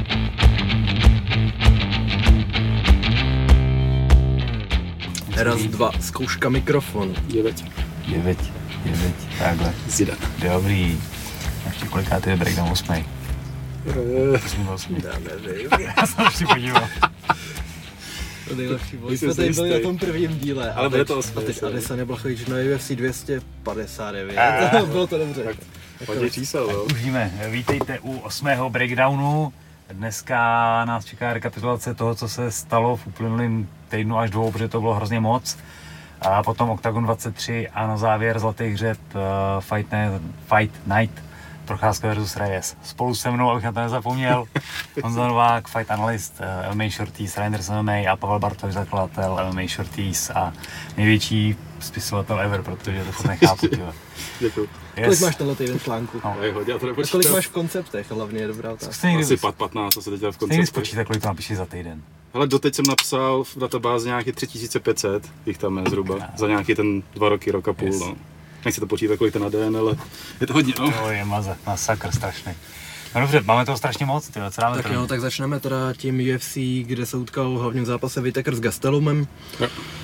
Raz, dva, zkouška mikrofonu. Je veď, takhle. Zidane. Dobrý. Ještě kolikátý je breakdown 8? 8. Já nevím. Já jsem ještě podíval. To nejlepší bylo. Jsme tady byli na tom prvním díle. Ale bude to 8. A teď Adesanya Blachowicz na UFC 259. Bylo to dobře. Hodně čísel, jo. Užíme. Vítejte u 8. breakdownu. Dneska nás čeká rekapitulace toho, co se stalo v uplynulém týdnu až 2, protože to bylo hrozně moc. A potom Octagon 23 a na závěr zlatý hřeb Fight Night Procházka versus Reyes. Spolu se mnou, abych na to nezapomněl, Honza Novák, fight analyst MMA Shorties, Reinders MMA a Pavel Bartoš, zakladatel MMA Shorties a největší spisovatel ever, protože to furt nechápu. Děkuji. Yes. Kolik máš tenhle týden článku? No. A kolik máš v konceptech, hlavně je dobrá otázka. Asi 15, asi teď v konceptech. Někdy spočítat, kolik to napíšeš za týden. Hele, doteď jsem napsal v databázi nějaký 3500, jich tam je zhruba, za nějaký ten 2 roky, rok a půl, yes. No. Nechci to počítat, kolik to na den, ale je to hodně, no. To je masakr strašný. No dobře, máme toho strašně moc, tyhle, co dáme tak první? Jo, tak začneme teda tím UFC, kde se utkal v hlavním zápase Whittaker s Gastelumem. Jo.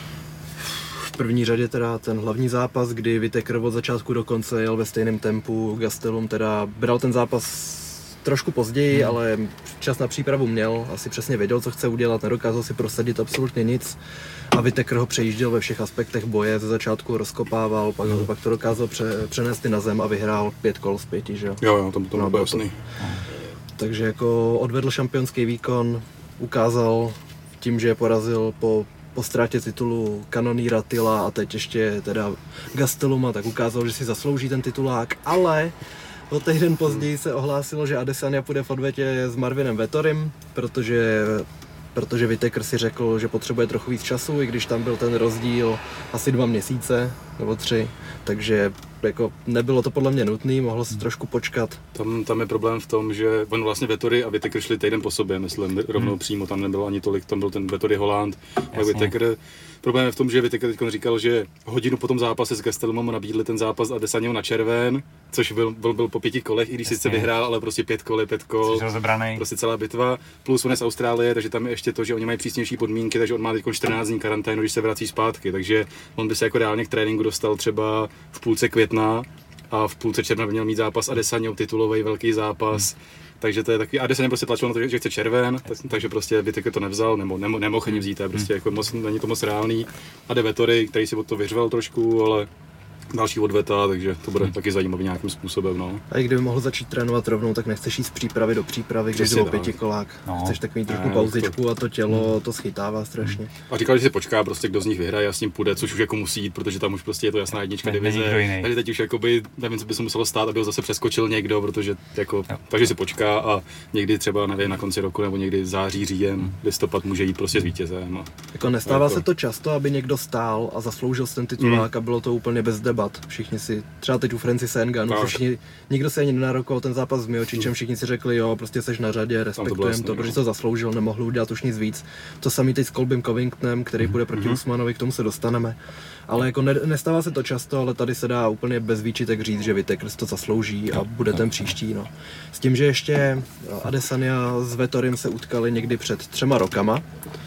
V první řadě teda ten hlavní zápas, kdy Whittaker od začátku do konce jel ve stejném tempu, Gastelum teda bral ten zápas trošku později, ale čas na přípravu měl, asi přesně věděl, co chce udělat, nedokázal si prosadit absolutně nic a Whittaker ho přejížděl ve všech aspektech boje, ze začátku rozkopával, pak to dokázal přenést i na zem a vyhrál 5 kol z 5, že jo? Jo, to bylo jasný. Takže jako odvedl šampionský výkon, ukázal tím, že je porazil po ztrátě titulu kanonýra Tilla a teď ještě teda Gasteluma, tak ukázal, že si zaslouží ten titulák, ale o týden později se ohlásilo, že Adesanya půjde v odvetě s Marvinem Vettorim, protože Whittaker si řekl, že potřebuje trochu víc času, i když tam byl ten rozdíl asi 2 měsíce nebo 3, takže jako nebylo to podle mě nutný, mohlo se trošku počkat. Tam je problém v tom, že on vlastně Vettori a Whittaker šli týden po sobě, myslím, rovnou přímo, tam nebylo ani tolik, tam byl ten Vettori Holand a Whittaker. Problém je v tom, že Whittaker teď říkal, že hodinu po tom zápase s Gastelumem nabídli ten zápas a Adesanya na červen, což byl po 5 kolech, i když sice vyhrál, ale prostě 5 kol, prostě celá bitva, plus on je z Austrálie, takže tam je ještě to, že oni mají přísnější podmínky, takže on má teď 14 dní karanténu, když se vrací zpátky, takže on by se jako reálně k tréninku dostal třeba v půlce května a v půlce června by měl mít zápas Adesanya, titulový velký zápas. Takže to je takový, Adesanya prostě tlačil na to, že chce červen, takže prostě Whittaker to nevzal, nebo nemohl ani vzít, prostě jako není to moc reálný. A jde Vettori, který si od to vyřval trošku, ale další odveta, takže to bude taky zajímavý nějakým způsobem, no. A i kdyby mohl začít trénovat rovnou, tak nechceš jít z přípravy do přípravy, když jde o 5 kolák. No. Chceš tak mít trochu pauzičku a to tělo to schytává strašně. A říkal, že si počká prostě, kdo z nich vyhraje a s ním půjde, což už jako musí jít, protože tam už prostě je to jasná jednička divize. Takže teď už jakoby nevím, co by se muselo stát, aby ho zase přeskočil někdo, protože jako takže si počká a někdy třeba nevím na konci roku nebo někdy září, říjen, listopad může jít prostě s vítězem. Jako nestává se to často, aby někdo stál a zasloužil ten titulák a bylo to úplně bez debat. Všichni si, třeba teď u Francise Nganu, nikdo se ani nenarokoval ten zápas s Miocičem, všichni si řekli, jo, prostě seš na řadě, respektujeme to, protože to zasloužil, nemohl udělat už nic víc. To samý teď s Colbym Covingtonem, který půjde proti Usmanovi, k tomu se dostaneme. Ale jako nestává se to často, ale tady se dá úplně bez výčitek říct, že Whittaker to zaslouží a bude ten příští, no. S tím, že ještě Adesanya s Vettorim se utkali někdy před 3 rokama.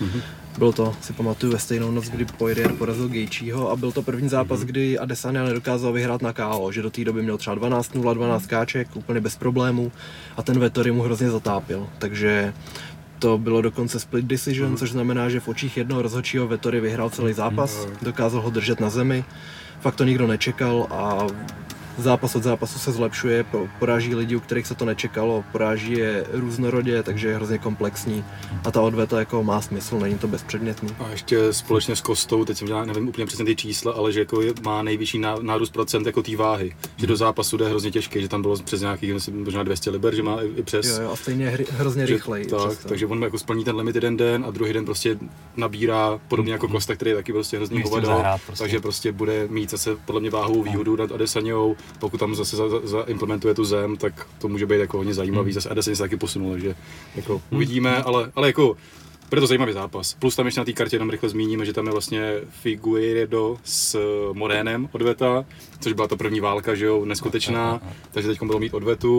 Bylo to, si pamatuju, ve stejnou noc, kdy Poirier porazil Gaethjeho a byl to první zápas, kdy Adesanya nedokázal vyhrát na KO, že do té doby měl třeba 12-0, 12 káček, úplně bez problémů a ten Vettori mu hrozně zatápil, takže to bylo dokonce split decision, což znamená, že v očích jednoho rozhodčího Vettori vyhrál celý zápas, dokázal ho držet na zemi, fakt to nikdo nečekal a zápas od zápasu se zlepšuje, poráží lidi, u kterých se to nečekalo, poráží je různorodě, takže je hrozně komplexní a ta odveta jako má smysl, není to bezpředmětný. A ještě společně s Kostou, teď jsem dělal, nevím úplně přesně ty čísla, ale že jako má nejvyšší nárůst procent jako té váhy, že do zápasu jde hrozně těžký, že tam bylo přes nějakých možná 200 liber, že má i přes. Jo, a stejně hrozně rychlej. Tak, takže on jako splní ten limit jeden den a druhý den prostě nabírá podobně jako Costa, který je taky prostě hrozný hovado, takže prostě bude mít zase podle mě váhovou výhodu nad Adesanyou. Pokud tam zase implementuje tu zem, tak to může být jako hodně zajímavý. Zase Adesanya se taky posunul, že jako uvidíme, ale jako bude to zajímavý zápas. Plus tam ještě na té kartě jenom rychle zmíníme, že tam je vlastně Figueiredo s Morénem odveta, což byla ta první válka, že jo, neskutečná, takže teď budou mít odvetu.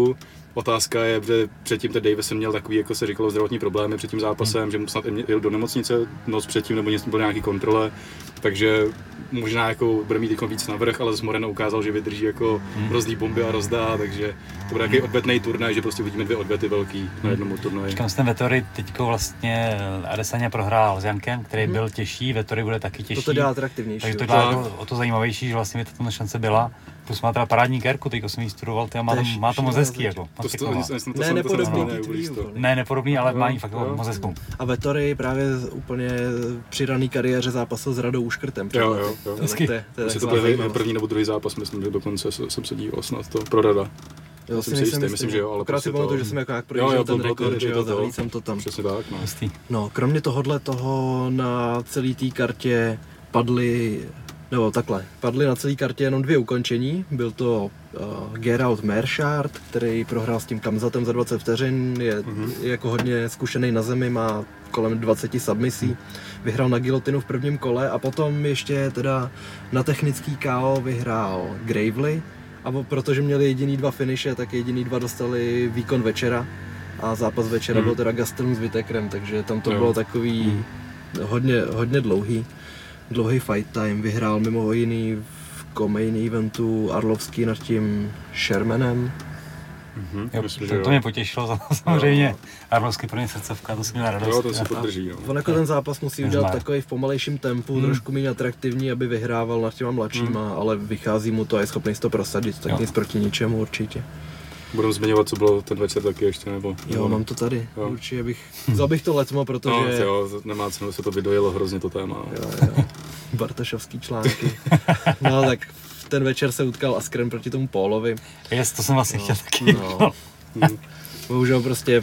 Otázka je, že předtím ten Davison měl takový, jako se říkalo, zdravotní problémy před tím zápasem, že mu snad jel do nemocnice noc předtím, nebo něco byl nějaký kontrole, takže možná jako bude mít víc navrch, ale z Moreno ukázal, že vydrží jako rozdí bomby a rozdá, takže to bude nějaký odvetný turnaj, že prostě vidíme 2 odvety velký na jednom turnaji. Říkám si ten Vettori teďko vlastně Adesanya prohrál s Jankem, který byl těžší, Vettori bude taky těžší. To dělá atraktivnější. Takže to dělá o to zajímavější, že vlastně by tato šance byla. Plus má teda parádní kérku, teďko jsem ji studoval, má to moc hezký jako. Ne, nepodobný T2. Ne, nepodobný, ale má jí fakt moc hezkou. A Vettori právě úplně při rané kariéře zápasil s Radou Uškrtem. Jo. To byl první nebo druhý zápas, myslím, že dokonce jsem se díval snad to pro Rada. Jo, myslím, že jo, ale akorát si pamatuju, že jsem jako projížděl ten rekord, že jo, zahlíd jsem to tam. Přesně tak, no. No, kromě tohohle toho na celé té kartě padly na celé kartě jenom 2 ukončení. Byl to Gerald Meerschaert, který prohrál s tím Kamzatem za 20 vteřin, je jako hodně zkušený na zemi, má kolem 20 submisí. Vyhrál na gilotinu v prvním kole a potom ještě teda na technický KO vyhrál Gravely. A protože měli jediný 2 finishe, tak jediný 2 dostali výkon večera. A zápas večera byl teda Gastelum s Whittakerem, takže tam to bylo takový hodně dlouhý fight time. Vyhrál mimo jiný v co-main eventu Arlovský nad tím Shermanem. To mě potěšilo samozřejmě. Arlovský pro ně srdcovka, to si měla radost. Jo, to se podrží. On jako ten zápas musí udělat takový v pomalejším tempu, trošku méně atraktivní, aby vyhrával nad těma mladšíma, ale vychází mu to a je schopný to prosadit, tak nic proti ničemu určitě. Budeme zmiňovat, co bylo ten večer taky ještě, nebo? Jo, mám to tady, určitě vzal bych to letmo, protože... No, nemá cenu, se to vydojilo hrozně to téma. Jo. Bartošovský články. No tak ten večer se utkal Askren proti tomu Paulovi. To jsem vlastně chtěl taky. Bohužel prostě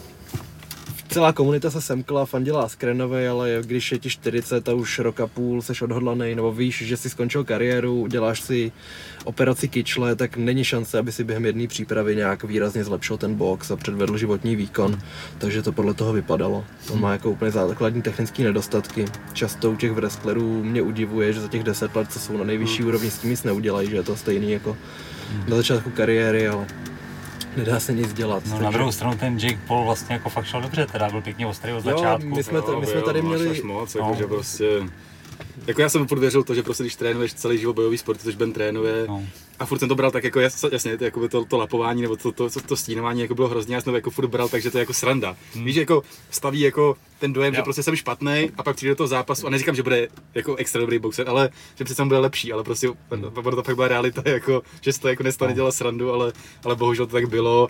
celá komunita se semkla, fandila Askrenovi, ale když je ti 40 a už rok a půl seš odhodlaný, nebo víš, že jsi skončil kariéru, děláš si operaci kyčle, tak není šance, aby si během jedné přípravy nějak výrazně zlepšil ten box a předvedl životní výkon. Takže to podle toho vypadalo. On má jako úplně základní technické nedostatky. Často u těch wrestlerů mě udivuje, že za těch 10 let, co jsou na nejvyšší úrovni, s tím nic neudělají, že je to stejný jako na začátku kariéry, ale nedá se nic dělat. No, na druhou stranu ten Jake Paul vlastně jako fakt šel dobře, teda byl pěkně ostrý od začátku. My jsme tady měli... Až moc, že prostě... Jako já jsem podvěřil to, že prostě když trénuješ celý život bojový sport, což Ben trénuje, a furt jsem to bral tak jako jasně, jako to lapování nebo to stínování jako bylo hrozně, já jsem to jako furt bral, takže to je jako sranda. Víš, že jako staví jako ten dojem, že prostě jsem špatný a pak přijde do toho zápasu a neříkám, že bude jako extra dobrý boxer, ale že přece bude lepší, ale prostě to fakt byla realita, jako, že se to jako nestane dělat srandu, ale bohužel to tak bylo.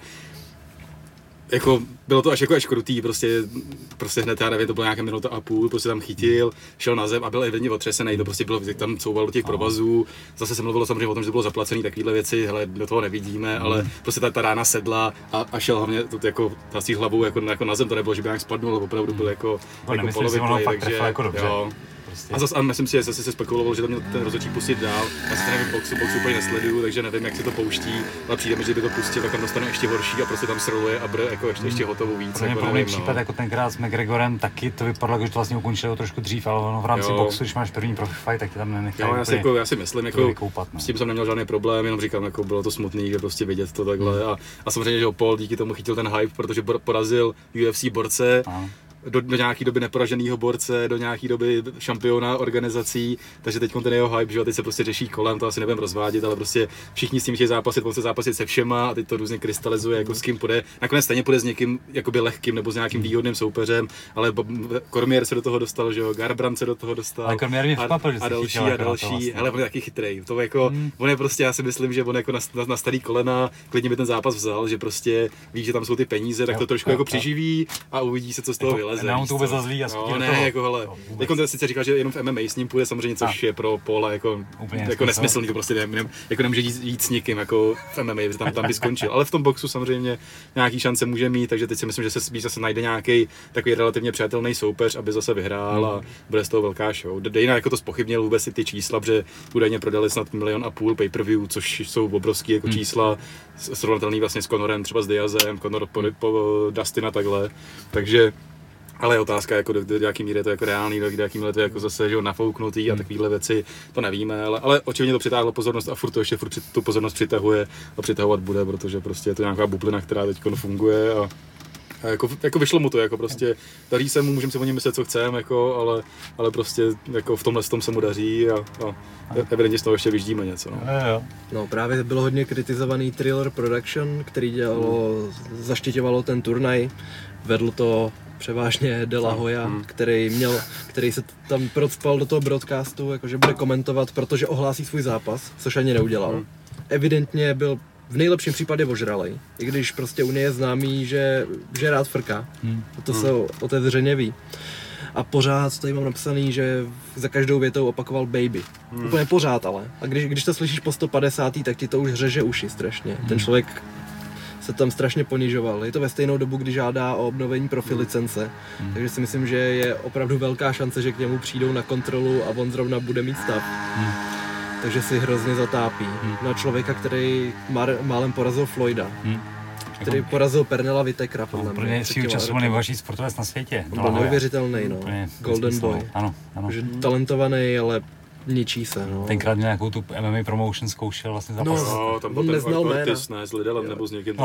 Jako, bylo to až krutý, prostě hned, já nevím, to bylo nějaká minuta a půl, prostě tam chytil, šel na zem a byl evidentně otřesený, to prostě bylo, tam couval do těch provazů, zase se mluvilo samozřejmě o tom, že to bylo zaplacený, takovýhle věci, hele, do toho nevidíme, ale prostě ta rána sedla a šel hlavně to jako tasí hlavou jako na zem, to nebylo, že by nějak spadnul, ale opravdu byl jako polovitý, takže jo. Prostě. A myslím si, že zase se spekulovalo, že tam měl ten rozhodčí pustit dál. Já si to nevím, boxu úplně nesleduju, takže nevím, jak se to pouští, ale přijde mi, že by to pustil, tak tam dostane ještě horší a prostě tam sroluje a bude jako ještě hotovo víc. Pro mě podobný případ jako tenkrát s McGregorem, taky to vypadalo, že to vlastně ukončilo trošku dřív, ale ono v rámci boxu, když máš první profi fight, tak tě tam nenechají. Já si myslím, jako s tím jsem neměl žádný problém, jenom říkám, jako bylo to smutný, že prostě vidět to takhle a samozřejmě, že Paul díky tomu chytil ten hype, protože porazil UFC borce. Do nějaký doby neporaženého borce, do nějaký doby šampiona organizací, takže teď ten jeho hype, že teď se prostě řeší kolem, to asi nebudem rozvádět, ale prostě všichni s tím chtějí zápasit, on se zápasit se všema a teď to různě krystalizuje, jako s kým půjde. Nakonec stejně půjde s někým jakoby lehkým nebo s nějakým výhodným soupeřem, ale Cormier se do toho dostal, že jo, Garbrandt se do toho dostal. Ale Cormier mě vpapil, že se další. Hele, on je taky chytrej. To jako on je prostě, já si myslím, že on jako na starý kolena klidně by ten zápas vzal, že prostě ví, že tam jsou ty peníze, tak to trošku jako přiživí a uvidí se, co z toho vyleze. Nám to vůbec zazlí a jako hele. Jako ten sice říká, že jenom v MMA s ním půjde samozřejmě, což je pro Paula jako nesmyslný, to prostě jako nemůže jít s nikým jako v MMA, že tam by skončil. Ale v tom boxu samozřejmě nějaký šance může mít, takže teď si myslím, že se spíš zase najde nějaký takový relativně přijatelný soupeř, aby zase vyhrál a bude z toho velká show. Dana jako to zpochybnil vůbec i ty čísla, že údajně prodali snad 1,5 milionu pay-per-view, což jsou obrovský jako čísla, srovnatelný vlastně s Conorem, třeba s Diazem, Conor po Dustina takhle. Takže Ale je otázka, jako do jaký míry je to jako reálný, do jaký míry je to jako zase že nafouknutý a takovéhle věci, to nevíme, ale očividně to přitáhlo pozornost a furt tu pozornost přitahuje a přitahovat bude, protože prostě je to nějaká bublina, která teď funguje a jako vyšlo mu to, jako prostě daří se mu, můžeme si o něm myslet, co chceme, jako, ale prostě jako v tomhle se mu daří a evidentně z toho ještě vyždíme něco. No právě bylo hodně kritizovaný Thriller Production, který zaštiťovalo ten turnaj, vedl to převážně De La Hoya, který se tam procpal do toho broadcastu, jakože bude komentovat, protože ohlásí svůj zápas, což ani neudělal. Evidentně byl v nejlepším případě ožralej, i když prostě u něj je známý, že rád frká. To se otevřeně ví. A pořád tady mám napsaný, že za každou větou opakoval baby. Úplně pořád ale. A když to slyšíš po 150. tak ti to už řeže uši strašně. Ten člověk se tam strašně ponižoval. Je to ve stejnou dobu, kdy žádá o obnovení profi licence. Takže si myslím, že je opravdu velká šance, že k němu přijdou na kontrolu a on zrovna bude mít stav. Takže si hrozně zatápí. Na člověka, který málem porazil Floyda. Který porazil Pernella Whitakera, podle mě. Úplně svýho času nejbohatší sportovec na světě. Byl neuvěřitelný, no. Golden Boy. Ano. Takže talentovaný, ale ničí se, no. Tenkrát nějakou tu MMA promotion zkoušel vlastně zápas. No, tam byl ten Ortiz, ne, s Lidlem nebo s někým.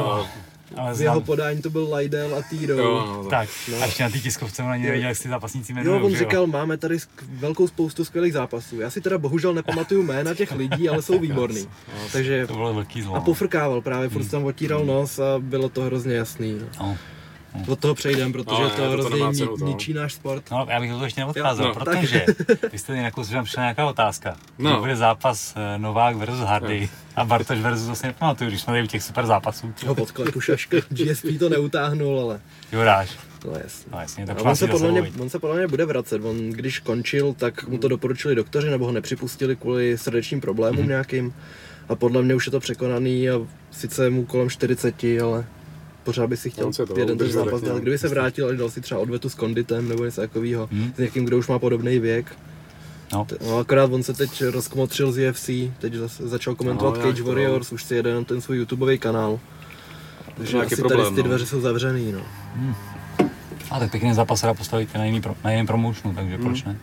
Ale v jeho podání to byl Lydell a Tito. Tak. A ještě na té tiskovce on ani nevěděl, jak si zápasníci jmenují. Jo, on říkal, máme tady velkou spoustu skvělých zápasů. Já si teda bohužel nepamatuju jména těch lidí, ale jsou výborný. Takže to bylo velký zlo. A pofrkával právě, furt tam otíral nos a bylo to hrozně jasný. Od toho přejdeme, protože to hrozně ničí náš sport. No, já bych to ještě neodcházel, protože vy jste nějakou přišla nějaká otázka. To bude zápas Novák versus Hardy a Bartoš versus vlastně nepamatuju, když jsme tady u těch super zápasů. Ho podklepu šašky, GSP to neutáhnul, ale... Jo, dáš. No jasně. No, jasně, tak on se podle mě bude vracet. On když končil, tak mu to doporučili doktoři, nebo ho nepřipustili kvůli srdečním problémům nějakým. A podle mě už je to překonaný a sice je mu kolem 40, ale... Pořád by si chtěl jeden ten zápas dát. Kdyby se vrátil a dal si třeba odvetu s Konditem nebo něco takového, s někým, kdo už má podobný věk. No, akorát on se teď rozkmotřil z UFC, teď začal komentovat Cage Warriors, už si jede na ten svůj YouTubeový kanál. Takže asi problém, tady ty dveře jsou zavřený, no. A tak pěkný zápas se dá postavit na jiném promotionu, takže proč ne?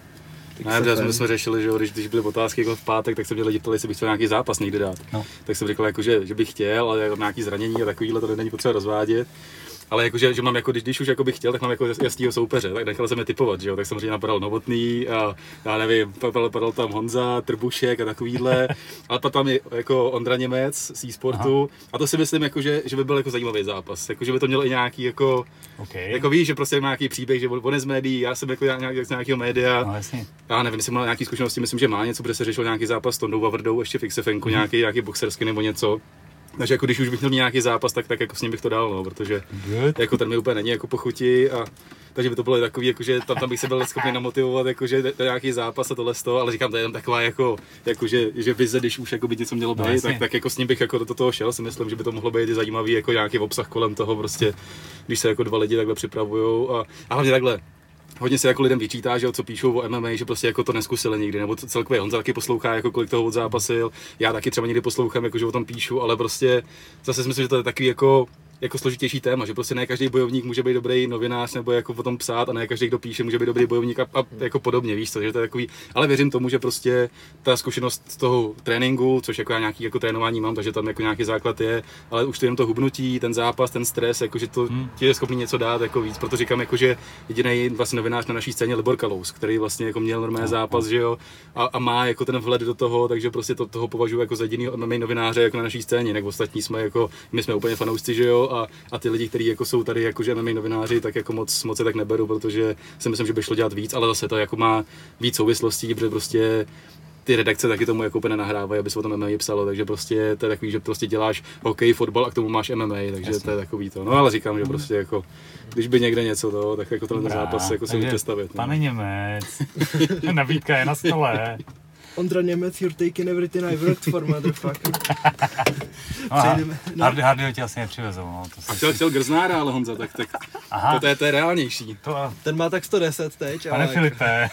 Ne, jsme řešili, že když byly otázky jako v pátek, tak se mě lidi ptali, jestli bych chtěl nějaký zápas někdy dát. Tak jsem říkal, jako, že bych chtěl, ale jako nějaký zranění a takovýhle to není potřeba rozvádět. Ale jakože, že mám jako, když už jako bych chtěl, tak mám jako jasného soupeře, tak nechal jsem je typovat, že jo, tak samozřejmě napadal Novotný a já nevím, padal tam Honza, Trbušek a takovýhle, ale pak tam je jako Ondra Němec z e-sportu a to si myslím jako, že by byl jako zajímavý zápas, jako, že by to mělo i nějaký jako, jako víš, že prostě nějaký příběh, že on je z médií, já jsem jako z nějakého média, já nevím, jestli má nějaký zkušenosti, myslím, že má něco, protože se řešil nějaký zápas s Tondou Vavrdou, ještě v XFNku, nějaký boxerský nebo něco. Takže jako když už bych měl nějaký zápas, tak jako s ním bych to dal, no, protože jako ten mi úplně není jako pochutí a takže by to bylo takový, jako, že tam bych se byl schopný namotivovat, jako, že to je nějaký zápas a tohle z toho, ale říkám, to je tam taková jako že vize, když už jako by něco mělo být, tak jako s ním bych jako do toho šel, si myslím, že by to mohlo být zajímavý jako nějaký obsah kolem toho prostě, když se jako dva lidi takhle připravujou a hlavně takhle. Hodně se jako lidem vyčítá, že co píšou o MMA, že prostě jako to neskusili nikdy, nebo celkově Honza taky poslouchá, jako kolik toho odzápasil, já taky třeba někdy poslouchám, jako že o tom píšu, ale prostě zase si myslím, že to je takový jako složitější téma, že prostě ne každý bojovník může být dobrý novinář nebo jako o tom psát a ne každý, kdo píše, může být dobrý bojovník a jako podobně, víš co, že to je takový, ale věřím tomu, že prostě ta zkušenost z toho tréninku, což jako já nějaký jako trénování mám, takže tam jako nějaký základ je, ale už to jenom to hubnutí, ten zápas, ten stres, jako že to ti je schopný něco dát jako víc, proto říkám jako, že jediný vlastně novinář na naší scéně Libor Kalous, který vlastně jako měl normální zápas, že jo, a má jako ten vhled do toho, takže prostě toho považuji jako za jediný novináře jako na naší scéně, jinak ostatní jsme jako my jsme úplně fanoušci, že jo. A ty lidi, kteří jako jsou tady jakože MMA novináři, tak jako moc se tak neberu, protože si myslím, že by šlo dělat víc, ale zase to jako má víc souvislostí, protože prostě ty redakce taky tomu jako úplně nahrávají, aby se o tom MMA psalo, takže prostě to je takový, že prostě děláš hokej, fotbal a k tomu máš MMA, takže jasně. To je takový to. No ale říkám, že prostě jako, když by někde něco to, tak jako tenhle zápas jako si představit. Pane Němec, nabídka je na stole. Ondra Němec, you're taking everything I worked for, motherfucker. Hardyho tě asi nepřivezou, no. Chtěl Grznára, ale Honza, tak to je reálnější. Ten má tak 110 teď. Pane Filipe.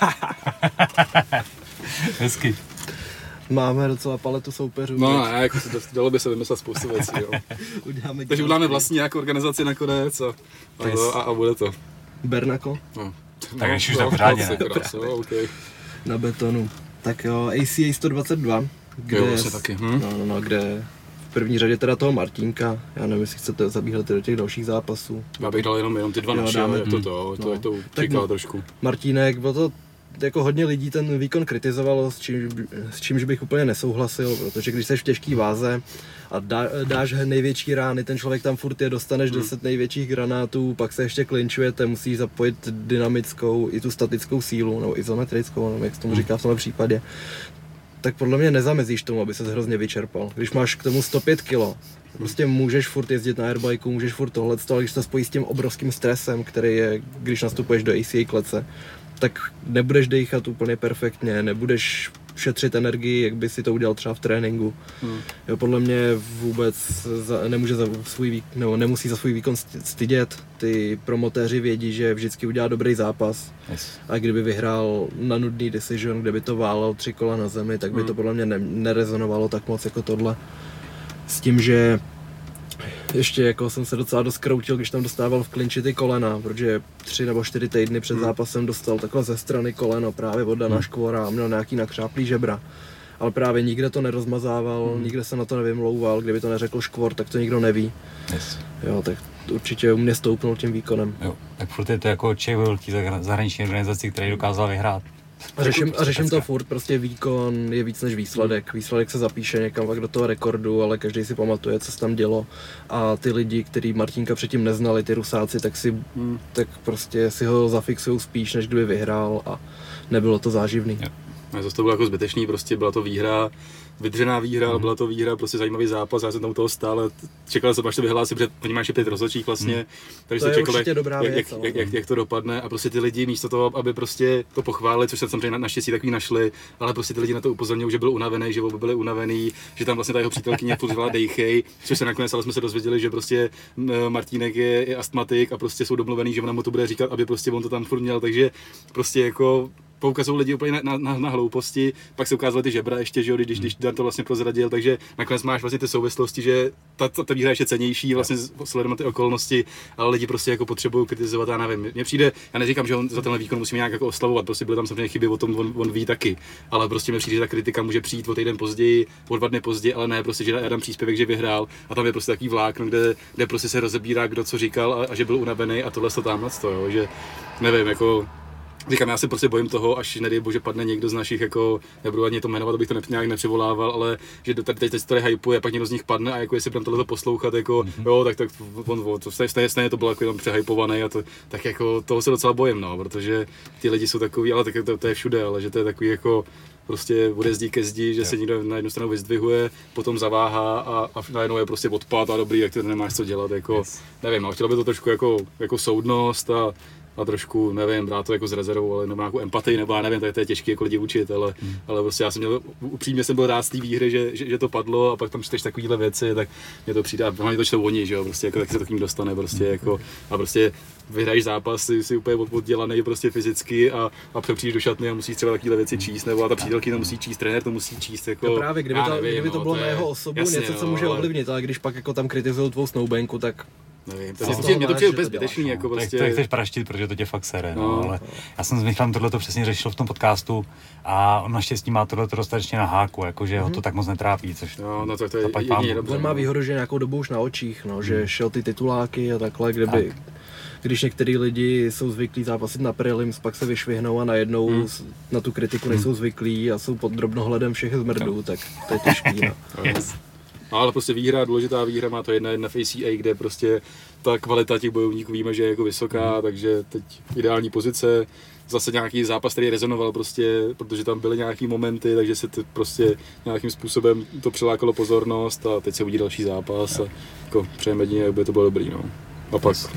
Hezky. Máme docela paletu soupeřů. No, jako dalo by se vymyslet spoustu věcí, jo. Takže uděláme vlastní nějakou organizaci nakonec a bude to. Bernako. No. Tak ještě už tak pořádně, ne? Okay. Na betonu. Tak jo, ACA 122, kde, jo, vlastně taky. Kde v první řadě teda toho Martínka, já nevím, jestli chcete zabíhat do těch dalších zápasů. Já bych dal jenom ty dva naše, ale to čeká trošku. Martínek, bylo to jako hodně lidí ten výkon kritizovalo, s čímž bych úplně nesouhlasil, protože když jsi v těžký váze a dáš největší rány, ten člověk tam furt dostaneš 10 největších granátů, pak se ještě klinčujete, musíš zapojit dynamickou i tu statickou sílu, nebo izometrickou, nebo jak se tomu říká v tomhle případě. Tak podle mě nezamezíš tomu, aby se hrozně vyčerpal. Když máš k tomu 105 kg, prostě můžeš furt jezdit na airbikeu, můžeš furt tohleto, ale když to spojí s tím obrovským stresem, který je, když nastupuješ do ACA klece, tak nebudeš dýchat úplně perfektně, nebudeš šetřit energii, jak by si to udělal třeba v tréninku. Jo, podle mě vůbec nemusí za svůj výkon stydět. Ty promotéři vědí, že vždycky udělá dobrý zápas. Yes. A kdyby vyhrál na nudný decision, kde by to válel 3 kola na zemi, tak by to podle mě nerezonovalo tak moc jako tohle. S tím, že ještě jako jsem se docela dost kroutil, když tam dostával v klinči ty kolena, protože 3 nebo 4 týdny před zápasem dostal takhle ze strany koleno právě od Dana Škvora a měl nějaký nakřáplý žebra. Ale právě nikde to nerozmazával, nikde se na to nevymlouval, kdyby to neřekl Škvor, tak to nikdo neví. Yes. Jo, tak určitě u mě stoupnul tím výkonem. Jo, tak furt je to jako Czech velký zahraniční organizaci, který dokázal vyhrát. A řeším to furt, prostě výkon je víc než výsledek. Výsledek se zapíše někam pak do toho rekordu, ale každý si pamatuje, co se tam dělo. A ty lidi, kteří Martínka předtím neznali, ty Rusáci, tak prostě si ho zafixují spíš, než kdyby vyhrál a nebylo to záživný. Zase to bylo jako zbytečný, prostě byla to výhra, vydřená výhra, ale byla to výhra, prostě zajímavý zápas, já jsem tam u toho stál a čekal jsem, až to vyhlásí, protože oni mají ještě 5 rozhodčích vlastně, takže to se čekalo, jak to dopadne a prostě ty lidi místo toho, aby prostě to pochválili, což jsem samozřejmě naštěstí takový našli, ale prostě ty lidi na to upozorňují, že byl unavený, že byli unavený, že tam vlastně ta jeho přítelkyně furt říkala dejchej, což se nakonec ale jsme se dozvěděli, že prostě Martínek je astmatik a prostě jsou domluvený, že ona mu to bude říkat, aby prostě on to tam furt měl, takže prostě jako poukazují lidi úplně na hlouposti, pak se ukázaly ty žebra ještě, že jo, když Dan to vlastně prozradil, takže nakonec máš vlastně ty souvislosti, že ta výhra je ještě cenější, vlastně sledujeme ty okolnosti, ale lidi prostě jako potřebují kritizovat, já nevím, mně přijde, já neříkám, že on za tenhle výkon musíme nějak jako oslavovat, prostě byly tam samozřejmě chyby, o tom on ví taky, ale prostě mi přijde, že ta kritika může přijít o týden později, o 2 dny později, ale ne prostě, že já dám příspěvek, že vyhrál a tam je prostě takový vlákno, kde prostě se rozebírá, kdo co říkal a že byl unavený a tohle to tamhle to, jo, že nevím, jako říkám, já se prostě bojím toho, až nedej bože padne někdo z našich, jako nebudu ani to jmenovat, abych to nějak nepřivolával, ale že teď se tady hypuje, pak někdo z nich padne a jako jestli budeme tohleto poslouchat, jako jo, tak stejně to bylo jako jenom přehypovaný a to, tak jako toho se docela bojím, no, protože ty lidi jsou takový, ale tak to je všude, ale že to je takový jako prostě bude zdí ke zdi, že se někdo na jednu stranu vyzdvihuje, potom zaváhá a najednou je prostě odpad a dobrý, jak ty nemáš co dělat, jako nevím, no, chtělo by to trošku jako soudnost a trošku, nevím, brát to jako s rezervou, ale nebo nějakou empatii, nebo já nevím, to je těžké jako lidi učit, ale prostě já jsem měl, upřímně jsem byl rád z té výhry, že to padlo a pak tam čteš takovýhle věci, tak mě to přijde, a hlavně to čtou oni, že jo, prostě jako tak se to k ním dostane, prostě jako, a prostě vyhraješ zápas, jsi úplně oddělaný prostě fyzicky a přijdeš do šatny a musíš třeba takovéhle věci číst, nebo a ta přítelkyně to musí číst, trenér to musí číst, jako. No právě, kdyby to bylo na jeho osobu, jasně, něco, co může ovlivnit, ale když pak jako tam kritizují tvou snoubenku, tak nevím, mě to přijde úplně zbytečný, jako prostě. Tak chceš praštit, protože to tě fakt sere, no, ale já jsem s Michalem tohleto přesně řešil v tom podcastu a on naštěstí má tohleto dostatečně na háku, jakože ho to tak moc netrápí, což no to je jedině dobře. On má výhodu, že nějakou dobu už na očích, no, že šel ty tituláky a takhle, když některý lidi jsou zvyklí zápasit na prelims, pak se vyšvihnou a najednou na tu kritiku nejsou zvyklí a jsou pod drobnohledem všech zmrdů, tak to je těžký, no. No, ale prostě výhra, důležitá výhra, má to 1-1 v ACA, kde prostě ta kvalita těch bojovníků víme, že je jako vysoká, takže teď ideální pozice, zase nějaký zápas, který rezonoval prostě, protože tam byly nějaký momenty, takže se to prostě nějakým způsobem to přilákalo pozornost a teď se uvidí další zápas a jako přejeme jedině, jak by to bylo dobrý, no. A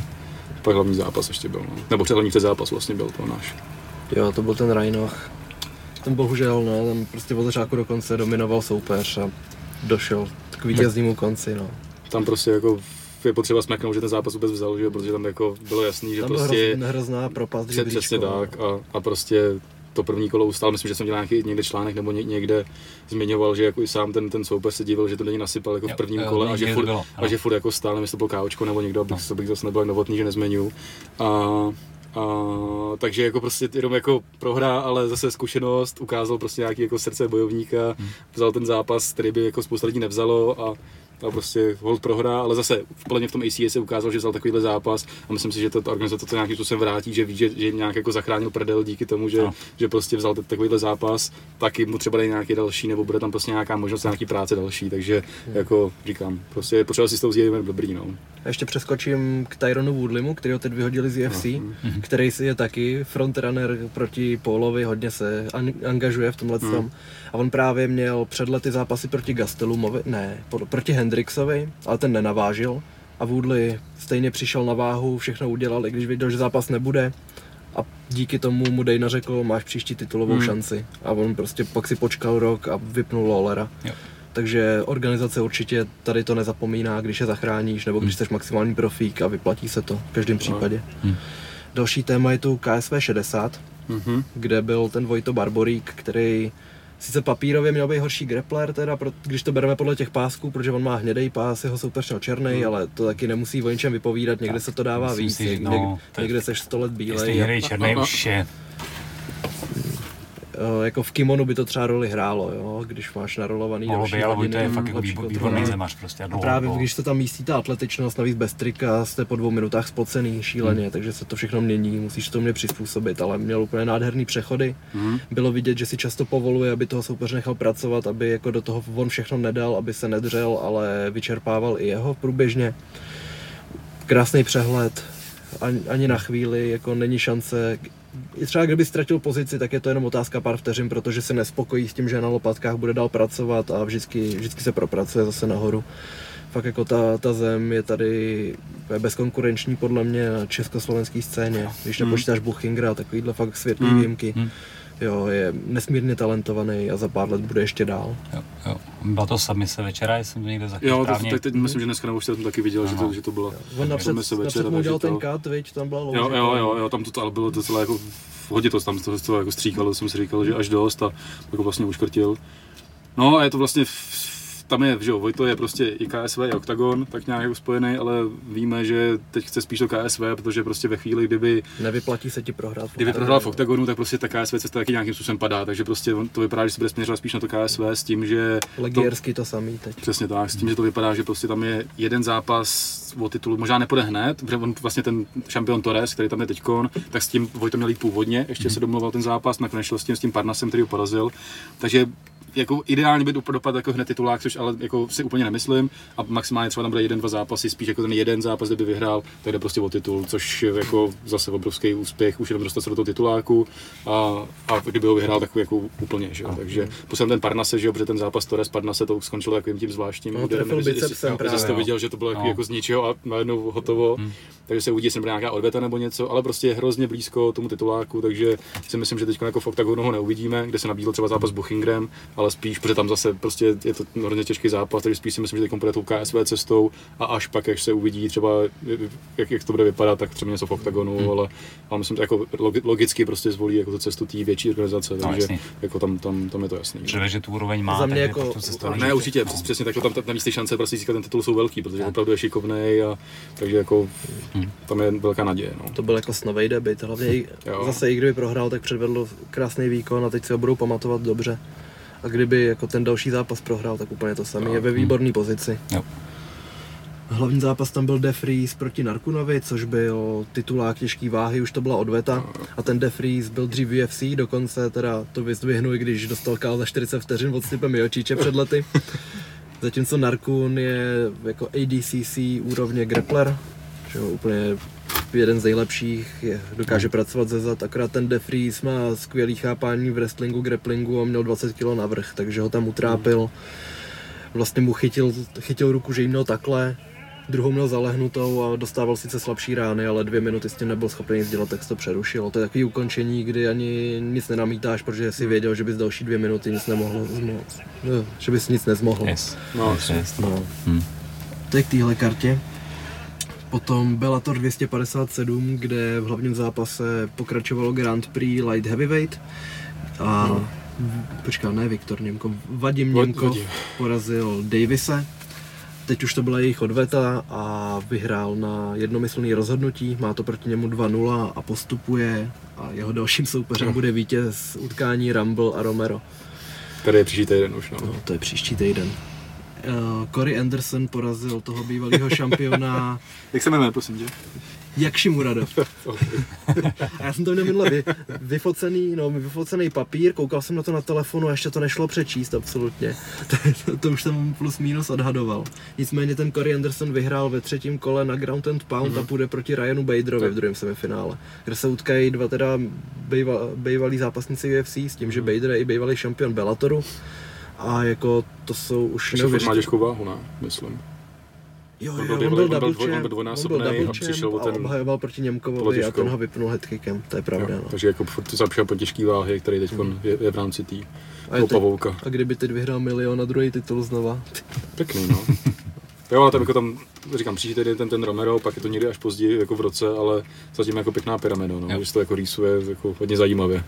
pak hlavní zápas ještě byl, no. Nebo hlavní předzápas vlastně byl to náš. Jo, to byl ten Rajnoch. Ten bohužel, no, tam prostě od začátku do konce dominoval soupeř a došel k vítěznému konci, no. Tam prostě jako je potřeba smeknout, že ten zápas vůbec vzal, že? Protože tam jako bylo jasný, že tam prostě hrozná propast, přesně tak a prostě to první kolo ustál, myslím, že jsem dělal někde článek nebo někde zmiňoval, že jako i sám ten soupeř se divil, že to není nasypal jako v prvním kole a že furt jako stál, nevím, jestli to bylo káočko nebo někdo, abych zase nebyl novotný, že nezmeňuji. Takže jako prostě jenom jako prohra, ale zase zkušenost, ukázal prostě nějaký jako srdce bojovníka, vzal ten zápas, který by jako spousta lidí nevzalo a prostě hold prohra, ale zase plně v tom ACA se ukázal, že vzal takovýhle zápas a myslím si, že ta organizace to nějakým způsobem vrátí, že ví, že nějak jako zachránil prdel díky tomu, že prostě vzal takovýhle zápas, taky mu třeba dej nějaký další, nebo bude tam prostě nějaká možnost nějaký práce další, takže jako říkám, prostě je potřeba si s tou zjevem dobrý, no. A ještě přeskočím k Tyronu Woodleymu, kterého teď vyhodili z UFC, který je taky frontrunner proti Paulovi, hodně se angažuje v tomhle tom. A on právě měl před lety zápasy proti Gastelumovi, proti Hendricksovi, ale ten nenavážil. A Woodley stejně přišel na váhu, všechno udělal, i když viděl, že zápas nebude. A díky tomu mu Dana řekl, máš příští titulovou šanci. A on prostě pak si počkal rok a vypnul Lawlera. Takže organizace určitě tady to nezapomíná, když je zachráníš, nebo když jsi maximální profík a vyplatí se to v každém případě. Další téma je tu KSV 60, kde byl ten Vojto Barborík, který sice papírově měl být horší grappler, teda, když to bereme podle těch pásků, protože on má hnědej pás, jeho soupeř měl černej, ale to taky nemusí o ničem vypovídat, někde se to dává víc, někde seš 100 let bílej. Hnědej, černej už je. Jako v kimonu by to třeba roli hrálo, jo? Když máš narolovaný další hodiny. To je fakt jako výborný zemař prostě. A právě když se tam místí ta atletičnost, navíc bez trika, jste po 2 minutách spocený šíleně, takže se to všechno mění, musíš to mě přizpůsobit, ale měl úplně nádherný přechody. Bylo vidět, že si často povoluje, aby toho soupeře nechal pracovat, aby jako do toho on všechno nedal, aby se nedřel, ale vyčerpával i jeho průběžně. Krásný přehled, ani na chvíli jako není šance. I třeba kdyby ztratil pozici, tak je to jenom otázka pár vteřin, protože se nespokojí s tím, že na lopatkách bude dál pracovat a vždycky se propracuje zase nahoru. Fakt jako ta zem je tady bezkonkurenční podle mě na československé scéně, když nepočítáš Buchingra a takovýhle fakt světlý výjimky. Jo, je nesmírně talentovaný a za pár let bude ještě dál. Jo. Byla to submise večera, jsem to někde zachytil správně. Jo, teď myslím, že dneska nebo jsem taky viděl, že to byla submise večera. Napřed mu udělal ten cut, viď, tam byla louže. Jo, tam to ale bylo docela jako hodně to tam to jako stříkalo, jsem si říkal, že až dost a jako vlastně uškrtil. No a je to vlastně tam je, že jo, Vojto je prostě i KSV, i Octagon, tak nějak jako spojený, ale víme, že teď chce spíš to KSV, protože prostě ve chvíli, kdyby nevyplatí se ti prohrát. Kdyby prohrál v Octagonu, tak prostě ta KSV cesta taky nějakým způsobem padá, takže prostě to vypadá, že se bude směřovat spíš na to KSV s tím, že Legiersky to samý teď. Přesně tak, s tím, že to vypadá, že prostě tam je jeden zápas o titul, možná nepůjde hned, protože on vlastně ten šampion Torres, který tam je teďkon, tak s tím Vojto měl jít původně, ještě se domluval ten zápas, nakonec šel s tím Parnasem, který ho porazil. Takže jako ideálně by dopadl jako hned titulák, což ale jako si úplně nemyslím a maximálně třeba tam bude 1-2 zápasy, spíš jako ten jeden zápas, kdyby vyhrál, tak jde prostě o titul, což je jako zase obrovský úspěch, už jenom dostat se do toho tituláku a kdyby ho vyhrál takový jako úplně, že jo. Takže posledně ten Parnase, že jo, protože ten zápas Torres Parnase to skončilo takovým tím zvláštním. Jsi to viděl, že to bylo jako z ničeho a najednou hotovo. Takže se uvidí, jestli bude nějaká odveta nebo něco, ale prostě je hrozně blízko tomu tituláku, takže si myslím, že teď jako v Octagonu ho neuvidíme, kde se nabídl třeba zápas s Buchingrem, ale spíš, protože tam zase prostě je to hrozně těžký zápas, takže spíš si myslím, že teď půjde tou KSV cestou a až pak, až se uvidí třeba, jak to bude vypadat, tak třeba něco v Octagonu, ale myslím, že jako logicky prostě zvolí jako tu cestu té větší organizace, takže jako tam je to jasný. Že tu úroveň má, za mě jako, ne, určitě, přesně tak, tam místě šance prostě získat ten titul jsou velký, protože opravdu je šikovnej a takže jako tam je velká naděje. No. To byl jako snovej debut, hlavně zase i kdyby prohrál, tak předvedl krásný výkon a teď si ho budou pamatovat dobře. A kdyby jako ten další zápas prohrál, tak úplně to samé, je ve výborné pozici. Jo. Hlavní zápas tam byl DeFries proti Narkunovi, což byl titulák těžký váhy, už to byla odveta. A ten DeFries byl dřív v UFC, dokonce teda to vyzdvihnu, i když dostal KO za 40 vteřin od Stipe Miociče před lety. Zatímco Narkun je jako ADCC úrovně grappler, že jo, úplně jeden z nejlepších, dokáže pracovat ze zad, akorát ten DeFries má skvělý chápání v wrestlingu, grapplingu a měl 20 kg navrch, takže ho tam utrápil. Vlastně mu chytil ruku, že jí měl takhle, druhou měl zalehnutou a dostával sice slabší rány, ale 2 minuty s tím nebyl schopný nic dělat, tak se to přerušilo. To je takový ukončení, kdy ani nic nenamítáš, protože si věděl, že bys další 2 minuty nic nemohl zmoct. No, že bys nic nezmohl. Yes. No. To je k téhle kartě. Potom Bellator 257, kde v hlavním zápase pokračovalo Grand Prix Light Heavyweight a Viktor Němkov, Vadim Němkov porazil Davise. teď už to byla jejich odveta a vyhrál na jednomyslný rozhodnutí, má to proti němu 2-0 a postupuje a jeho dalším soupeřem bude vítěz utkání Rumble a Romero. Tady je příští týden už, no. No, to je příští týden. Corey Anderson porazil toho bývalého šampiona. Jak se jmenuje, prosím tě? Jakši Muradov. A já jsem to měl minule vyfocený papír, koukal jsem na to na telefonu a ještě to nešlo přečíst absolutně. To už jsem plus minus odhadoval. Nicméně ten Corey Anderson vyhrál ve 3. kole na Ground and Pound a půjde proti Ryanu Baderovi v druhém semifinále, kde se utkají dva teda bývalí zápasníci UFC s tím, že Bader je i bývalý šampion Bellatoru. A jako to jsou už neuvěřitelné. Má těžkou váhu, ne? Myslím. Jo, on byl dvojnásobný a přišel a obhajoval proti Němkovovi a ten ho vypnul headkickem, to je pravda. No. Takže jako furt zapšel po těžký váhy, který teď je v rámci té pavouka. A kdyby teď vyhrál milion a druhý titul znova. Pěkný, no. Jo, ale tam jako tam, říkám, příští týden ten Romero, pak je to někdy až později jako v roce, ale zatím jako pěkná pyramida, no, že to jako rýsuje jako hodně zajímavě.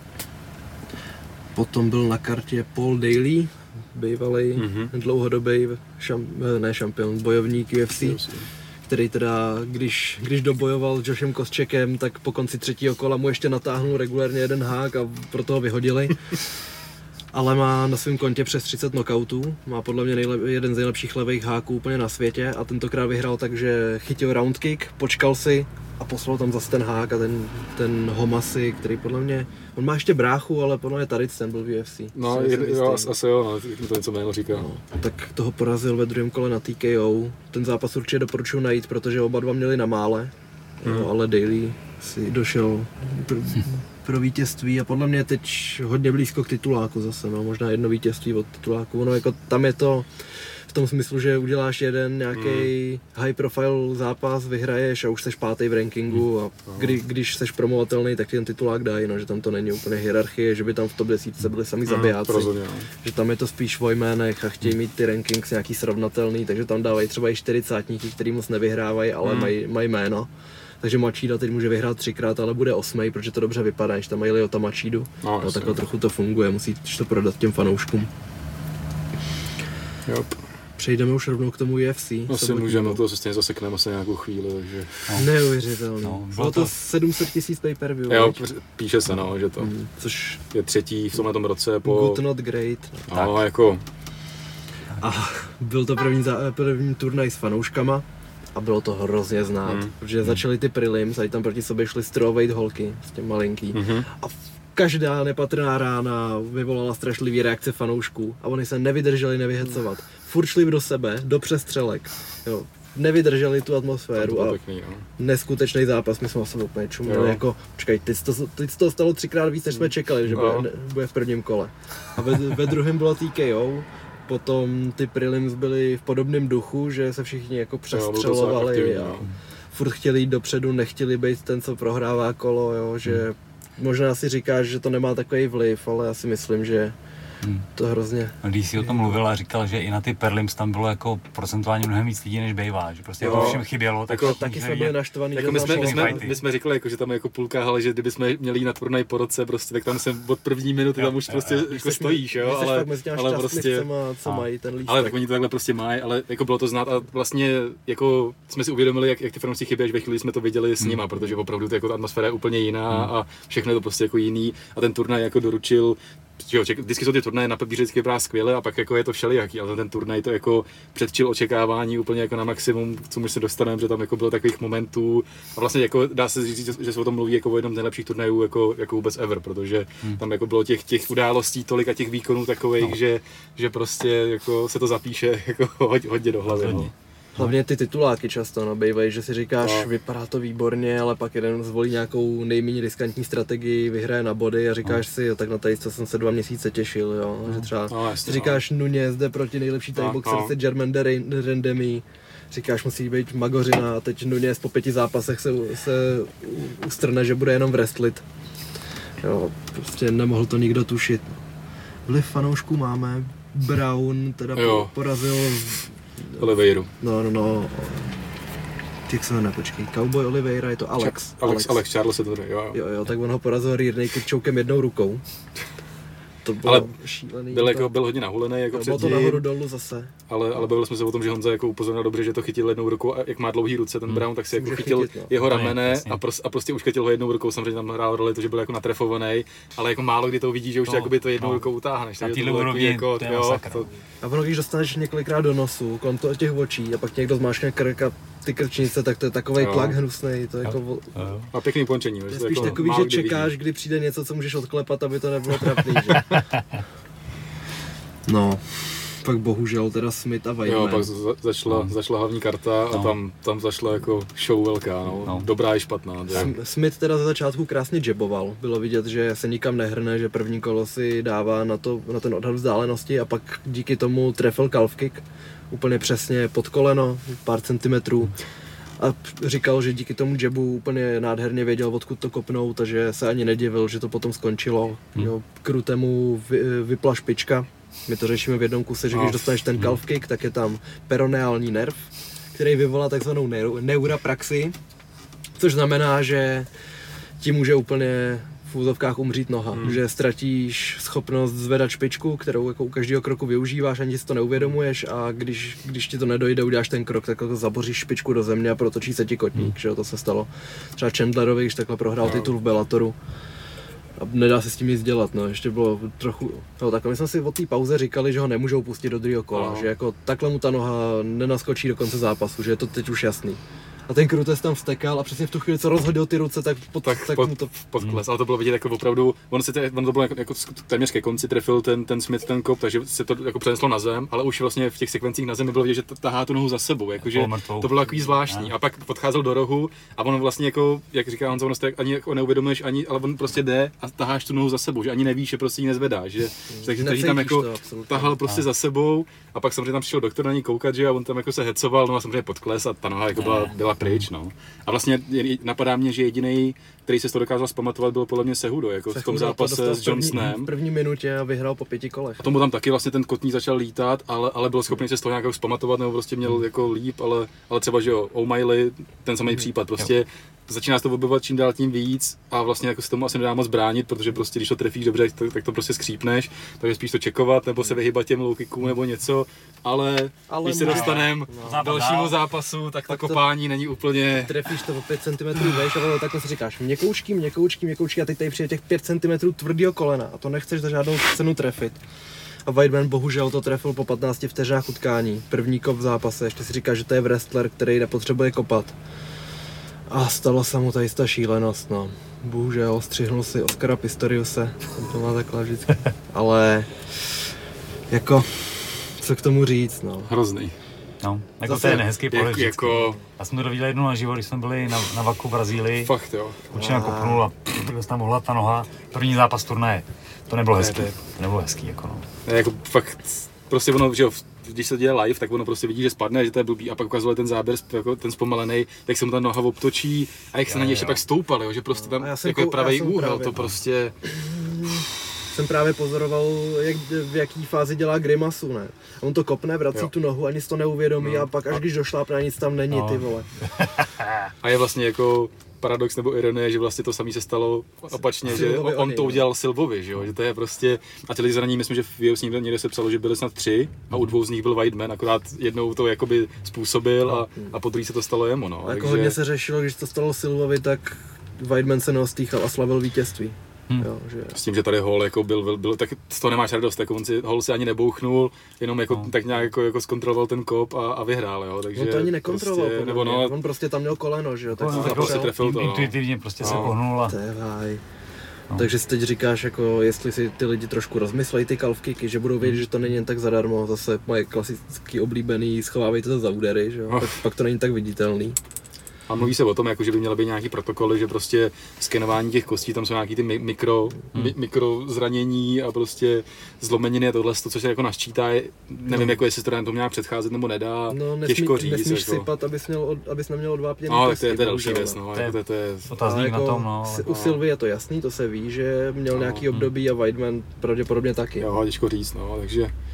Potom byl na kartě Paul Daly, bývalý dlouhodobý šampion, bojovník UFC, který teda, když dobojoval s Joshem Koschekem, tak po konci 3. kola mu ještě natáhnul regulérně jeden hák a proto ho vyhodili. Ale má na svém kontě přes 30 knockoutů, má podle mě jeden z nejlepších levých háků úplně na světě a tentokrát vyhrál tak, že chytil round kick, počkal si a poslal tam zase ten hák a ten Homasi, který podle mě, on má ještě bráchu, ale podle mě tady ten byl v UFC. No, asi jo, no, to něco jméno říká. No, tak toho porazil ve druhém kole na TKO, ten zápas určitě doporučuji najít, protože oba dva měli na mále, jo, ale Daly si došel pro vítězství a podle mě je teď hodně blízko k tituláku zase, no, možná jedno vítězství od tituláku, no jako tam je to v tom smyslu, že uděláš jeden nějaký high profile zápas, vyhraješ a už seš 5. v rankingu a když seš promovatelný, tak ti ten titulák dají, no, že tam to není úplně hierarchie, že by tam v top 10 byli sami zabijáci, že tam je to spíš o jménech a chtějí mít ty rankings nějaký srovnatelný, takže tam dávají třeba i 40níky, který moc nevyhrávají, ale mají jméno. Takže Machida teď může vyhrát 3krát, ale bude 8, protože to dobře vypadá, když tam mají Lyoto Machidu. No, takhle trochu to funguje, musíš to prodat těm fanouškům. Yep. Přejdeme už rovnou k tomu UFC. Asi můžeme, to se stejně zasekneme asi nějakou chvíli, takže... Neuvěřitelné. Bylo to 700 000 pay-per-view. Jo, píše se, no, že to což je 3. v tomhletom roce po... Good not great. No, jako... A byl to první turnaj s fanouškama. A bylo to hrozně znát, protože začaly ty prelims a tam proti sobě šly strovejt holky, s těm malinký. A každá nepatrná rána vyvolala strašlivý reakce fanoušků a oni se nevydrželi nevyhecovat. Furt šli do sebe, do přestřelek. Jo. Nevydrželi tu atmosféru a neskutečný zápas, my jsme o sebe úplně čuměli, jako, počkej, teď to stalo 3krát víc, než jsme čekali, že bude v prvním kole. A ve druhém bylo TKO. Potom ty prelims byly v podobném duchu, že se všichni jako přestřelovali a furt chtěli jít dopředu, nechtěli být ten, co prohrává kolo, jo, že možná si říkáš, že to nemá takový vliv, ale já si myslím, že to hrozně... Když jsi o tom mluvil a říkal, že i na ty prelims tam bylo jako procentuálně mnohem víc lidí, než bývá, že prostě to všem chybělo. Tak jako, taky jsme byli naštvaný, jako my jsme říkali, jako, že tam je jako půlka hale, že kdyby jsme měli jít na turnaj po roce, prostě, tak tam jsem od první minuty tam už prostě jako stojíš, jo, ale prostě... co mají ten lístek. Ale tak oni to takhle prostě mají, ale jako bylo to znát a vlastně jako jsme si uvědomili, jak ty fanoušci chybějí, ve chvíli jsme to viděli s nima, protože opravdu jako atmosféra je úplně jiná a všechno je to prostě jako jiný a ten turnaj jako doručil. Jo, vždycky jsou ty turnaje na papíře vždycky vypadá skvěle a pak jako je to všelijaký, ale ten turnaj to jako předčil očekávání úplně jako na maximum, co my se dostaneme, že tam jako bylo takových momentů a vlastně jako dá se říct, že se o tom mluví jako o jednom z nejlepších turnajů jako vůbec ever, protože tam jako bylo těch událostí tolik a těch výkonů takových, že prostě jako se to zapíše jako hodně do hlavy. No. Hlavně ty tituláky často bývají, že si říkáš, vypadá to výborně, ale pak jeden zvolí nějakou nejméně riskantní strategii, vyhraje na body a říkáš si, tak na tady jsem se 2 měsíce těšil, jo, že třeba si říkáš Nunes jde proti nejlepší thaiboxer se German Rendemi, říkáš musí být Magořina a teď Nunes po 5 zápasech se ustrne, že bude jenom wrestlit. Jo, prostě nemohl to nikdo tušit. Vliv fanoušků máme, Brown teda porazil Oliveiru. No. Jak se jmenuje, počkej, Cowboy Oliveira, je to Alex Charles se to jde, jo, tak on ho porazil rear naked chokem jednou rukou. To bylo šílený. Byl hodně nahulený jako bylo to nahoru dolů zase. Ale bavili jsme se o tom, že Honza jako upozornil dobře, že to chytil jednou rukou a jak má dlouhý ruce ten Brown, tak si jako chytil jeho ramene a prostě už chytil ho jednou rukou, samozřejmě tam hrál roli to, že byl jako natrefovaný, ale jako málo kdy to vidí, že už jakoby to jednou rukou utáhneš. Na téhle úrovni jako, to je masakra. A ono, když dostaneš několikrát do nosu, kolem těch očí a pak tě někdo zmášne krk a ty krčnice, tak to je takovej tlak hnusnej, to je jako... A pěkný pončení. Je spíš takový, že čekáš, kdy přijde něco, co můžeš odklepat, aby to nebylo trapný, že? No, pak bohužel teda Smith a Weidman. Jo, pak začala hlavní karta a tam začala jako show velká, no. Dobrá i špatná. Smith teda za začátku krásně jaboval, bylo vidět, že se nikam nehrne, že první kolo si dává na ten odhad vzdálenosti a pak díky tomu trefil calf kick úplně přesně pod koleno, pár centimetrů. A říkal, že díky tomu jabu úplně nádherně věděl, odkud to kopnout, takže se ani nedivil, že to potom skončilo. Jo, Krutemu vypla špička. My to řešíme v jednom kuse, že když dostaneš ten calf kick, tak je tam peroneální nerv, který vyvolá takzvanou neurapraxii, což znamená, že ti může úplně v úzovkách umřít noha, že ztratíš schopnost zvedat špičku, kterou jako u každého kroku využíváš, ani si to neuvědomuješ a když ti to nedojde, uděláš ten krok, tak jako zaboříš špičku do země a protočí se ti kotník, že to se stalo třeba Chandlerovi, když takhle prohrál titul v Bellatoru. A nedá se s tím nic dělat, no, ještě bylo trochu, no takhle my jsme si od té pauze říkali, že ho nemůžou pustit do druhého kola, že jako takhle mu ta noha nenaskočí do konce zápasu, že je to teď už jasný. A ten Krutes tam vstekal a přesně v tu chvíli, co rozhodil ty ruce, tak mu to podkles. Ale to bylo vidět jako opravdu, on to bylo jako téměř ke konci trefil ten Smith ten kop, takže se to jako přeneslo na zem, ale už vlastně v těch sekvencích na zemi bylo vidět, že tahá tu nohu za sebou, jakože to bylo takový zvláštní. A pak podcházel do rohu a on vlastně jako, jak říká Honza, ani jako neuvědomuješ, ale on prostě jde a taháš tu nohu za sebou, že ani nevíš, že prostě ji nezvedáš, že takže tam jako tahal prostě za sebou a pak samozřejmě tam přišel doktor na ní koukat, že a on tam jako se hecoval, no a samozřejmě podkles a ta noha jako byla pryč, no. A vlastně napadá mě, že jediný, který se to dokázal zpamatovat, byl podle mě Cejudo, jako v tom zápase s Johnsonem. V první minutě a vyhrál po 5 kolech. A tomu tam taky vlastně ten kotník začal lítat, ale byl schopný se z toho nějak zpamatovat, nebo prostě měl jako líp, ale třeba, že jo, O'Malley, ten samý případ, prostě začíná se to objevovat čím dál tím víc a vlastně jako se tomu asi nedá moc bránit, protože prostě když to trefíš dobře, tak to prostě skřípneš, takže spíš to čekovat nebo se vyhybat těm low kickům nebo něco, ale když se dostaneme k dalšímu zápasu, tak to kopání není úplně... Trefíš to o 5 cm vejš a takhle si říkáš měkoučky a teď tady přijde těch 5 cm tvrdého kolena a to nechceš za žádnou cenu trefit. A Weidman bohužel to trefil po 15 vteřinách utkání, první kop v zápase, ještě si říkáš, že to je wrestler, který nepotřebuje kopat. A stalo se mu tady ta šílenost, no. Bohužel, střihnul si Oscara Pistoriuse, to má takhle vždycky. Ale, jako, co k tomu říct, no. Hrozný. No, jako zase, to je nehezký pohled jako... Já jsem to viděl jednou naživo, když jsme byli na Vaku v Brazílii. Fakt jo. Učina kopnul a se tam mohla ta noha. První zápas turnaje. To nebylo hezký. To nebylo hezký, jako no. Jako fakt, prostě ono, že jo, když se děje live, tak ono prostě vidí, že spadne, že to je blbý a pak ukazuje ten záběr, jako ten zpomalený, tak se mu ta noha obtočí a jak se na něj ještě pak stoupal, jo, že prostě tam jako je pravý úhel, to prostě... Jsem právě pozoroval, v jaký fázi dělá grimasu, ne? A on to kopne, vrací tu nohu, ani si to neuvědomí a pak až když došlápne, nic tam není, ty vole. A je vlastně jako paradox nebo ironie, že vlastně to samé se stalo opačně, že on to udělal Silvovi, že jo, že to je prostě, a ty lidi zranění, myslím, že v UFC někde se psalo, že byly snad 3 a u 2 z nich byl Weidman, akorát jednou to jakoby způsobil a po druhé se to stalo jemu, no. A jako hodně se řešilo, když to stalo Silvovi, tak Weidman se neostýchal a slavil vítězství. Jo, že... S tím, že tady Hall jako byl, tak z toho nemáš radost, jako Hall si ani nebouchnul, jenom jako, tak nějak jako zkontroloval ten kop a vyhrál, jo, takže... On to ani nekontroloval, prostě, nebo no, on prostě tam měl koleno, že jo, tak se prostě trefil to, intuitivně prostě se pohnul a... No. Takže si teď říkáš, jako jestli si ty lidi trošku rozmyslejí ty calf kicky, že budou vědět, že to není jen tak zadarmo, zase moje klasický oblíbený, schovávejte to za údery, že jo, pak to není tak viditelný. A mluví se o tom, jako, že by měly být nějaký protokoly, že prostě skenování těch kostí, tam jsou nějaký ty mikro zranění a prostě zlomeniny a tohle, to, co se jako nasčítá, nevím, jako jestli se to dá tomu nějak předcházet nebo nedá, těžko říct. Nesmíš jako. sypat, abys neměl odvápěný prsty. No, to je další věc, no. To je otázník na tom, no. U Silvy je to jasný, to se ví, že měl nějaký období a Weidman pravděpodobně taky. Jo, těžko říct, no, takže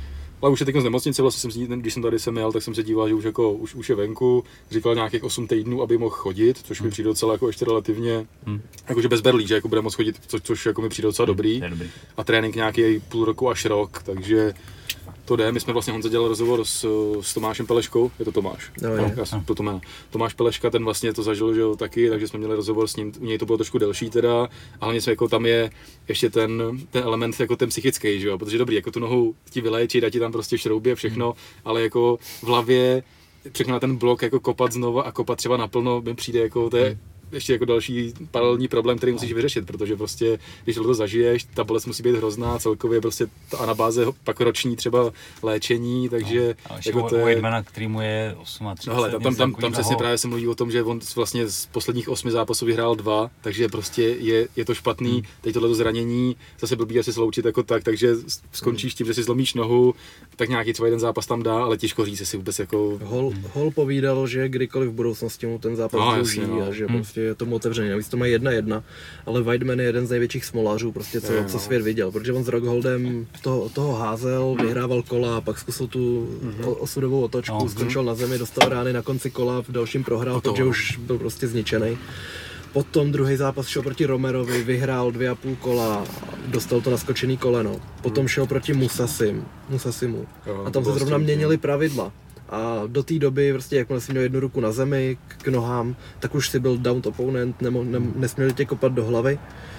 Ale už je teď z nemocnice, vlastně když jsem tady jel, tak jsem se díval, že už je venku, říkal nějakých 8 týdnů, aby mohl chodit, což mi přijde docela jako ještě relativně, jakože bez berlí, že jako bude moct chodit, což jako mi přijde docela dobrý. A trénink nějaký půl roku až rok, takže to jde. My jsme vlastně Honza dělal rozhovor s Tomášem Peleškou, je to Tomáš? Já jsem to jméno. Tomáš Peleška, ten vlastně to zažil, že jo, taky, takže jsme měli rozhovor s ním, u něj to bylo trošku delší teda, a hlavně jsme jako tam je ještě ten element jako ten psychický, že jo, protože dobrý, jako tu nohou ti vyléčit, dá ti tam prostě šrouby a všechno, ale jako v hlavě všechno na ten blok jako kopat znova a kopat třeba naplno mi přijde jako to je ještě jako další paralelní problém, který musíš vyřešit, protože prostě, když to zažiješ, ta bolest musí být hrozná, celkově prostě ta anabáze pak roční třeba léčení, takže jako to je... Weidmana, který mu je 38. No hele, tam přesně právě se mluví o tom, že on vlastně z posledních 8 zápasů vyhrál 2, takže prostě je to špatný, teď tohleto zranění, zase blbý asi sloučit jako tak, takže skončíš tím, že si zlomíš nohu, tak nějaký třeba jeden zápas tam dá, ale těžko říct si vůbec jako... Hol povídal, že kdykoliv v budoucnosti mu ten zápas dlouží a že prostě je tomu otevřený. Navíc to má 1-1, ale Weidman je jeden z největších smolářů, prostě co svět viděl, protože on s Rockholdem toho házel, vyhrával kola, pak zkusil tu osudovou otočku, skončil na zemi, dostal rány na konci kola, v dalším prohrál, protože už byl prostě zničený. Potom druhý zápas šel proti Romerovi, vyhrál 2,5 kola, dostal to naskočený koleno. Potom šel proti Musasimu. A tam se zrovna měnily pravidla. A do té doby, prostě jakmile si měl jednu ruku na zemi, k nohám, tak už si byl down opponent, nesměl tě kopat do hlavy.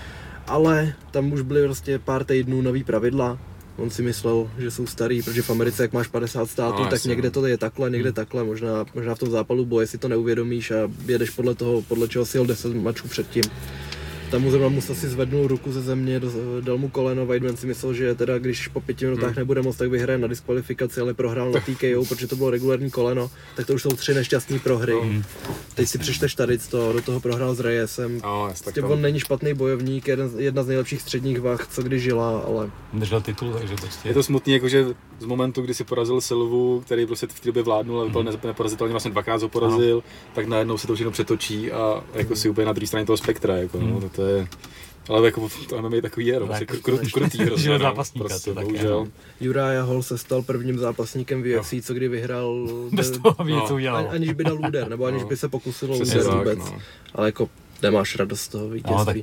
Ale tam už byly prostě pár týdnů nový pravidla. On si myslel, že jsou starý, protože v Americe, jak máš 50 států, tak někde to je takhle, někde takhle. Možná v tom zápalu boje si to neuvědomíš a jedeš podle čeho si jel 10 mačů předtím. Tam mu zrovna musel si zvednout ruku ze země, dal mu koleno, Weidman si myslel, že teda když po 5 minutách nebude moc, tak vyhraje na diskvalifikaci, ale prohrál na TKO, protože to bylo regulární koleno, tak to už jsou 3 nešťastné prohry. Teď si přečteš tady do toho prohrál s Reyesem. On není špatný bojovník, jedna z nejlepších středních vah, co kdy žila, ale... Držel titul, takže prostě... Je to smutný, jakože z momentu, kdy si porazil Silvu, který prostě v té době vládnul a vypadal neporazitelně, vlastně 2krát ho porazil, tak najednou se to všechno přetočí a jako si úplně na druhé straně toho spektra, jako, to je... Ale jako to MMA takový je, prostě krutý hrozně, prostě, bohužel. Uriah Hall se stal prvním zápasníkem v UFC, co kdy vyhrál bez toho, aby něco udělal. Aniž by dal úder, nebo aniž by se pokusil úder vůbec. Ale jako nemáš radost z toho vítězství.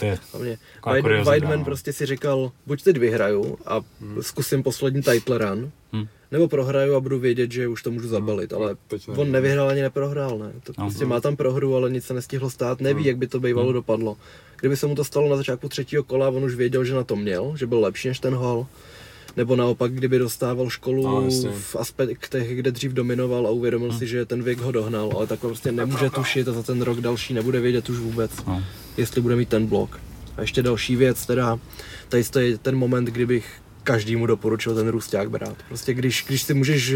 Weidman prostě si říkal, buď teď vyhraju a zkusím poslední title run, nebo prohraju a budu vědět, že už to můžu zabalit, ale on nevyhrál ani neprohrál, ne. To prostě má tam prohru, ale nic se nestihlo stát, neví, jak by to bývalo dopadlo. Kdyby se mu to stalo na začátku 3. kola, on už věděl, že na to měl, že byl lepší než ten Hall. Nebo naopak, kdyby dostával školu v aspektech, kde dřív dominoval a uvědomil si, že ten věk ho dohnal, ale takhle prostě nemůže tušit a za ten rok další nebude vědět už vůbec, jestli bude mít ten blok. A ještě další věc, teda, tady je ten moment, kdybych každému doporučil ten růsťák brát. Prostě když si můžeš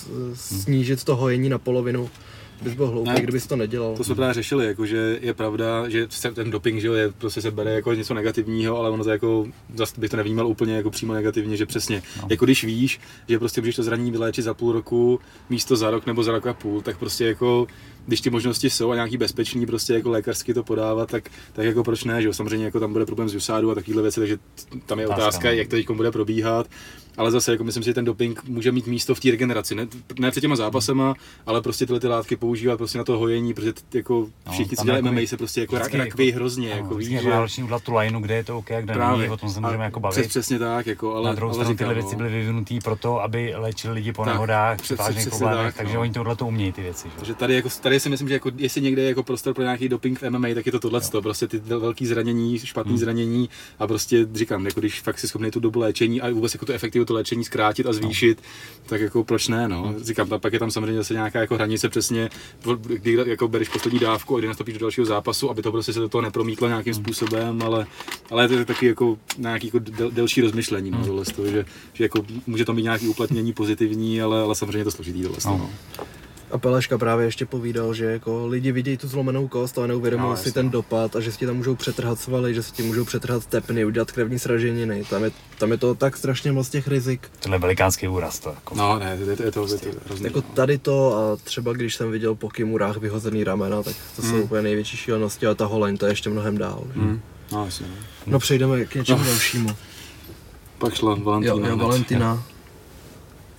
snížit to hojení na polovinu, bys byl hloupý, kdybys to nedělal. To jsme právě řešili, jakože je pravda, že ten doping, že je, prostě se bere jako něco negativního, ale ono to jako, zase bych to nevnímal úplně jako přímo negativně, že přesně, jako když víš, že prostě můžeš to zranění vyléčit za půl roku, místo za rok nebo za rok a půl, tak prostě jako, když ty možnosti jsou a nějaký bezpečný prostě jako lékařsky to podávat, tak jako proč ne, že jo, samozřejmě jako tam bude problém s USADu a takovéhle věci, takže tam je otázka, jak to teď bude probíhat. Ale zase jako myslím si, že ten doping může mít místo v té regeneraci, ne před těma zápasama, ale prostě tyhle ty látky používat prostě na to hojení, protože jako všichni, co dělají MMA, se prostě jako rakvějí hrozně, jako víš, že... Další udělat tu lineu, kde je to OK, kde není, o tom se můžeme jako bavit. Přesně tak, jako, ale... Na druhou stranu tyhle věci byly vyvinutý proto, aby léčili lidi po nehodách, při vážných problémech, takže oni tohle to umějí ty věci. Takže tady si myslím, že jako, jestli někde je jako prostor pro nějaký doping v MMA, tak je to tohleto, prostě ty velký zranění, špatný zranění a prostě říkám, jako když fakt si schopný tu dobu léčení a vůbec jako tu efektivitu to léčení zkrátit a zvýšit, tak jako proč ne, no. Říkám, pak je tam samozřejmě zase nějaká jako hranice přesně, kdy jako bereš poslední dávku a kdy nastoupíš do dalšího zápasu, aby to prostě se do toho nepromítlo nějakým způsobem, ale to je taky jako nějaký jako delší rozmyšlení, no, tohle z toho, že jako může to mít nějaký uplatnění pozitivní, ale samozřejmě je to složitý tohle z toho, no. A Peleška právě ještě povídal, že jako lidi vidějí tu zlomenou kost, ale neuvědomují si ten dopad a že si ti tam můžou přetrhat svaly, že si ti můžou přetrhat tepny, udělat krevní sraženiny. Tam je to tak strašně moc těch rizik. Tohle velikánský úraz to jako. No ne, je to hrozný. Jako tady to a třeba když jsem viděl po Kimurách vyhozený ramena, tak to jsou úplně největší šílenosti, ale ta Holeň to je ještě mnohem dál. No jasně. No přejdeme k něčemu dalšímu. Pak šla Valentina. Valentina.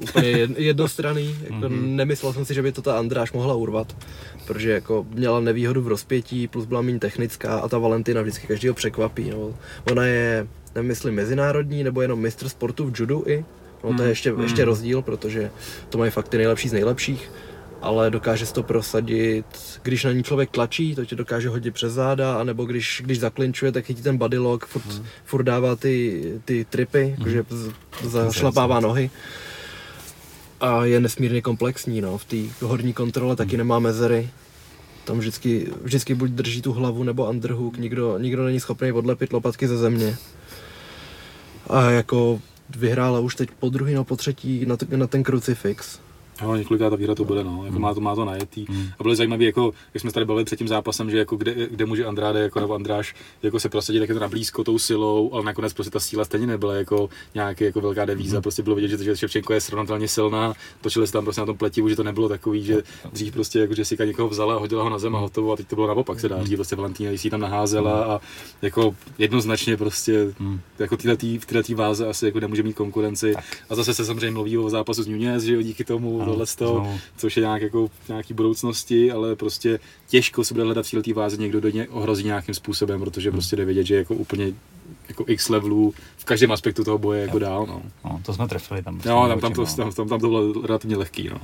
úplně jednostranný, jako nemyslel jsem si, že by to ta Andráš mohla urvat, protože jako měla nevýhodu v rozpětí, plus byla méně technická a ta Valentina vždycky každýho překvapí, no. Ona je, nemyslím mezinárodní, nebo jenom mistr sportu v judu i, no to je ještě rozdíl, protože to mají fakt ty nejlepší z nejlepších, ale dokáže si to prosadit, když na ní člověk tlačí, to tě dokáže hodit přes záda, anebo když zaklinčuje, tak chytí ten body lock, furt dává ty tripy, jakože zašlapává nohy. A je nesmírně komplexní, no. V té horní kontrole taky nemá mezery. Tam vždycky buď drží tu hlavu nebo underhook, nikdo není schopný odlepit lopatky ze země. A jako vyhrála už teď po druhý nebo po třetí na ten krucifix. Jo, několikrát ta výhra to bude, no, jako má to najetý. A bylo zajímavé, jako, jak jsme se tady bavili před tím zápasem, že jako kde může Andrade jako, nebo Andráš jako se prosadit tak je to na blízko tou silou, ale nakonec prostě ta síla stejně nebyla jako nějaký jako velká devíza, prostě bylo vidět, že Ševčenko je srovnatelně silná, točili se tam prostě na tom pletivu, že to nebylo takový, že dřív prostě jako Jessica někoho vzala a hodila ho na zem a hotovo a teď to bylo naopak, se dá říct, prostě Valentína si tam naházela a jako jednoznačně prostě jako v této váze asi jako nemůže mít konkurenci a zase se samozřejmě mluví o zápasu s Núñez, že jo, díky tomu což je nějaký budoucnosti, ale prostě těžko se bude hledat v této váze někdo do něj ohrozí nějakým způsobem, protože prostě jde vidět, že jako úplně jako x levelů v každém aspektu toho boje jako dál, no. No, to jsme trefili tam. No, tam to bylo relativně lehký, no.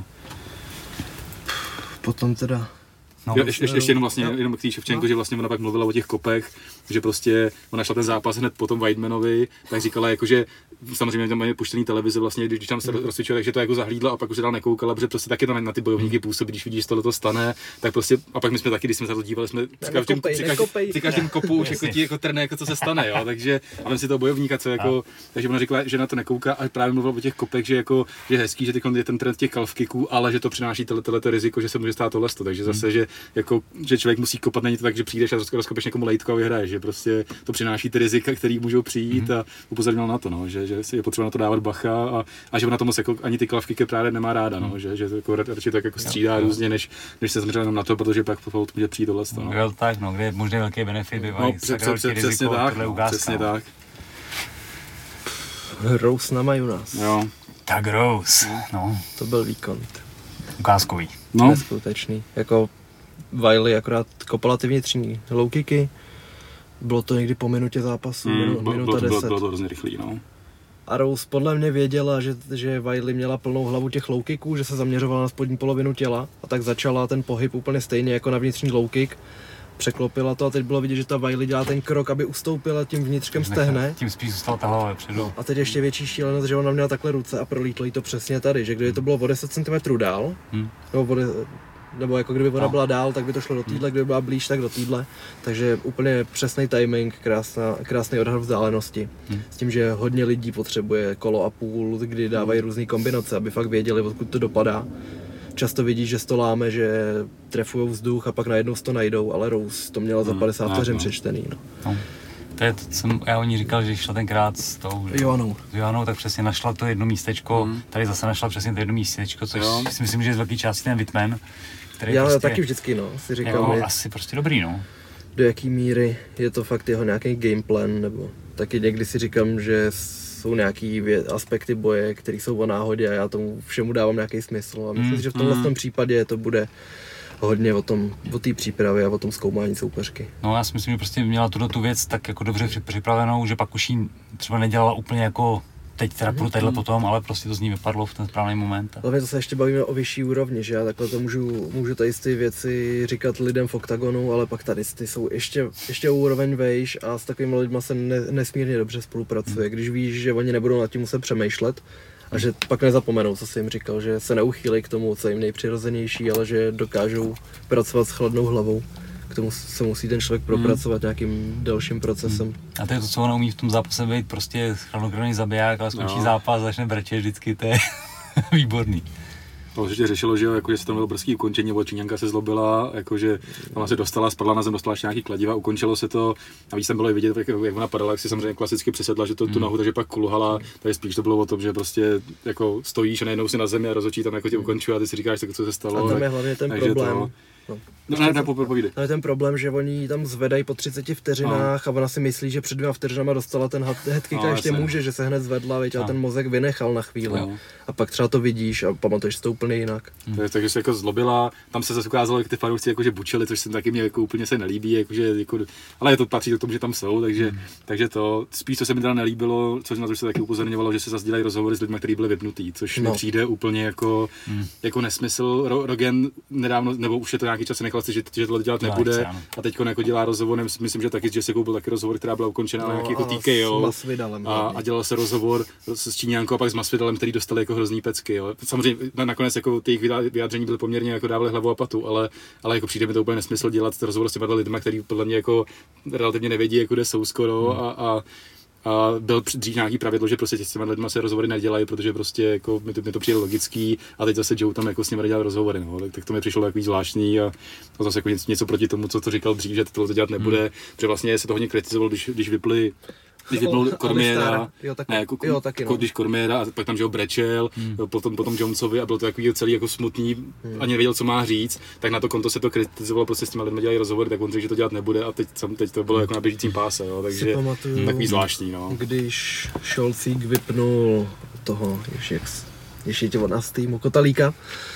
Potom teda ještě jenom vlastně, jenom k té Ševčenko, že vlastně ona pak mluvila o těch kopech, že prostě ona šla ten zápas hned po tom Weidmanovi, tak říkala jako, že samozřejmě tam mají puštěný televize vlastně, když tam se rozcvičuje, takže to jako zahlídla a pak už se dál nekoukala, protože prostě taky to na ty bojovníky působí, když vidíš, že tohle to stane, tak prostě a pak my jsme taky, když jsme se to dívali, jsme při každém kopu už jako ti jako trne, jako co se stane, jo, takže a vem si toho bojovníka, co jako, takže ona řekla, že na to nekouká a právě mluvila o těch kopech, že jako že je hezký, že je ten trend těch calf kicků, ale že to přináší tohleto riziko, že se může stát tohle, takže zase, že jako, že člověk musí kopat, není to tak, že přijdeš a rozkopeš někomu lejtko a vyhraješ, že prostě to přináší ty rizika, které můžou přijít a upozornil na to, no, že je potřeba na to dávat bacha a že ona to moc jako ani ty klavky právě nemá ráda, no, že jako radši tak jako střídá různě, než se zaměřila jenom na to, protože pak může přijít tohle. No. Jo, tak, no, kde je možný velký benefit, bývají přesně tak, přesně tak. Rose na Majunas. Jo. Tak Rose, no. To byl výkon. Ukázkový. No. Neskutečný. Jako Wiley akorát kopala ty vnitřní low kicky. Bylo to někdy po minutě zápasu, minuta 10. Bylo to hrozně rychlý, no. A Rose podle mě věděla, že Wiley měla plnou hlavu těch low kicků, že se zaměřovala na spodní polovinu těla a tak začala ten pohyb úplně stejně jako na vnitřní low kick. Překlopila to a teď bylo vidět, že ta Wiley dělá ten krok, aby ustoupila tím vnitřkem stehne. Tím spíš zůstala ta hlava vepředu. A teď ještě větší šílenost, že ona měla takhle ruce a prolítlo jí to přesně tady, že kdyby to bylo o 10 cm dál, nebo jako kdyby ona byla dál, tak by to šlo do týdle, kdyby byla blíž, tak do týdle. Takže úplně přesný timing, krásný odhad vzdálenosti. S tím, že hodně lidí potřebuje kolo a půl, kdy dávají různé kombinace, aby fakt věděli, odkud to dopadá. Často vidíš, že to láme, že trefujou vzduch a pak najednou to najdou, ale Rose to měla za 50 vteřin přečtený. No. To je to, co já o ní říkal, že šla tenkrát s tou Johanou, tak přesně našla to jedno místečko, tady zase našla přesně to jedno místečko, což si myslím, že je z velké části ten Whitman, který já prostě, taky vždycky, no, si říkám, asi prostě dobrý, no. Do jaký míry je to fakt jeho nějaký gameplan, nebo taky někdy si říkám, že jsou nějaký aspekty boje, které jsou o náhodě a já tomu všemu dávám nějaký smysl a myslím si, že v tomhle případě to bude hodně o té přípravě a o tom zkoumání soupeřky. No já si myslím, že prostě měla tu věc tak jako dobře připravenou, že pak už jí třeba nedělala úplně jako teď teda půjdu tadyhle potom, ale prostě to z ní vypadlo v ten správný moment. Hlavně to se ještě bavíme o vyšší úrovni, že já takhle to můžu tady ty věci říkat lidem v oktagonu, ale pak tady ty jsou ještě úroveň vejš a s takovými lidmi se nesmírně dobře spolupracuje, když víš, že oni nebudou nad tím muset přemýšlet a že pak nezapomenou, co jsi jim říkal, že se neuchýlí k tomu, co jim nejpřirozenější, ale že dokážou pracovat s chladnou hlavou. K tomu se musí ten člověk propracovat nějakým dalším procesem. A to je to, co ona umí v tom zápase být, prostě chladnokrevný zabiják, ale skončí zápas, začne brečet vždycky, to je výborný. To určitě řešilo, že jo, jako, že se tam bylo brzký ukončení, nebo Číňanka se zlobila, jakože ona se dostala, spadla na zem, dostala ještě nějaký kladiva, ukončilo se to a víc tam bylo i vidět, jak ona padala, jak si samozřejmě klasicky přesedla, že tu nohu, takže pak kulhala, tady spíš to bylo o tom, že prostě jako stojíš a najednou si na zemi a rozhodčí tam jako tě ukončuje a ty si říkáš, tak co se stalo. A tam je hlavně ten problém. Ne, povídej. No je ten problém, že oni tam zvedají po 30 vteřinách a ona si myslí, že před 2 vteřinama dostala ten headkick a ještě může, že se hned zvedla, ale ten mozek vynechal na chvíli. A pak třeba to vidíš a pamatuješ to úplně jinak. Takže se jako zlobila, tam se zase ukázalo, jak ty fanoušci jakože bučili, což se taky mě jako úplně se nelíbí, jako, ale je to patří k tomu, že tam jsou, takže to spíš, co se mi teda nelíbilo, což na to se taky upozorňovalo, že se zase dělají rozhovory s lidmi, kteří byli vypnutí, což mi přijde úplně jako nesmysl. Rogan nedávno, nebo už je to nějaký čas, nechal si, že to dělat nebude a teď jako dělá rozhovor, myslím, že taky, že se koupil taky rozhovor, která byla ukončena na nějaký jako TKO a dělal se rozhovor s Číňankou a pak s Masvidalem, který dostali jako hrozný pecky, jo. Samozřejmě nakonec jako ty jejich vyjádření byly poměrně jako dávali hlavu a patu, ale jako přijde mi to úplně nesmysl dělat rozhovor s těma lidmi, kteří podle mě jako relativně nevědí, jako kde jsou skoro a byl dřív nějaký pravidlo, že prostě s těma lidma se rozhovory nedělají, protože prostě jako mi to přijde logický a teď zase Joe tam jako s nimi dělal rozhovory, no, tak to mi přišlo takový zvláštní a zase jako něco proti tomu, co to říkal dřív, že tohle dělat nebude, protože vlastně se to hodně kritizoval, když vypnul Cormiera, když Cormiera a pak tam Joe brečel, potom Jonesovi a bylo to takový celý jako smutný, ani nevěděl, co má říct, tak na to konto se to kritizovalo, prostě s těma lidmi dělají rozhovory, tak on řekl, že to dělat nebude a teď to bylo jako na běžícím páse, jo, takže takový zvláštní, no. Když Šolcík vypnul toho, ještě od nás z týmu Kotalíka,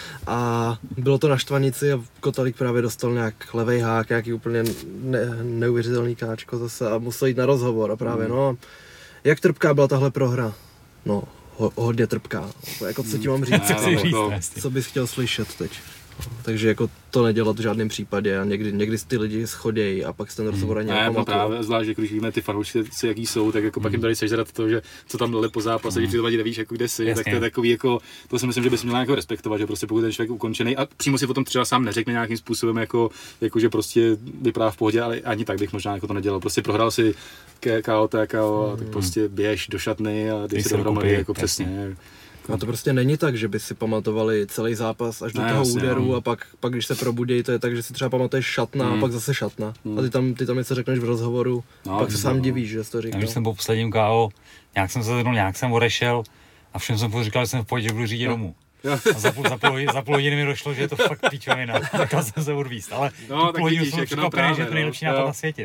a bylo to na štvanici a Kotalík právě dostal nějak levej hák, nějaký úplně neuvěřitelný káčko zase a musel jít na rozhovor a právě jak trpká byla tahle prohra? No, hodně trpká, jako co ti mám říct, co bys chtěl slyšet teď. Takže jako to nedělat v žádném případě a někdy ty lidi schodějí a pak se ten rozhovor ani nepamatují. Právě, zvlášť, když víme ty fanoušci, jaký jsou, tak jako pak jim dali sežrat to, že co tam dali po zápase, když ty nevíš, jako kde jsi, tak to je takový jako, to si myslím, že bys měl jako respektovat, že prostě pokud ten člověk ukončený a přímo si potom třeba sám neřekne nějakým způsobem, jako že prostě vypadá v pohodě, ale ani tak bych možná jako to nedělal. Prostě prohrál si KO, a tak prostě běž do šatny a dej si dohromady, jako přesně. A to prostě není tak, že by si pamatovali celý zápas až do toho úderu a pak když se probudí, to je tak, že si třeba pamatuješ šatna a pak zase šatna. A ty tam něco řekneš v rozhovoru, pak se sám divíš, že jsi to říkal. Když jsem po posledním KO, nějak jsem se zvednul, nějak jsem odešel a všem jsem říkal, že jsem v pohodě, že budu řídit domů. A za půl hodiny mi došlo, že je to fakt píčovina. Nechal jsem se odvízt, ale půl hodinu jsem překvapený, že je to nejlepší nápad na světě.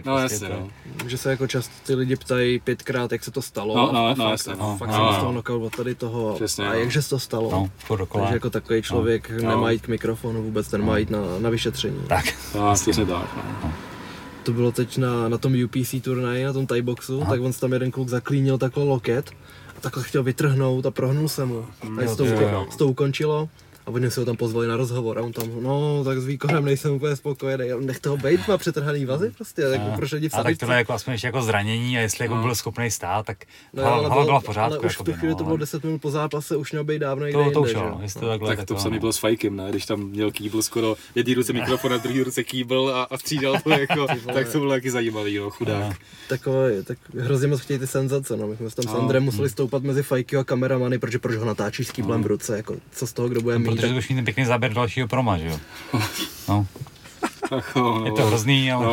Že se jako často ty lidi ptají 5krát, jak se to stalo. Fakt jsem dostal knockout od tady toho. A jakže se to stalo. Takže jako takový člověk nemá jít k mikrofonu vůbec, ten má jít na vyšetření. Tak. To bylo teď na tom UPC turnaji, na tom thaiboxu, tak on se tam jeden kluk zaklínil takhle loket. Takhle chtěl vytrhnout a prohnul se mu. A se to ukončilo a oni si ho tam pozvali na rozhovor a on tam, tak s výkonem nejsem úplně spokojený. Nech toho bejt, má přetrhaný vazy prostě, tak proč lidi v sadičce. A tak tohle jako aspoň ještě jako zranění a jestli jako byl schopný stát, tak hlava byla v pořádku. Ale už v tu chvíli to bylo 10 minut po zápase, už měl být dávno někde jinde, že? Tak to samý bylo s Fajkem, ne? Když tam měl kýbl skoro v jedné ruce mikrofon a v druhé ruce kýbl a střídal to jako, tak to bylo taky zajímavý, chudák. Tak hrozně moc chtějí ty senzace, no. My jsme tam s Andrem museli stoupat mezi Fajky a kameramany, protože proč ho natáčíš s kýblem v ruce, jako co z toho, kdo bude mít. Protože to už mít ten pěkný záběr dalšího proma, že jo? Je to hrozný, ale...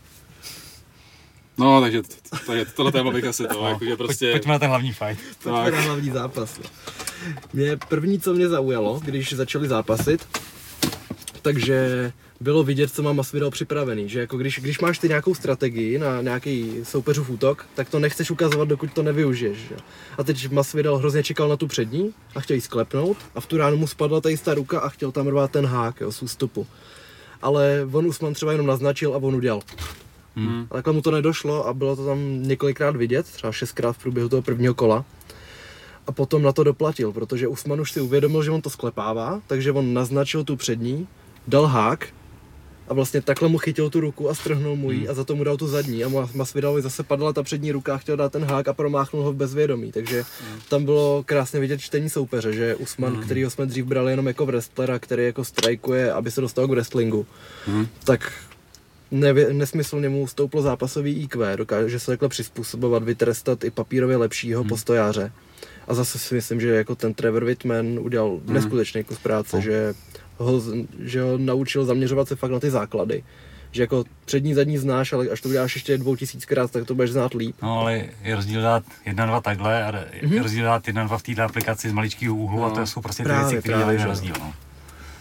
Takže tohle téma bych asi to, jakože prostě... Pojďme na ten hlavní fight. Pojďme na hlavní zápas. První, co mě zaujalo, když začali zápasit, takže bylo vidět, co má Masvidal připravený, že jako když máš ty nějakou strategii na nějaký soupeřův útok, tak to nechceš ukazovat, dokud to nevyužiješ, že? A teď Masvidal hrozně čekal na tu přední a chtěl jí sklepnout a v tu ránu mu spadla ta jistá ruka a chtěl tam rvát ten hák, z ústupu. Ale on Usman třeba jenom naznačil a on udělal. A takhle mu to nedošlo a bylo to tam několikrát vidět, třeba 6krát v průběhu toho prvního kola. A potom na to doplatil, protože Usman už si uvědomil, že on to sklepává, takže on naznačil tu přední, dal hák a vlastně takhle mu chytil tu ruku a strhnul mu ji a za to mu dal tu zadní a Masvidalovi zase padala ta přední ruka a chtěl dát ten hák a promáchnul ho v bezvědomí, takže tam bylo krásně vidět čtení soupeře, že Usman, kterýho jsme dřív brali jenom jako wrestlera, který jako strajkuje, aby se dostal k wrestlingu, tak nesmyslně mu stouplo zápasový IQ, dokáže se takhle přizpůsobovat, vytrestat i papírově lepšího postojáře. A zase si myslím, že jako ten Trevor Whitman udělal neskutečný kus práce, že ho naučil zaměřovat se fakt na ty základy. Že jako přední, zadní znáš, ale až to uděláš ještě 2000krát, tak to budeš znát líp. No ale je rozdíl dát 1-2 takhle a je rozdíl dát 1-2 v této aplikaci z maličkého úhlu a to jsou prostě ty věci, které dělají rozdíl. No.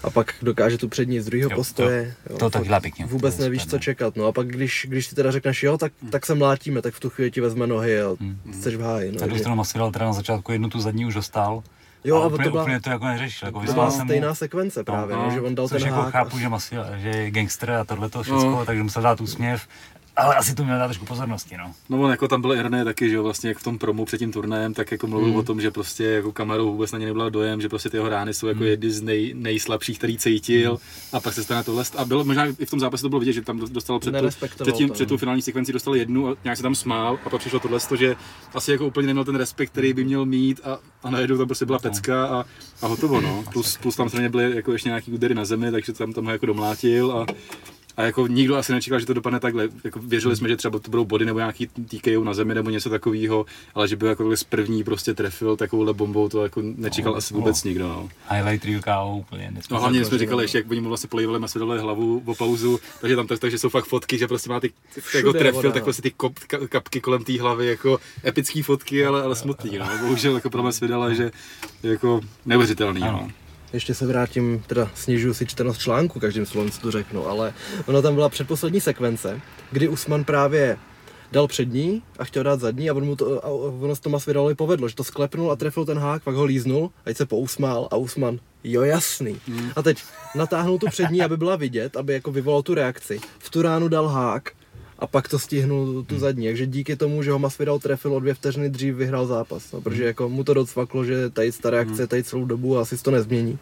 a pak dokáže tu přední z druhého postoje. Jo, to taky pěkně. Vůbec nevíš, co čekat. No a pak když si teda řekneš, jo, tak se mlátíme, tak v tu chvíli ti vezme nohy a jsi v háji. No, na druhou stranu Masvidal teda na začátku jednu tu zadní už dostal. Jo, a úplně to jako neřešil. Jako to byla stejná sekvence právě, že on dal ten jako hák. Chápu, že je gangster a tohleto všechno, takže musel dát úsměv. Ale asi to měl dát trošku pozornosti, no. No on jako tam byl Erné taky, že jo, vlastně jak v tom promu před tím turnajem, tak jako mluvil o tom, že prostě jako kamerou vůbec na ně nebyl dojem, že prostě ty jeho rány jsou jako jedny z nejslabších, který cítil a pak se stane tohle. A bylo možná i v tom zápase to bylo vidět, že tam dostal před tou finální sekvencí dostal jednu a nějak se tam smál a pak přišlo tohle, že asi jako úplně neměl ten respekt, který by měl mít a najednou tam prostě byla pecka a hotovo, no. Plus tam samozřejmě byly jako ještě nějaký údery na zemi, takže tam ho jako domlátil a jako nikdo asi nečekal, že to dopadne takhle. Jako věřili jsme, že třeba to budou body nebo nějaký TKO na zemi nebo něco takového, ale že by jako z první prostě trefil takovouhle bombou, to jako nečekal asi vůbec nikdo. No. Highlight reel KO úplně. No hlavně jsme říkali ještě, jak oni mu vlastně polívali Masvidalovi hlavu o pauzu, takže jsou fakt fotky, že prostě má ty jako trefil, tak prostě ty kapky kolem té hlavy, jako epický fotky, ale smutný, no. Bohužel jako pro Masvidala, že jako neuvěřitelný, no. Ještě se vrátím, teda snižuju si čtenost článku, každým slovem si to řeknu, ale ono tam byla předposlední sekvence, kdy Usman právě dal přední a chtěl dát zadní a ono s to Masvidalovi povedlo, že to sklepnul a trefil ten hák, pak ho líznul, ať se pousmál a Usman, jo jasný. A teď natáhnul tu přední, aby byla vidět, aby jako vyvolal tu reakci. V tu ránu dal hák a pak to stihnul tu zadní, takže díky tomu, že ho Masvidal trefil o 2 vteřiny dřív, vyhrál zápas, no, protože jako mu to docvaklo, že tady ta reakce tady celou dobu a asi to nezmění.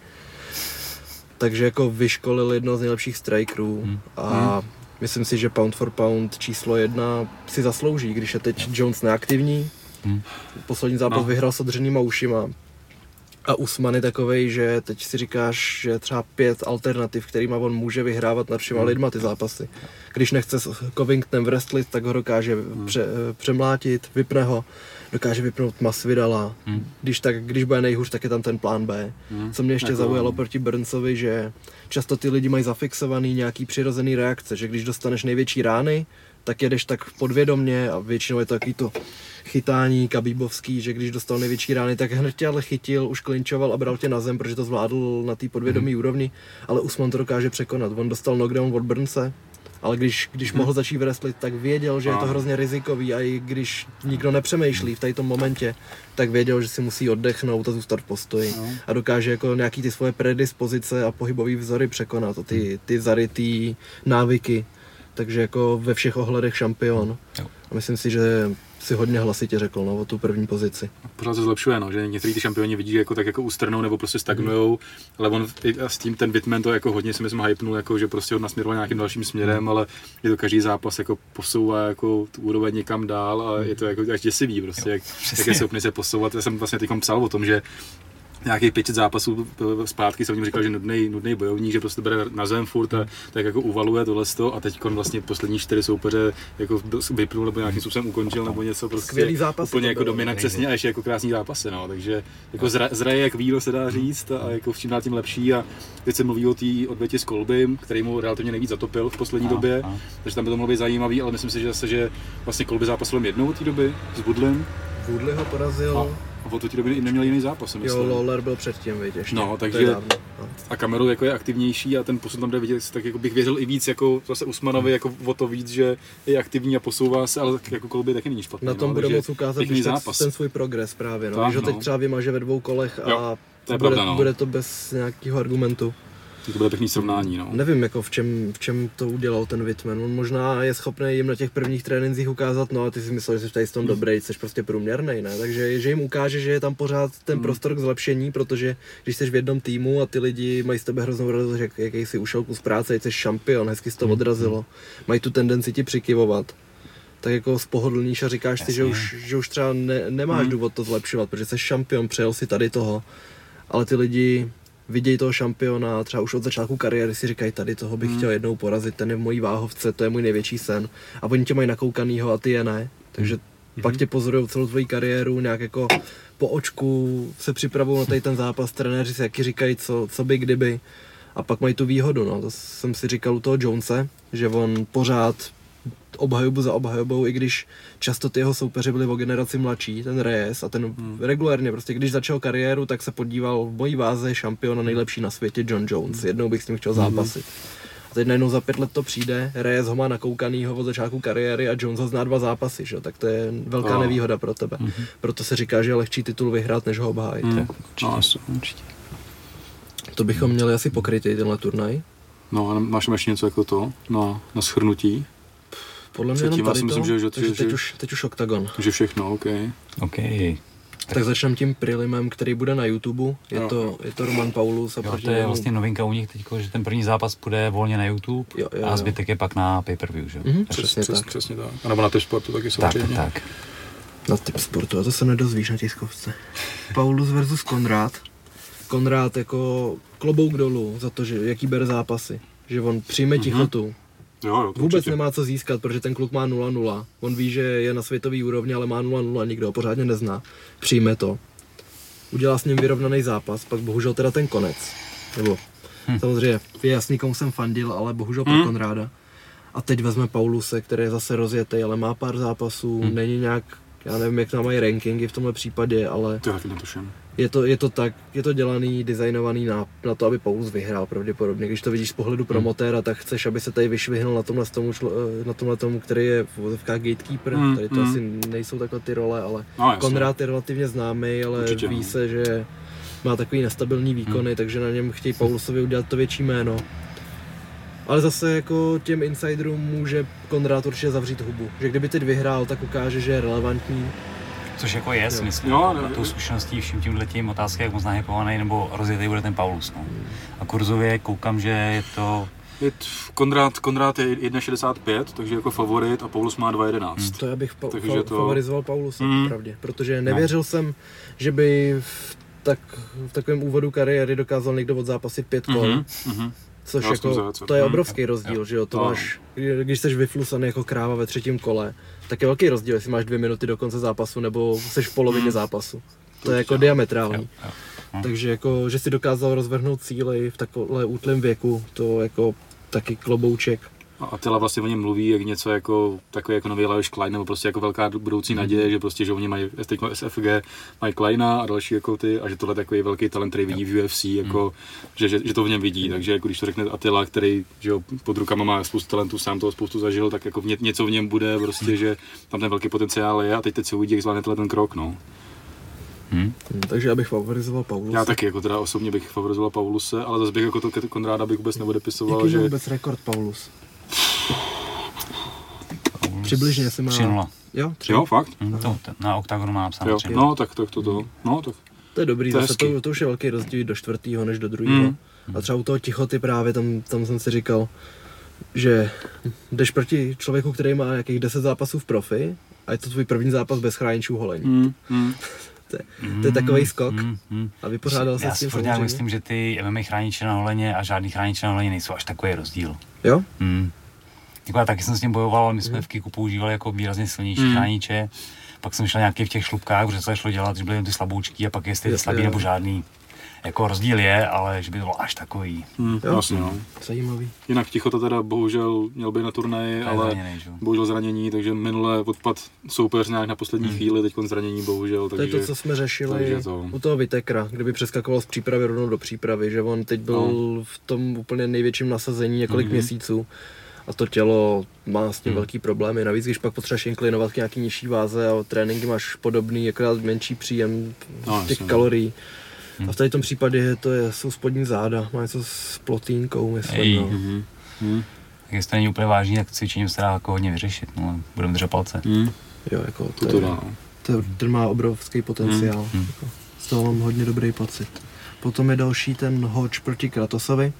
Takže jako vyškolil jedno z nejlepších strikerů a myslím si, že pound for pound číslo 1 si zaslouží, když je teď Jones neaktivní. Poslední zápas vyhrál s odřenýma ušima. A Usman je takovej, že teď si říkáš, že třeba 5 alternativ, kterýma on může vyhrávat nad všema lidma ty zápasy. Když nechce s Covingtonem wrestlit, tak ho dokáže přemlátit, vypne ho, dokáže vypnout Masvidala. Když bude nejhůř, tak je tam ten plán B. Co mě ještě zaujalo proti Burnsovi, že často ty lidi mají zafixovaný nějaký přirozený reakce, že když dostaneš největší rány, tak jedeš tak podvědomně a většinou je to takový to chytání kabíbovský, že když dostal největší rány, tak hned tě ale chytil, už klinčoval a bral tě na zem, protože to zvládl na té podvědomí úrovni, ale Usman to dokáže překonat. On dostal knockdown od Burnse, ale když mohl začít wrestlit, tak věděl, že je to hrozně rizikový a i když nikdo nepřemýšlí v tom momentě, tak věděl, že si musí oddechnout a zůstat v postoji a dokáže jako nějaký ty svoje predispozice a pohybové vzory překonat, ty zarytý návyky. Takže jako ve všech ohledech šampion. A myslím si, že si hodně hlasitě řekl o tu první pozici. Pořád se zlepšuje, že někteří ty šampioni vidí jako tak jako ustrnou nebo prostě stagnujou, ale on s tím ten Wittmann to jako hodně si myslím hypnul, jako že prostě ho nasměroval nějakým dalším směrem, ale je to každý zápas jako posouvá jako tu úroveň někam dál a je to jako až děsivý prostě, jak je schopný se posouvat. Já jsem vlastně teď psal o tom, že nějakých 500 zápasů zpátky jsem o něm říkal, že nudný bojovník, že prostě bere na zem furt a tak jako uvaluje tohleto a teď vlastně poslední 4 soupeře jako vypnul nebo nějakým způsobem ukončil nebo něco prostě. Skvělý zápas. Úplně jako dominant přesně a ještě jako krásný zápasy, no, takže jako zraje jak víno se dá říct a jako v čím dál tím lepší a teď se mluví o té odvětě s Colbym, který mu relativně nejvíc zatopil v poslední době, takže tam by to mohlo být zajímavý, ale myslím si, že zase, že vlastně Colby zápasil jednou od té doby s Woodleym. Woodley ho porazil. A od té doby neměl jiný zápas, myslím. Jo, Lawler byl předtím, ještě. No, takže a Kamaru jako je aktivnější a ten posun tam jde vidět, tak jako bych věřil i víc jako zase Usmanovi jako o to víc, že je aktivní a posouvá se, ale jako Colby taky není špatný. Na tom bude moc ukázat, když ten svůj progres právě, když ho teď třeba vymaže ve 2 kolech a bude to bez nějakého argumentu. To bude pěkný srovnání, no. Nevím, jako v čem to udělal ten Wittmann. On možná je schopný jim na těch prvních trénincích ukázat, no a ty si myslel, že jsi tady s tom dobrý, jsi prostě průměrnej, ne? Takže že jim ukáže, že je tam pořád ten prostor k zlepšení, protože když jsi v jednom týmu a ty lidi mají z tebe hroznou radost, že jaký jsi ušel kus práce, jsi šampion, hezky se to odrazilo, mají tu tendenci ti přikyvovat. Tak jako spohodlníš a říkáš si, že už třeba nemáš důvod to zlepšovat, protože jsi šampion, přejel si tady toho, ale ty lidi vidějí toho šampiona, třeba už od začátku kariéry si říkají, tady toho bych chtěl jednou porazit, ten je v mojí váhovce, to je můj největší sen. A oni tě mají nakoukanýho a ty je ne. Takže pak tě pozorujou celou tvoji kariéru, nějak jako po očku se připravují na tady ten zápas, trenéři si jaký říkají, co by, kdyby. A pak mají tu výhodu, no. To jsem si říkal u toho Jonese, že on pořád obhajobu za obhajobou, i když často ty jeho soupeři byli o generaci mladší, ten Reyes, a ten regulérně prostě, když začal kariéru, tak se podíval v mojí váze šampion a nejlepší na světě John Jones. Jednou bych s ním chtěl zápasit. A teď najednou za 5 let to přijde, Reyes ho má nakoukanýho od začátku kariéry a Jones ho zná 2 zápasy, že? Tak to je velká nevýhoda pro tebe. Proto se říká, že je lehčí titul vyhrát, než ho obhájit. Určitě. To bychom měli asi pokrytý tenhle turnaj. No a máš ještě něco jako to na shrnutí? Podle mě jenom tady to, myslím, že teď už Octagon. Že všechno, OK. Tak začneme tím prelimem, který bude na YouTube. Je to Roman Paulus. A to je vlastně novinka u nich teď, že ten první zápas bude volně na YouTube a zbytek je pak na pay-per-view, že? Přesně tak. A nebo na Typ Sportu taky samozřejmě. Tak. Na Typ Sportu, a to se nedozvíš na tiskovce. Paulus versus Konrád. Konrád jako klobouk dolů za to, že jaký bere zápasy. Že on přijme tichotu. Jo, vůbec určitě nemá co získat, protože ten kluk má 0-0. On ví, že je na světový úrovni, ale má 0-0, nikdo ho pořádně nezná. Přijme to. Udělá s ním vyrovnaný zápas, pak bohužel teda ten konec. Nebo samozřejmě je jasný, komu jsem fandil, ale bohužel pro Konráda. A teď vezme Pauluse, který je zase rozjetý, ale má pár zápasů, není nějak, já nevím, jak tam mají rankingy v tomhle případě, ale je to dělaný, designovaný na to, aby Paulus vyhrál pravděpodobně. Když to vidíš z pohledu promotéra, tak chceš, aby se tady vyšvihnul na tomhle tomu, který je v uvozovkách gatekeeper. Tady to asi nejsou takhle ty role, ale Konrád je relativně známý, ale určitě, ví se, že má takový nestabilní výkony, takže na něm chtějí Paulusovi udělat to větší jméno. Ale zase jako těm insiderům může Konrád určitě zavřít hubu. Že kdyby teď vyhrál, tak ukáže, že je relevantní. Což jako je, si myslím, na tou zkušeností vším tímhletím otázky, jak moc nahypovaný nebo rozjetý bude ten Paulus. No. A kurzově koukám, že je to... Konrád je 1,65, takže jako favorit a Paulus má 2,11. To já bych favorizoval Paulusa, pravdě, protože nevěřil jsem, že by v takovém úvodu kariéry dokázal někdo odzápasit 5 kol. Což jako, to je obrovský rozdíl, že jo, to máš, když jsi vyflusaný jako kráva ve 3. kole, tak je velký rozdíl, jestli máš 2 minuty do konce zápasu, nebo jsi v polovině zápasu. To je jako diametrální. Takže jako, že si dokázal rozvrhnout síly v takovém útlém věku, to jako taky klobouček. A Attila vlastně o něm mluví jak něco jako takový jako nový Lajos Klein, nebo prostě jako velká budoucí naděje, že prostě, že oni mají SFG, mají Kleina a další jako ty, a že tohle takový velký talent, který vidí v UFC, jako, že to v něm vidí, takže jako když to řekne Attila, který, že jo, pod rukama má spoustu talentů, sám toho spoustu zažil, tak jako něco v něm bude, prostě, že tam ten velký potenciál je a teď se uvidí, jak zvládne ten krok, no. Takže já bych favorizoval Pauluse. Já taky, jako teda osobně bych favorizoval Pauluse, ale zase bych jako to Konráda bych vůbec neodepisoval, jaký je vůbec rekord Paulus? Přibližně si má... 3-0. Jo, 3. Jo, fakt? Na Octagonu má napsáno 3. No, tak to. To je dobrý, zase to už je velký rozdíl do 4. než do 2. A třeba u toho Tichoty právě, tam jsem si říkal, že jdeš proti člověku, který má nějakých 10 zápasů v profi a je to tvůj první zápas bez chráničů holení. To je takovej skok a vypořádal se s tím samozřejmě. Já si myslím, že ty MMA chrániče na holeně a žádný chrániče na holeně nejsou až takový rozdíl. Jo? Jako taky jsem s ním bojoval, ale my jsme v Kiku používali jako výrazně silnější chrániče. Pak jsem šel nějaký v těch šlupkách, protože se šlo dělat, že byly jen ty slaboučky a pak jestli slabý nebo žádný. Jako rozdíl je, ale že by to bylo až takový. Vlastně, no. Zajímavý. Jinak Tichota teda bohužel měl být na turnaji, ale bohužel zranění, takže minule odpad soupeř nějak na poslední chvíli, teď zranění bohužel. Takže, to je to, co jsme řešili u toho Whitakera, kdyby přeskakoval z přípravy rovnou do přípravy, že on teď byl v tom úplně největším nasazení několik měsíců. A to tělo má s tím velký problémy. Navíc, když pak potřebuješ inklinovat k nějaký nižší váze a tréninky máš podobný, akorát menší příjem těch kalorií. A v tady tom případě jsou spodní záda, má něco s plotínkou, myslím. Tak jestli to není úplně vážný, tak cvičením se dá jako hodně vyřešit, no, budeme držet palce. Jo, jako ten má obrovský potenciál. Jako, z toho mám hodně dobrý pocit. Potom je další ten Hodge proti Kratosovi.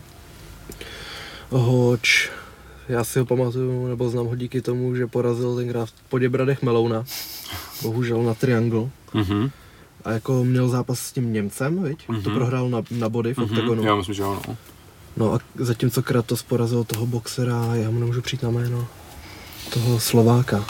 Hodge, já si ho pamatuju, nebo znám ho díky tomu, že porazil tenkrát v Poděbradech Melouna, bohužel na Triangle. A jako měl zápas s tím Němcem, viď? To prohrál na body v Octagonu. Já myslím, že ano. No a zatímco Kratos porazil toho boxera, já mu nemůžu přijít na jméno, toho Slováka.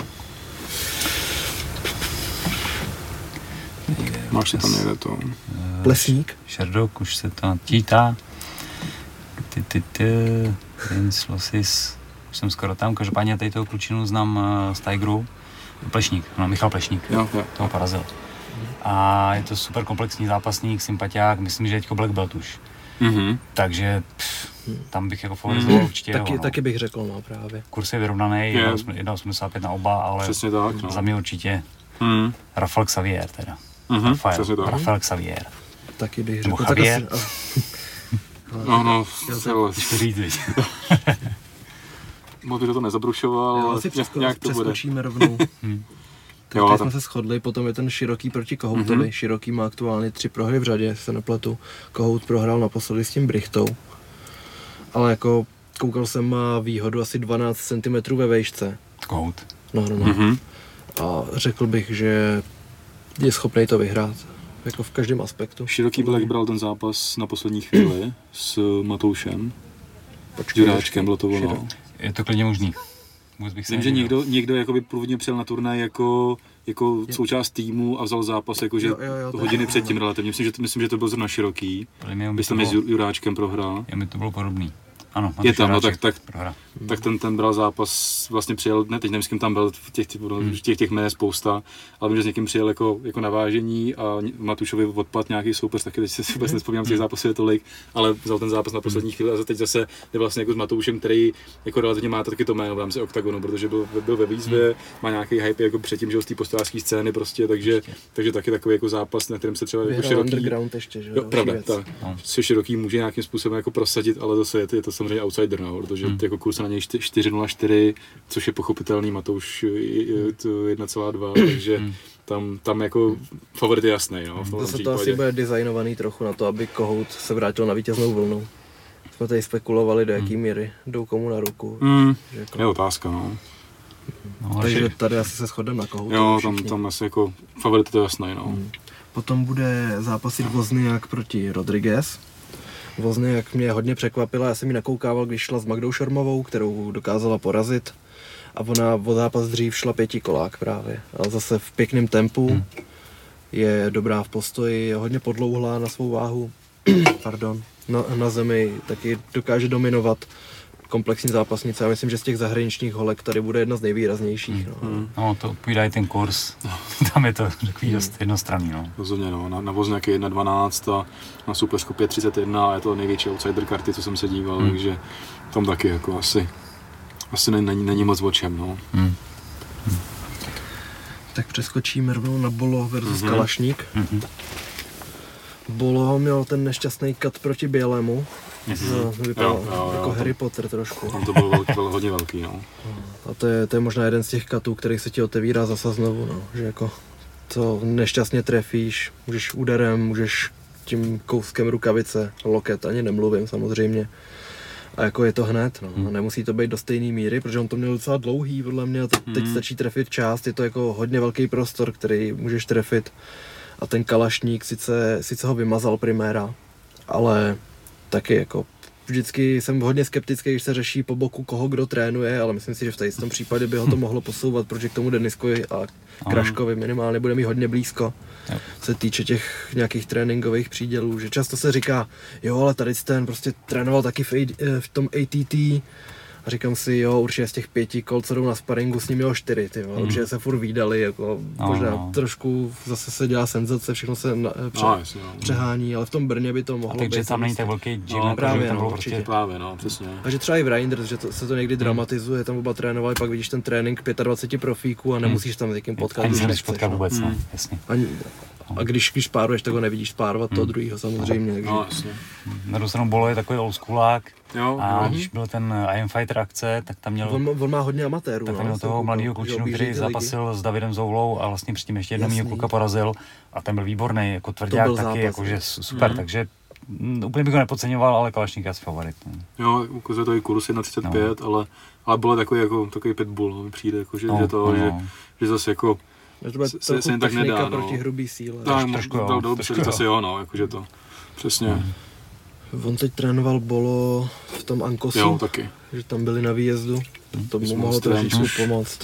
Máš si tam někde to? Plesník? Šerdok, už se to čítá. Vince Losis. už jsem skoro tam, každopádně tady toho klučinu znám z Tigeru, Plešník, no, Michal Plešník, toho porazil. A je to super komplexní zápasník, sympatiák, myslím, že teďko black belt už. Takže tam bych jako favorizoval určitě taky bych řekl, no právě. Kurs je vyrovnaný, 1,85 na oba, ale přesně tak, no. Za mě určitě Rafael Xavier teda. Rafael Xavier. Taky bych řekl. Javier. No, to říct, viď. Moc by to nezabrušoval, ale nějak to bude. Přeskočíme rovnou. Tak jsme se shodli, potom je ten Široký proti Kohoutovi. Široký má aktuálně 3 prohry v řadě, se nepletu. Kohout prohrál naposledy s tím Brichtou. Ale jako koukal jsem, má výhodu asi 12 cm ve vejšce. Kohout. No. A řekl bych, že je schopný to vyhrát. Jako v každém aspektu. Široký Black bral ten zápas na poslední chvíli s Matoušem. Juráčkem, bylo to ono. Je to klidně možný. Vím, že někdo jakoby původně přijel na turnaj jako součást týmu a vzal zápas jakože hodiny předtím relativně. Myslím, že to byl zrovna Široký. Vy jste mi s Juráčkem prohrál. Je mi to bylo podobný. Ano, je tam, no, tak ten bral zápas, vlastně přijel, ne, teď nevím, s kým tam byl, těch jmen je spousta, ale vím, že s někým přijel jako na vážení a Matušovi odpad nějaký soupeř, taky teď si vůbec nespomínám, těch zápasů je tolik, ale vzal ten zápas na poslední chvíli a teď zase je vlastně jako s Matoušem, který jako relativně má taky to jméno v rámci OKTAGONu, protože byl ve výzvě, má nějaký hype jako předtím, že z té postojářské scény prostě, takže taky takový jako zápas, na kterém se třeba jako Široký, pravda, Široký může nějakým způsobem jako prosadit, ale zase je to samozřejmě outsider, no, protože jako kurz na něj 4,04, což je pochopitelný, Matouš je to 1,2, takže tam jako favorit je jasný. No, zase to asi bude designovaný trochu na to, aby Kohout se vrátil na vítěznou vlnu. Jsme tady spekulovali, do jaký míry jdou komu na ruku. Je otázka, no. Takže tady asi se shodneme na Kohoutu. Jo, tam asi jako favorit je to jasný, no. Potom bude zápasit Wozniak proti Rodriguez. Wozniak mě hodně překvapila, já jsem ji nakoukával, když šla s Magdou Šormovou, kterou dokázala porazit. A ona o zápas dřív šla 5 kolák právě, ale zase v pěkném tempu, je dobrá v postoji, je hodně podlouhlá na svou váhu, na zemi, taky dokáže dominovat komplexní zápasnice. Já myslím, že z těch zahraničních holek tady bude jedna z nejvýraznějších. No, to odpovídá i ten kurz, tam je to takový dost jednostranný. No. Rozhodně, no. Na Wozniak je 1,12 a na Supersku 5,31 a je to největší outsider karty, co jsem se díval, takže tam taky jako asi není moc o čem, no. Tak přeskočíme rovnou na Bolo versus Kalašník. Bolo měl ten nešťastný kat proti Bělému. Vypadal jako Harry Potter trošku. Tam to bylo hodně velký, no. A to je možná jeden z těch katů, který se ti otevírá zase znovu, no. Že jako to nešťastně trefíš, můžeš úderem, můžeš tím kouskem rukavice, loket, ani nemluvím samozřejmě. A jako je to hned, no. A nemusí to být do stejné míry, protože on to měl docela dlouhý, podle mě, teď stačí trefit část, je to jako hodně velký prostor, který můžeš trefit. A ten Kalašník sice ho vymazal priméra, ale taky jako vždycky jsem hodně skeptický, když se řeší po boku koho kdo trénuje, ale myslím si, že v tom případě by ho to mohlo posouvat, protože k tomu Deniskovi a Kraškovi minimálně bude mít hodně blízko. Se týče těch nějakých tréninkových přídělů, že často se říká, jo, ale tady ten prostě trénoval taky v tom ATT a říkám si, jo, určitě z těch 5 kol, co jdou na sparingu, s ním mělo 4, určitě se furt vídali, jako možná trošku zase se dělá senzace, všechno se přehání, ale v tom Brně by to mohlo být. A takže tam není tak velký gym, právě, tam bylo prostě právě, přesně. A že třeba i v Reinders, že se to někdy dramatizuje, tam oba trénovali, pak vidíš ten trénink 25 profíků a nemusíš tam s někým potkat. Ani se než potkat vůbec, jasně. A když spáruješ, tak ho nevidíš spárovat toho druhého samozřejmě. Takže. No, jasně. Na druhou stranu Bolo je takový oldschoolák a když byl ten I Am Fighter akce, tak tam měl... On má hodně amatérů. Tak tam měl toho mladého klučinu, který zápasil s Davidem Zoulou a vlastně předtím ještě jednoho mýho kluka porazil a ten byl výborný, jako tvrdák taky, zápas, jakože super, takže úplně bych ho nepodceňoval, ale Kalašník je asi favorit. Jo, ukazuje to i kurz 1,35, ale bylo takový pitbull, mi přijde, jako, že zase jako se jen tak nedá, proti hrubý síle. Tak, dal by asi jakože to, přesně. On teď trénoval Bolo v tom Ankosu, jo, taky. Že tam byli na výjezdu, to mu mohlo trošičku pomoct.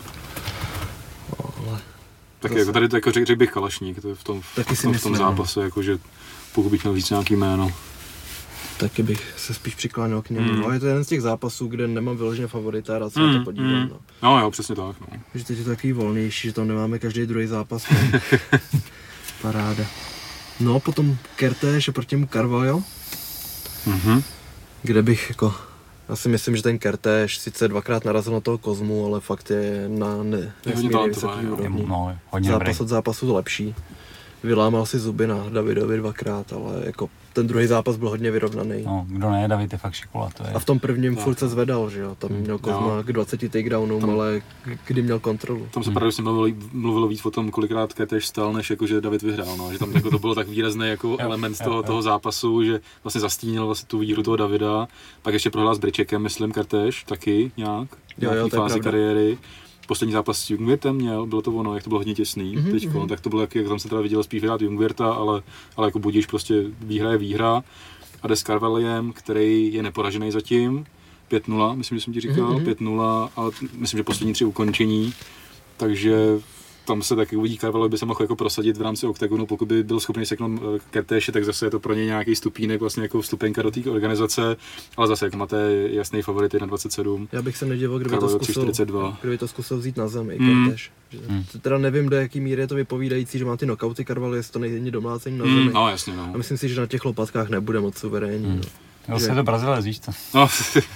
Ale taky jako tady jako řekl bych Kalašník, to je v tom zápase, jakože pokud bych měl říct nějaký jméno. Taky bych se spíš přikláněl k němu. No, je to jeden z těch zápasů, kde nemám vyloženě favorita, rád se na to podívám. No. No jo, přesně tak. No. Že teď je to takový volnější, že tam nemáme každý druhý zápas. Paráda. No, potom Kertéš a proti mu Carvalho, kde bych jako... Já si myslím, že ten Kertéš sice dvakrát narazil na toho Kozmu, ale fakt je na nesmírně vysoký úrovni. Zápas od zápasu lepší. Vylámal si zuby na Davidovi dvakrát, ale jako ten druhý zápas byl hodně vyrovnaný. No, kdo ne, David je fakt šikola, to je. A v tom prvním furt se zvedal, že jo, tam měl Kozma k 20 takedownům, ale kdy měl kontrolu. Tam se paradoxně mluvilo víc o tom, kolikrát Kertéš stál, než jako, že David vyhrál, no. Že tam jako to bylo tak výrazný jako element toho zápasu, že vlastně zastínil vlastně tu výhru toho Davida, pak ještě prohrál s Bričekem, myslím, Kertéš taky nějak, v fázi kariéry. Poslední zápas s Jungwirtem měl, bylo to ono, jak to bylo hodně těsný teďko, tak to bylo jak tam se teda viděl spíš vyhrát Jungwirta, ale jako budíš prostě výhra je výhra a jde s Carvalhem, který je neporažený zatím, 5-0, myslím, že jsem ti říkal, 5-0 a myslím, že poslední 3 ukončení, takže tam se taky uvidí, Carvalho by se mohl jako prosadit v rámci oktagonu, pokud by byl schopný seknout Kertéše, tak zase je to pro něj nějaký stupínek, vlastně jako vstupenka do té organizace, ale zase jako máte jasný favorit 1,27. Já bych se nedivil, kdyby to zkusil vzít na zem i Kertéš. Teda nevím, do jaký míry je to vypovídající, že má ty knockouty Carvalho, jestli to nejde domácení na zemi. No jasně, no. A myslím si, že na těch lopatkách nebude moc suverénní. Jo, se to Brazilec, víš to. No.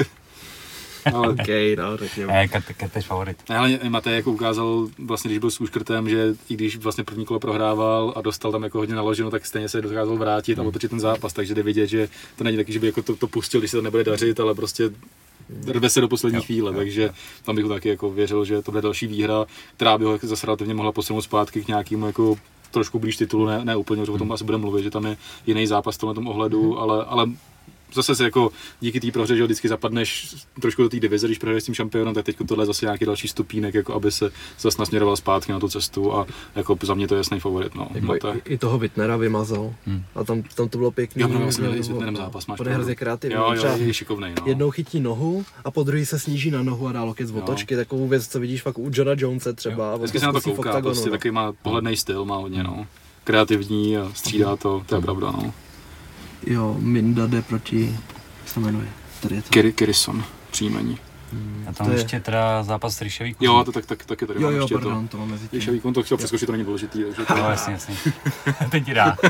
Ale okay, no, tak jo. Kertéš favorit. Ale Matej jako ukázal vlastně, když byl s Úškrtem, že i když vlastně první kolo prohrával a dostal tam jako hodně naloženo, tak stejně se dokázal vrátit a otočit ten zápas, takže jde vidět, že to není taky, že by jako to pustil, když se to nebude dařit, ale prostě rve se do poslední chvíle, takže tam bych taky jako věřil, že to bude další výhra, která by ho zase relativně mohla posunout zpátky k nějakému jako trošku blíž titulu, ne úplně, že o tom asi budeme mluvit, že tam je jiný zápas v tomhle ohledu, ale zase si jako díky té prohře, že vždycky zapadneš trošku do té divize, když prohraješ s tím šampionem, tak teď tohle je zase nějaký další stupínek, jako aby se zase nasměroval zpátky na tu cestu a jako za mě to je jasný favorit. No. I toho Wittnera vymazal a tam to bylo pěkný. Jo, s Wittnerem zápas máš. On je hrozně kreativní. Jo, je šikovnej. No. Jednou chytí nohu a po druhý se sníží na nohu a dá loket z otočky. Takovou věc, co vidíš fakt u Johna Jonese třeba. Vždycky se na to kouká, prostě takový má pohlednej styl, má hodně, no. Kreativní a střídá to je pravda, no. Jo, Minda jde proti, jak se jmenuje? Tady je to. Kirison, příjmení. A tam ještě teda zápas s Ryšavíkou. Jo, to taky tady mám ještě pardon, to mám mezi tím. Ryšavíkou, to chtěl přeskočit, to není důležitý. Takže No, jasně. Ten ti dá.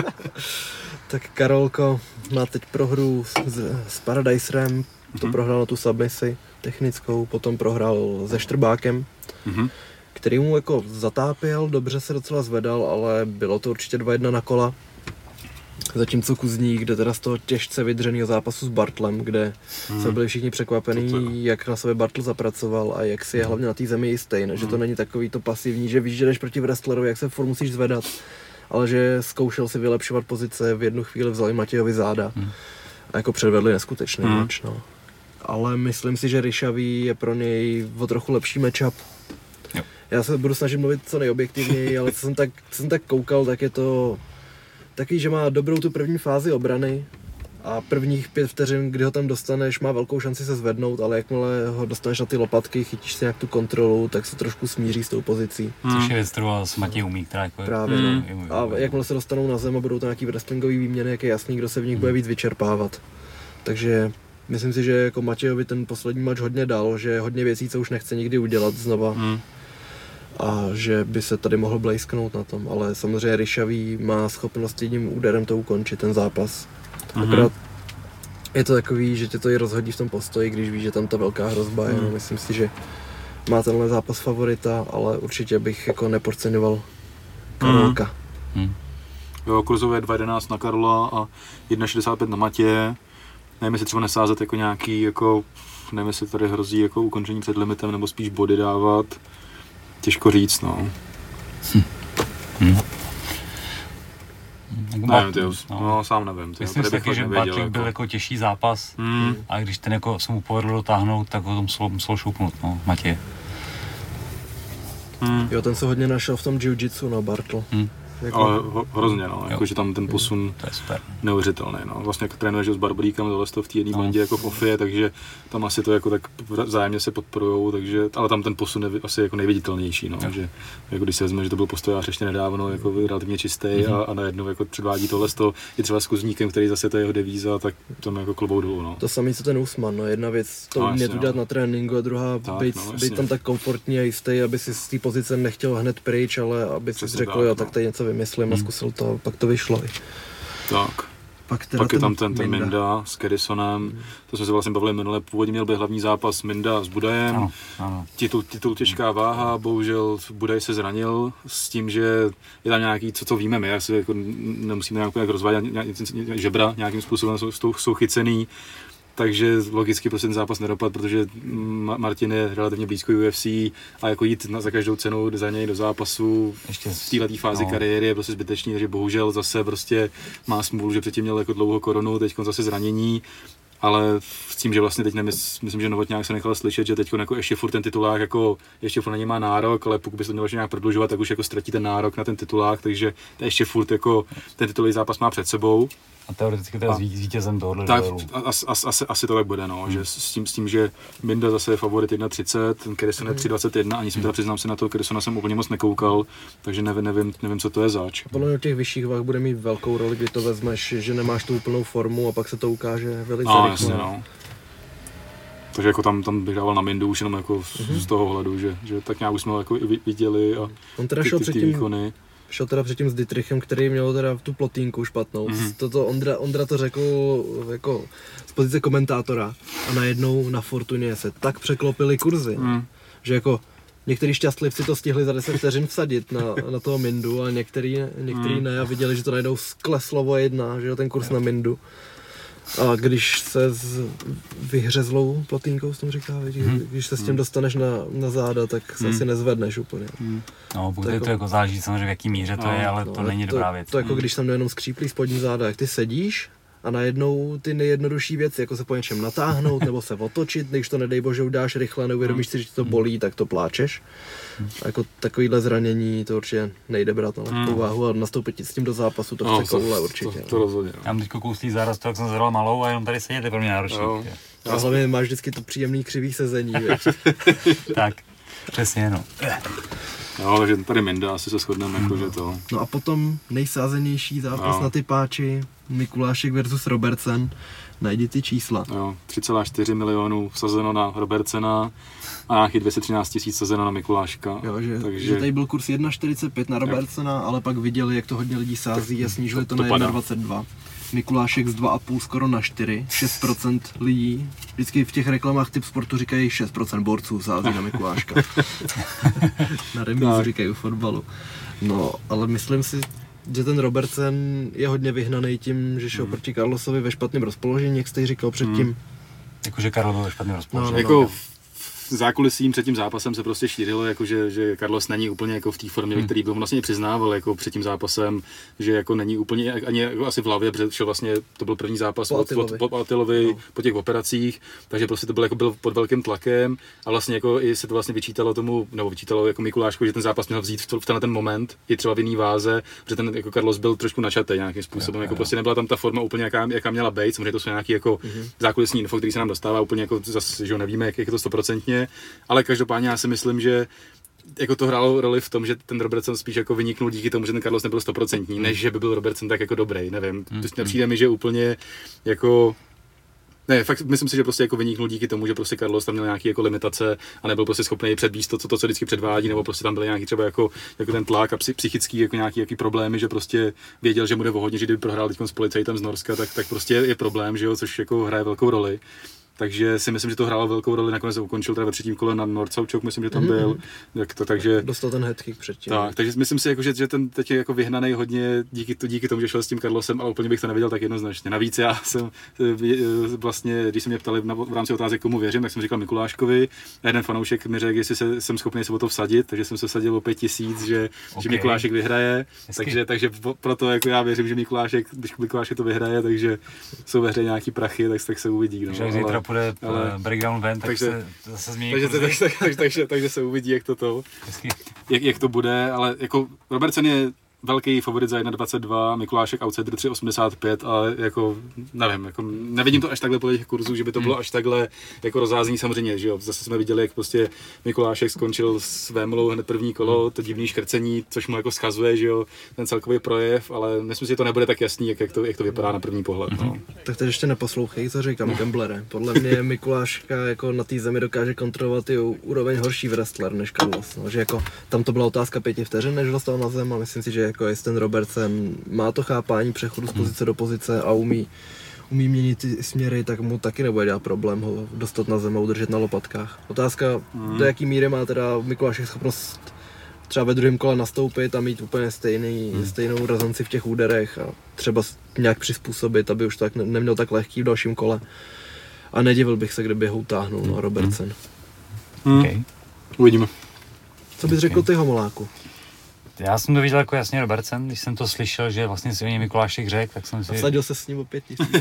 Tak Karolko má teď prohru s Paradiserem, to prohrál na tu submisi technickou, potom prohrál se Štrbákem, který mu jako zatápěl, dobře se docela zvedal, ale bylo to určitě 2-1 na kola. Zatímco Kuzník, kde teda z toho těžce vydřenýho zápasu s Bartlem, kde se byli všichni překvapení, jak na sebe Bartl zapracoval a jak si je hlavně na té zemi jistý, že to není takový to pasivní, že víš, že jdeš proti wrestlerovi, jak se furt musíš zvedat, ale že zkoušel si vylepšovat pozice, v jednu chvíli vzali Matějovi záda a jako předvedli neskutečný match, no. Ale myslím si, že Ryšavý je pro něj o trochu lepší matchup. Já se budu snažit mluvit co nejobjektivněji, ale co jsem tak koukal, tak je to takový, že má dobrou tu první fázi obrany a prvních 5 vteřin, kdy ho tam dostaneš, má velkou šanci se zvednout, ale jakmile ho dostaneš na ty lopatky, chytíš si nějak tu kontrolu, tak se trošku smíří s tou pozicí. Což je věc, kterou s Matěj umí, která jako právě, no. A jakmile se dostanou na zem a budou to nějaký wrestlingový výměny, jak je jasný, kdo se v nich bude víc vyčerpávat. Takže myslím si, že jako Matějovi ten poslední match hodně dal, že hodně věcí, co už nechce nikdy udělat znova. A že by se tady mohl blejsknout na tom, ale samozřejmě Ryšavý má schopnost jedním úderem to ukončit, ten zápas. Akorát je to takový, že tě to i rozhodí v tom postoji, když víš, že tam ta velká hrozba je. No, myslím si, že má tenhle zápas favorita, ale určitě bych jako nepodceňoval Karolka. Jo, kurzové 2,11 na Karola a 1,65 na Matěje. Nevím, jestli třeba nesázet jako nějaký, jako, nevím, jestli tady hrozí jako ukončení před limitem, nebo spíš body dávat. Těžko říct, no. Nevím, no, sám nevím. Myslím si taky, že Bartlík byl jako těžší zápas a když ten jako se mu povedlo dotáhnout, tak ho tom musel šoupnout, no, Matěj. Jo, ten se hodně našel v tom jiu-jitsu, no, Bartl. Jako... Ale hrozně, no, jakože tam ten posun to je super. Neuvěřitelný, no. Vlastně jako trénuješ s Barbaríkem tohle v té jedné bandě jako v Ofie, takže tam asi to jako tak vzájemně se podporujou, takže, ale tam ten posun je asi jako nejviditelnější, no, že jako když se vezme, že to byl postojář ještě nedávno, jako relativně čistý a najednou jako předvádí tohle je třeba s Kuzníkem, který zase to je jeho devíza, tak tam jako klobouk dolů, no. To samé co ten Usman, no, jedna věc to umět udělat na tréninku a druhá být tam tak komfortní a jistý, aby si z té pozice nechtěl hned pryč, ale aby si řekl, jo, tak tady něco vymyslím a zkusil to, pak to vyšlo. Tak. Pak je tam ten Minda s Kerisonem, to jsme se vlastně bavili minule, původně měl být hlavní zápas Minda s Budajem, titul těžká váha, bohužel Budaj se zranil s tím, že je tam nějaký, co víme my, asi jako nemusíme nějak rozvádět, žebra nějakým způsobem jsou chycený, takže logicky prostě ten zápas nedopadl, protože Martin je relativně blízko UFC a jako jít za každou cenu za něj do zápasu ještě v této fázi kariéry je prostě zbytečný, takže bohužel zase prostě má smůlu, že předtím měl jako dlouho korunu, teď zase zranění, ale s tím, že vlastně teď myslím, že Novotňák se nechal slyšet, že teď jako ještě furt ten titulák jako ještě furt na něj má nárok, ale pokud by se to mělo nějak prodlužovat, tak už jako ztratí ten nárok na ten titulák, takže ještě furt jako ten titulový zápas má před sebou. A teoreticky teda s vítězem tohohle duelu. Asi to tak bude, no, že s tím, že Minda zase je favorit 1,30, ten Kerison je 3,21, ani jsem teda přiznám se na to, Kerisona jsem úplně moc nekoukal, takže nevím, co to je zač. Podle mě těch vyšších váh bude mít velkou roli, kdy to vezmeš, že nemáš tu úplnou formu a pak se to ukáže velice rychle. Jasně, no. Takže jako tam bych dával na Mindu už jenom jako z toho hledu, že tak nějak už jsme ho jako viděli a on teda ty výkony. Šel teda předtím s Dietrichem, který měl teda tu plotínku špatnou. Toto Ondra to řekl jako z pozice komentátora a najednou na Fortuně se tak překlopily kurzy, že jako některý šťastlivci to stihli za 10 vteřin vsadit na toho Mindu a některý ne a viděli, že to najednou skleslo o 1, že jo, ten kurz na Mindu. A když se s vyhřezlou plotínkou, s tom říká, když se s tím dostaneš na záda, tak se asi nezvedneš úplně. No, bude to jako záleží samozřejmě v jaký míře to je, ale to není dobrá věc. To jako když tam jenom skříplí spodní záda, jak ty sedíš a najednou ty nejjednodušší věci, jako se po něčem natáhnout nebo se otočit, když to nedej bože udáš rychle, neuvědomíš si, že to bolí, tak to pláčeš. A jako takovýhle zranění to určitě nejde brát na lehkou váhu a nastoupit s tím do zápasu to chce koule určitě. To rozhodně. Já mám teďko kouslý záraz, to jak jsem zvedal malou a jenom tady sedět je pro mě náročný. A hlavně máš vždycky to příjemný křivý sezení, Tak, přesně no. Jo, takže tady Minda, asi se shodneme, jako, že to... No a potom nejsázenější zápas na typáči, Mikulášek versus Robertson, najdi ty čísla. Jo, 3,4 milionů sazeno na Robertsona a nějakých 213 000 sazeno na Mikuláška. Jo, že tady byl kurz 1,45 na Robertsona, ale pak viděli, jak to hodně lidí sází a snížili to na 1,22. Mikulášek z 2,5 skoro na 4, 6% lidí. Vždycky v těch reklamách typ sportu říkají 6% borců sází na Mikuláška. Na remízu říkají u fotbalu. No, ale myslím si, že ten Robertson je hodně vyhnaný tím, že šel proti Carlosovi ve špatném rozpoložení, jak jste říkal předtím. Jakože Carlos byl ve špatném rozpoložení. Jako zákulisím před tím zápasem se prostě šířilo, jako že Carlos není úplně jako v té formě, ve který byl vlastně přiznával jako před tím zápasem, že jako není úplně ani jako asi v hlavě, protože vlastně to byl první zápas po Attilovi, po těch operacích, takže prostě to byl pod velkým tlakem a vlastně jako i se to vlastně vyčítalo jako Mikulášku, že ten zápas měl vzít v ten moment, i třeba v jiný váze, protože ten jako Carlos byl trošku načatý nějakým způsobem, jako prostě nebyla tam ta forma úplně jaká měla být, samozřejmě to jsou nějaký jako zákulisní info, který se nám dostává úplně jako zase, že nevíme, jak je to 100%. Ale každopádně já si myslím, že jako to hrálo roli v tom, že ten Robertson spíš jako vyniknul díky tomu, že ten Carlos nebyl 100%, než že by byl Robertson tak jako dobrý, nevím. Přijde mi, že úplně jako ne, fakt myslím si, že prostě jako vyniknul díky tomu, že prostě Carlos tam měl nějaký jako limitace a nebyl prostě schopný předvíst to, co vždycky předvádí, nebo prostě tam byly nějaký třeba jako ten tlak a psychický jako nějaký problémy, že prostě věděl, že mu jde o hodně, že kdyby prohrál teď s policajtem z Norska, tak prostě je problém, že jo, což jako hraje velkou roli. Takže si myslím, že to hrálo velkou roli, nakonec se ukončil teda ve třetím kole na Nordsoučok, myslím, že tam byl. Takže dostal ten headkick předtím. Tak, takže myslím si, jako, že ten teď je jako vyhnaný hodně díky tomu, že šel s tím Carlosem, ale úplně bych to neviděl tak jednoznačně. Navíc já jsem vlastně, když se mě ptali v rámci otázek, komu věřím, tak jsem říkal Mikuláškovi. A jeden fanoušek mi řekl, jestli jsem schopný se o to vsadit, takže jsem se vsadil o 5 000, že Mikulášek vyhraje. Takže proto jako já věřím, že když Mikulášek to vyhraje, takže jsou ve hře nějaký prachy, tak se uvidí. No. Bude breakdown ven, tak se zase změní takže se uvidí, jak to bude, ale jako Robertson je velký favorit za 1,22, Mikulášek outsider 3,85, ale jako nevím, jako nevidím to až takhle podle těch kurzů, že by to bylo až takhle jako rozházení samozřejmě, že jo. Zase jsme viděli, jak prostě Mikulášek skončil s Vémolou hned první kolo, to divný škrcení, což mu jako schazuje, že jo, ten celkový projev, ale myslím si, že to nebude tak jasný, jak to vypadá na první pohled. No. Tak teď ještě neposlouchej, co říkám, Gamblere. Podle mě Mikuláška jako na té zemi dokáže kontrolovat i úroveň horší wrestler než Carlos. No, že jako tam to byla otázka 5 vteřin, než dostal na zem, a myslím si, že jako ten Robertson má to chápání přechodu z pozice do pozice a umí měnit ty směry, tak mu taky nebude dělat problém ho dostat na zem a udržet na lopatkách. Otázka, do jaký míry má teda Mikulášek schopnost třeba ve druhém kole nastoupit a mít úplně stejnou razanci v těch úderech a třeba nějak přizpůsobit, aby už to tak neměl tak lehký v dalším kole. A nedivil bych se, kdyby ho utáhnul, no, Robertson. Okay. Uvidíme. Co bys řekl ty, Homoláku? Já jsem to viděl jako jasně Robertson, když jsem to slyšel, že vlastně si o něj Mikulášek řekl, tak jsem si... Vsadil se s ním o 5 000.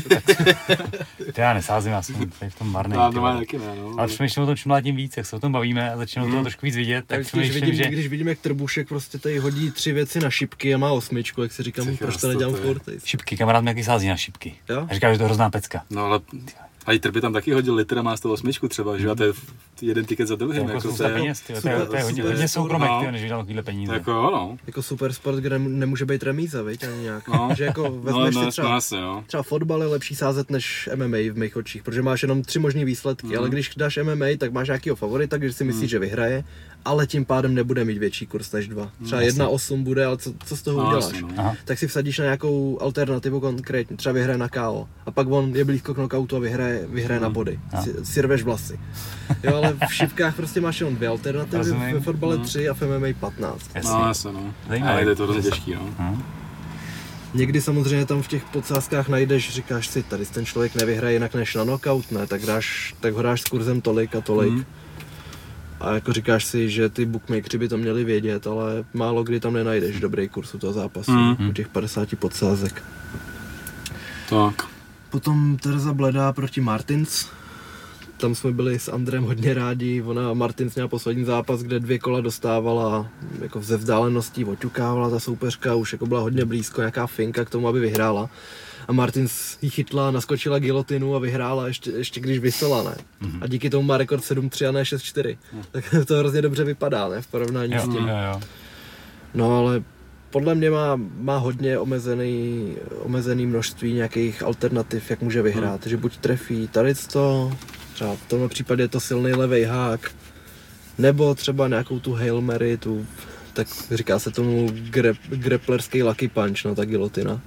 Já nesázím, já jsem tady v tom marnej. Ale přemýšlím o tom čím tím víc, jak se o tom bavíme a začínám toho trošku víc vidět, tak přemýšlím, že... Když vidím, jak Trbušek prostě tady hodí 3 věci na šipky a má 8, jak si říkám, proč to nedělám furt. Šipky, kamarád mi jaký sází na šipky. Jo? A říká, že to je hrozná pecka. No ale... A i Trby tam taky hodil litr a má 108 třeba, že? A to je jeden tiket za druhým. To je peněz, to je hodně soukromek, než vydal takovýhle peníze. Jako no. Jako super sport, kde nemůže být remíza, viď, ani nějak. No. Že jako vezmeš si třeba fotbal je lepší sázet než MMA v mých očích, protože máš jenom 3 možný výsledky, ale když dáš MMA, tak máš nějakýho favorita, když si myslíš, že vyhraje, ale tím pádem nebude mít větší kurz než 2. Třeba 1,8 bude, ale co z toho uděláš? Tak si vsadíš na nějakou alternativu konkrétně, třeba vyhraje na KO a pak on je blízko k knockoutu a vyhraje na body. Si rveš vlasy. Jo, ale v šipkách prostě máš jenom 2 alternativy, ve fotbale 3 a v MMA 15. No, jasně, no. Ale je to hrozně těžký, no. Někdy samozřejmě tam v těch podsázkách najdeš, říkáš si, tady ten člověk nevyhraje jinak než na knockout, ne, tak ho dáš s kurzem tolik a tolik. A jako říkáš si, že ty bookmakeri by to měli vědět, ale málo kdy tam nenajdeš dobrý kurz u toho zápasu, u těch 50 podsázek. Tak. Potom Tereza Bledá proti Martins. Tam jsme byli s Andrem hodně rádi. Martins měla poslední zápas, kde 2 kola dostávala jako ze vzdáleností, oťukávala ta soupeřka, už jako byla hodně blízko, nějaká finka k tomu, aby vyhrála. A Martins ji chytla, naskočila gilotinu a vyhrála ještě když visela, ne? A díky tomu má rekord 7-3 a ne 6-4. Tak to hrozně dobře vypadá, ne? V porovnání s tím. Jo. No ale podle mě má hodně omezený množství nějakých alternativ, jak může vyhrát. Takže buď trefí tady to, třeba v tomhle případě je to silný levej hák, nebo třeba nějakou tu Hail Mary, tak říká se tomu grapplerský lucky punch, no ta gilotina.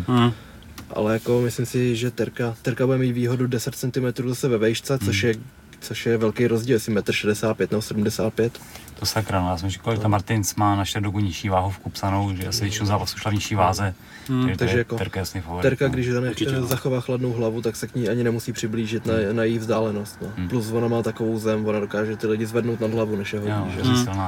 Ale jako myslím si, že Terka bude mít výhodu 10 cm zase ve vejšce, což je velký rozdíl, jestli 1,65 m nebo 75 cm. To sakra, no já jsem říkal, že ta Martins má na šerdogu nižší váhovku psanou, že asi většinou zápasu šla v nižší váze. Takže jako Terka jasný favorit. Terka, když zachová chladnou hlavu, tak se k ní ani nemusí přiblížit na její vzdálenost. No. Plus ona má takovou zem, ona dokáže ty lidi zvednout nad hlavu, než je hodí.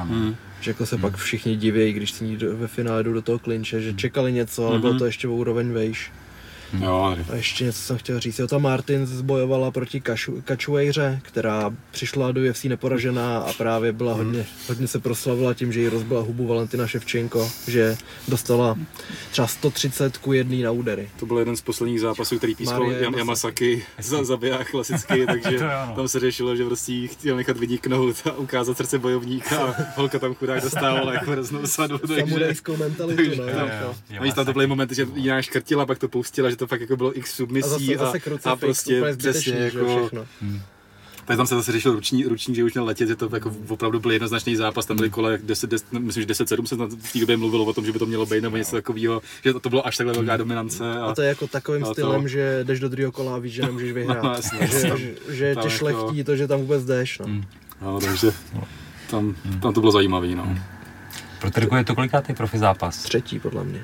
Že jako se pak všichni divějí, když si ní ve finále jdou do toho klinče, že čekali něco, ale bylo to ještě o úroveň vejš. Jo, a ještě něco jsem chtěl říct. Ta Martins bojovala proti Cachoeire, která přišla do UFC neporažená a právě byla hodně se proslavila tím, že jí rozbila hubu Valentina Ševčenko, že dostala třeba 130:1 na údery. To byl jeden z posledních zápasů, který pískal Yamasaki zabiják klasicky, takže tam se řešilo, že prostě chtěl nechat vyniknout a ukázat srdce bojovníka a holka tam chudák dostávala jako hroznou sadu. Samurajskou mentalitu, no. Tam to byly momenty, že ji nějak škrtila, pak to pustila, že to fakt jako bylo x submisí a prostě přesně jako... Tak tam se zase řešil ručník, že už měl letět, že to jako opravdu byl jednoznačný zápas, tam byly kole, myslím, že 10-7 se v té době mluvilo o tom, že by to mělo být nebo něco takového, že to bylo až takhle velká dominance. A to je jako takovým stylem, že jdeš do druhého kola a víš, že nemůžeš vyhrát, no, jasně, že tě šlechtí to, že tam vůbec jdeš. No, takže tam to bylo zajímavý, no. Pro Terku je to kolikátý profi zápas? 3. podle mě.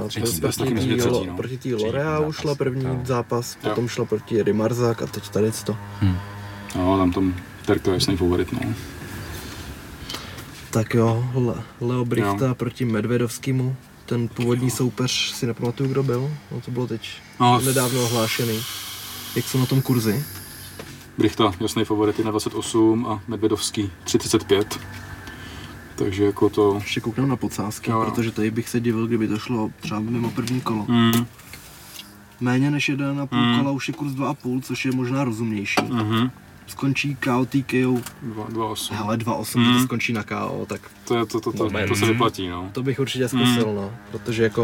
Proti té L'Oreal šla první zápas, potom šla proti Rimarzak a teď tady to. No, tam Terka je jasný favorit, no. Tak jo, Leo Brichta proti Medvedovskému. Ten původní soupeř si nepamatuju, kdo byl. No, to bylo teď nedávno ohlášený. Jak jsou na tom kurzy? Brichta, jasný favorit, 1,28 a Medvedovský 3,35. Takže jako to... Ještě koukneme na podsázky, jo. Protože tady bych se divil, kdyby to šlo třeba mimo první kolo. Méně než 1,5 kola už je kurz 2,5, což je možná rozumnější. Skončí KO TKO 2,8. Hele, 2,8, to skončí na KO, tak To se vyplatí, no. to bych určitě zkusil, no. Protože jako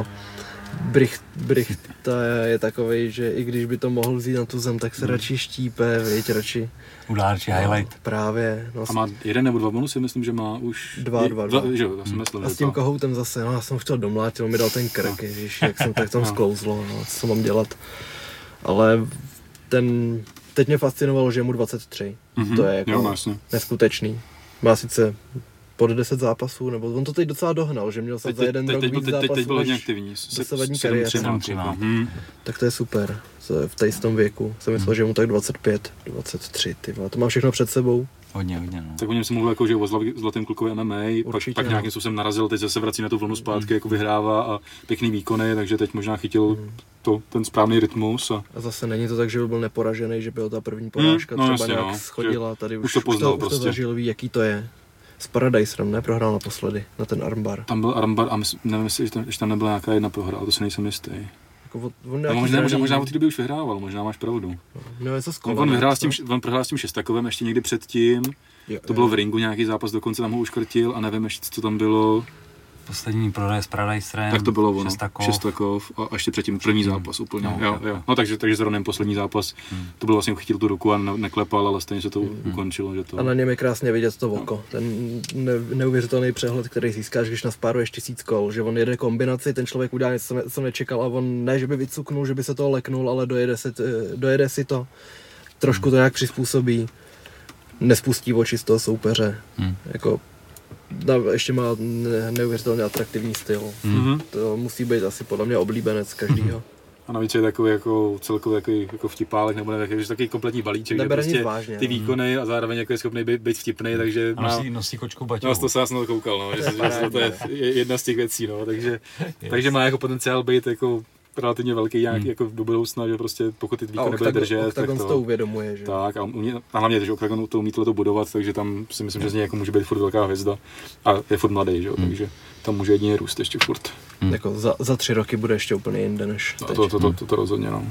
Bricht je takovej, že i když by to mohl vzít na tu zem, tak se radši štípe, viď, radši. Udárčí highlight. Právě. No, A má 1 nebo 2 bonusy, myslím, že má už... Dva. Že jo, já jsem myslel, a s tím kohoutem zase, no já jsem chtěl domlátit, on mi dal ten krk, ježiš, jak jsem tak tam sklouzlo, no, co mám dělat. Ale teď mě fascinovalo, že je mu 23, to je jako neskutečný. Má sice pod 10 zápasů, nebo on to teď docela dohnal, že měl za jeden rok víc zápasů teď byl hodně aktivní, dosavadní kariéře. Tak to je super, v tom věku. Jsem myslel, že je mu tak 25, 23, ty vole, to má všechno před sebou. Hodně, no. Tak o něm jsem mluvil jako, že o zlatém klukově MMA, pak nějakým způsobem narazil, teď se vrací na tu vlnu zpátky, jako vyhrává a pěkný výkony, takže teď možná chytil ten správný rytmus. A zase není to tak, že by byl neporažený, že byla ta první porážka třeba nějak schodila, tady už to poznal prostě. Už to zažil, ví, jaký to je. S Paradiserem, ne? Prohrál naposledy na ten armbar. Tam byl armbar a nevím, jestli tam nebyla nějaká jedna prohra, ale to si nejsem jistý. Jako možná od té doby už vyhrával, možná máš pravdu. No, je to on prohrál s tím Šestakovem ještě někdy předtím. To bylo v ringu nějaký zápas, dokonce tam ho uškrtil a nevím ještě, co tam bylo. Poslední prodej s Paradiserem. Tak to bylo ono. Šestakov a ještě předtím první zápas úplně. Jo. No takže s Ronem poslední zápas. To byl vlastně, chytil tu ruku a neklepal, ale stejně se to ukončilo. Že to... A na něm je krásně vidět to oko. Ten neuvěřitelný přehled, který získáš, když naspáruješ 1000 kol. Že on jede kombinaci, ten člověk udělá něco, co nečekal a on ne, že by vycuknul, že by se toho leknul, ale dojede si to. Trošku to nějak přizpůsobí. Nespustí oči z toho soupeře. Jako ještě má neuvěřitelně atraktivní styl. To musí být asi podle mě oblíbenec každýho. A navíc je takový jako celkově jako vtipálek, nebo nevím, že takový kompletní balíček, že prostě vážně, ty výkony a zároveň jako je schopný být vtipný, takže nosí kočku baťovu. No, to se já jsem to koukal, no, že to je jedna z těch věcí, no, takže má jako potenciál být jako relativně velký nějaký jako do budoucna, že prostě pokud ty výkony nebude držet, tak to uvědomuje, že? Tak a hlavně, že Octagon to umí to budovat, takže tam si myslím, že z něj jako může být furt velká hvězda a je furt mladý, že jo, takže tam může jedině růst ještě furt. Jako za 3 roky bude ještě úplně jinde než teď. To rozhodně, no.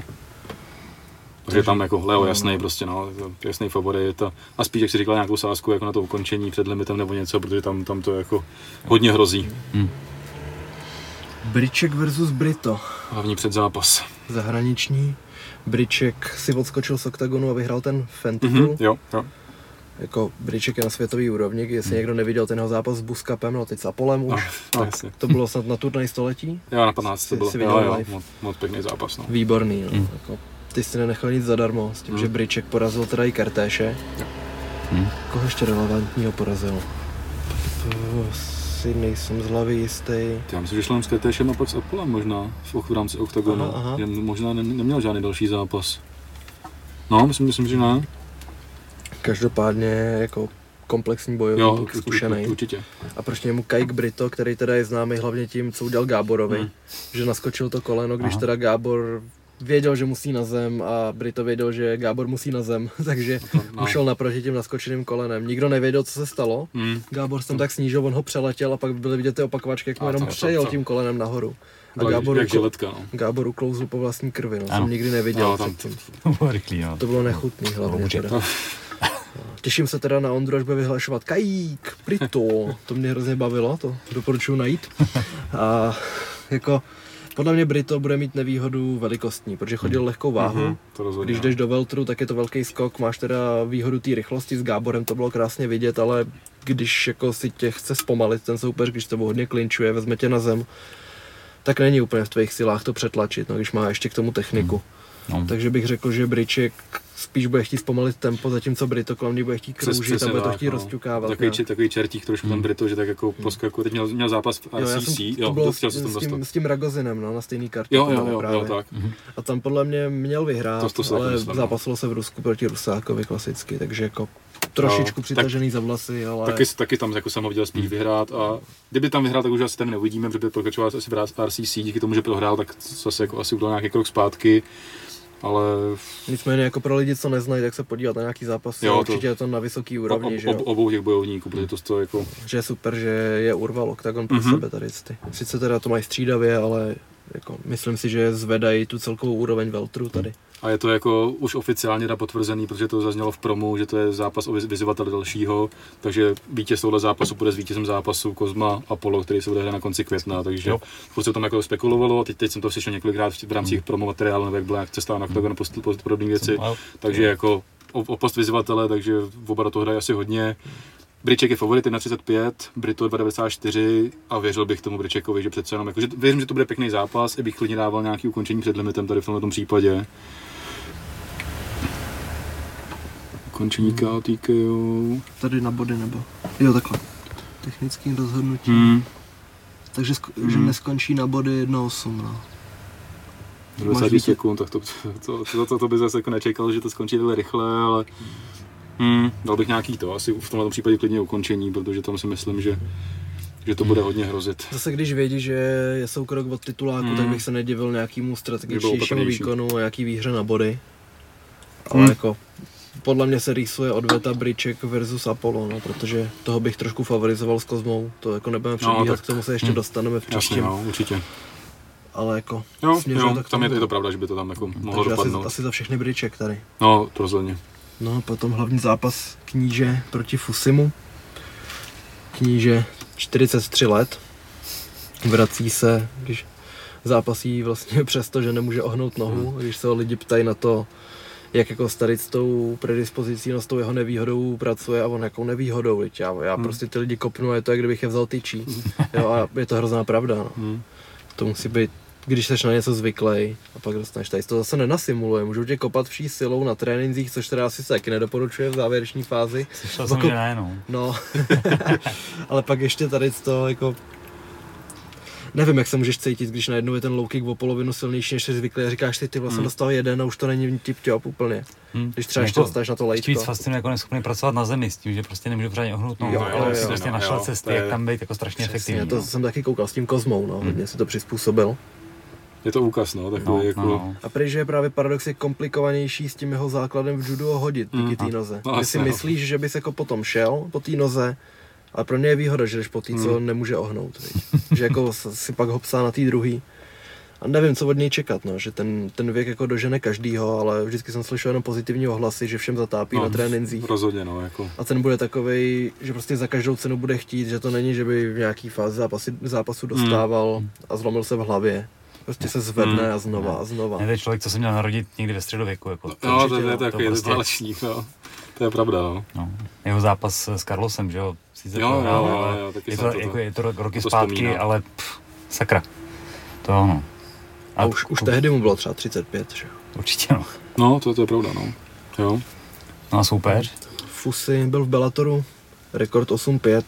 Takže tam jako Leo jasný prostě, no, jasný favorit a spíš, jak si říkal, nějakou sázku jako na to ukončení před limitem nebo něco, protože tam to jako hodně hrozí. Briček versus Brito. Hlavní předzápas. Zahraniční. Briček si odskočil z Octagonu a vyhrál ten Fentitul. Jo. Jako Briček je na světový úrovni, jestli někdo neviděl ten jeho zápas s Buskapem, no teď s Apolem už. To bylo snad na turnaj století? Jo, na 15 to bylo. Jo, moc pěkný zápas, no. Výborný, no. Jako, ty jsi nenechal nic zadarmo, s tím, že Briček porazil teda i Kertéše. Koho ještě relevantního porazil? Nejsem z hlavy jistý. Já myslím, že šel s Kertéšem a pak s Apolem možná v rámci Octagonu. Že možná neměl žádný další zápas. No, myslím, že ne. Každopádně jako komplexní bojovník, zkušený. Určitě. A proti němu Kajk Brito, který teda je známý hlavně tím, co udělal Gáborovi. Že naskočil to koleno, když teda Gábor věděl, že musí na zem a Brito věděl, že Gábor musí na zem, takže ušel naproti tím naskočeným kolenem. Nikdo nevěděl, co se stalo. Gábor se tam tak snížil, on ho přeletěl a pak byly vidět ty opakovačky, jak mu jenom přejel tím kolenem nahoru. A Gábor uklouzl po vlastní krvi, no, jsem nikdy neviděl. To bylo nechutný hlavně teda. Těším se teda na Ondru, až bude vyhlašovat Kajk Brito, to mě hrozně bavilo, to doporučuji najít. A jako podle mě Brito bude mít nevýhodu velikostní, protože chodil lehkou váhu. Když jdeš do welteru, tak je to velký skok, máš teda výhodu té rychlosti s Gáborem, to bylo krásně vidět, ale když jako si tě chce zpomalit ten soupeř, když tebou hodně klinčuje, vezme tě na zem, tak není úplně v tvých silách to přetlačit, no, když má ještě k tomu techniku. Takže bych řekl, že Briček spíš bude chtít zpomalit tempo, zatímco Brito kolem něj bude chtít kroužit a bude to chtít rozťukávat. Takový čertík trošku ten Brito, že tak jako poskakuje. Teď měl zápas v RCC, s tím Ragozinem, no, na stejný kartě. Jo, tak. A tam podle mě měl vyhrát, ale zápasilo se v Rusku proti Rusákovi klasicky, takže jako trošičku přitažený za vlasy, ale... Taky tam jako jsem ho viděl spíš vyhrát a kdyby tam vyhrál, tak už asi tam neuvidíme, protože by pokračoval asi v RCC, díky tomu, že prohrál, tak zase jako asi udělal nějaký krok zpátky. ale... Nicméně jako pro lidi, co neznají, tak se podívat na nějaký zápas, určitě je to na vysoký úrovni, že jo? Obou těch bojovníků, protože to jako... Že je super, že je urval Octagon pro sebe tady ty. Sice teda to mají střídavě, ale jako myslím si, že zvedají tu celkovou úroveň welteru tady. A je to jako už oficiálně potvrzený, protože to zaznělo v promu, že to je zápas o vyzývatele dalšího, takže vítěz tohle zápasu bude s vítězem zápasu Kozma Apollo, který se bude hrát na konci května, takže furt se o tom jako spekulovalo a teď jsem to slyšel několikrát v rámci promo materiálu, nebo jak byla jak cesta na Octagon, podobné věci, takže jako o post vyzývatele, takže oba to hrají asi hodně. Briček je favorit 1,35, Brito 2,94 a věřil bych tomu Bričekovi, že přece jenom, jakože věřím, že to bude pěkný zápas, i bych klidně dával nějaký ukončení před limitem tady v tomto případě. Ukončení KTKO. Tady na body nebo? Jo, takhle. Technickým rozhodnutím. Takže že neskončí na body 1,8, no. 20 sekund, tak to by zase jako nečekal, že to skončí takhle rychle, ale dal bych nějaký to, asi v tomhle případě klidně ukončení, protože tam si myslím, že to bude hodně hrozit. Zase když vědí, že jsou krok od tituláku, tak bych se nedivil nějakému strategičtějšímu výkonu a nějaký výhře na body. Ale jako podle mě se rýsuje odveta Briček versus Apollo, no, protože toho bych trošku favorizoval s Kozmou, to jako nebudeme předbíhat, k tomu se ještě dostaneme v příštím. Jasně, určitě. Ale jako tak tam je to pravda, že by to tam jako mohlo dopadnout. Asi za všechny Briček tady. No, to rozhodně. No, potom hlavní zápas Kníže proti Fusimu. Kníže 43 let, vrací se, když zápasí vlastně přesto, že nemůže ohnout nohu, když se ho lidi ptají na to, jak jako starý s tou predispozicí, no s tou jeho nevýhodou pracuje a on jakou nevýhodou, já prostě ty lidi kopnu a je to, jak kdybych je vzal tyčí, jo, a je to hrozná pravda, no. To musí být, když seš na něco zvyklej a pak dostaneš tady, to zase nenasimuluje, můžou tě kopat vší silou na trénincích, což teda asi se taky nedoporučuje v závěreční fázi. Slyšel jsem, že ne, no. No, ale pak ještě tady to jako... Nevím, jak se můžeš cítit, když najednou je ten low kick o polovinu silnější, než jsi zvyklý a říkáš si, ty vlastně dostal jeden a už to není tip-top úplně. Když třeba ještě dostáš na to lejtko. Víc fascinuje, jako neschopný pracovat na zemi s tím, že prostě nemůžu pořádně ohnout nohu, ale prostě našel cesty, jak tam být jako strašně efektivní. Já to jsem taky koukal s tím Kozmou, no, hodně si to přizpůsobil. Je to úkaz, no, takový jako... A prý, že je právě paradox je komplikovanější s tím jeho základem v judu hodit díky té noze. Ty si myslíš, že bys jako potom šel po té noze, ale pro ně je výhoda, že jdeš po té, co nemůže ohnout, že jako si pak ho psá na té druhý. A nevím, co od něj čekat, no, že ten věk jako dožene každýho, ale vždycky jsem slyšel jenom pozitivní ohlasy, že všem zatápí na trénincích. Rozhodně, no, jako. A ten bude takovej, že prostě za každou cenu bude chtít, že to není, že by v nějaký fázi zápasu dostával a zlomil se v hlavě. Prostě se zvedne a znova. Ne, to je člověk, co se měl narodit někdy ve středověku. Jako, no, to je takový válečník, no. To je pravda, no. Jeho zápas s Carlosem, že jo, sice prohrál, ale je to roky zpátky, ale sakra. To no. A už tehdy mu bylo třeba 35, že jo. Určitě, no. No, to je pravda, no. Jo. No a soupeř? Fusi byl v Bellatoru, rekord 8-5.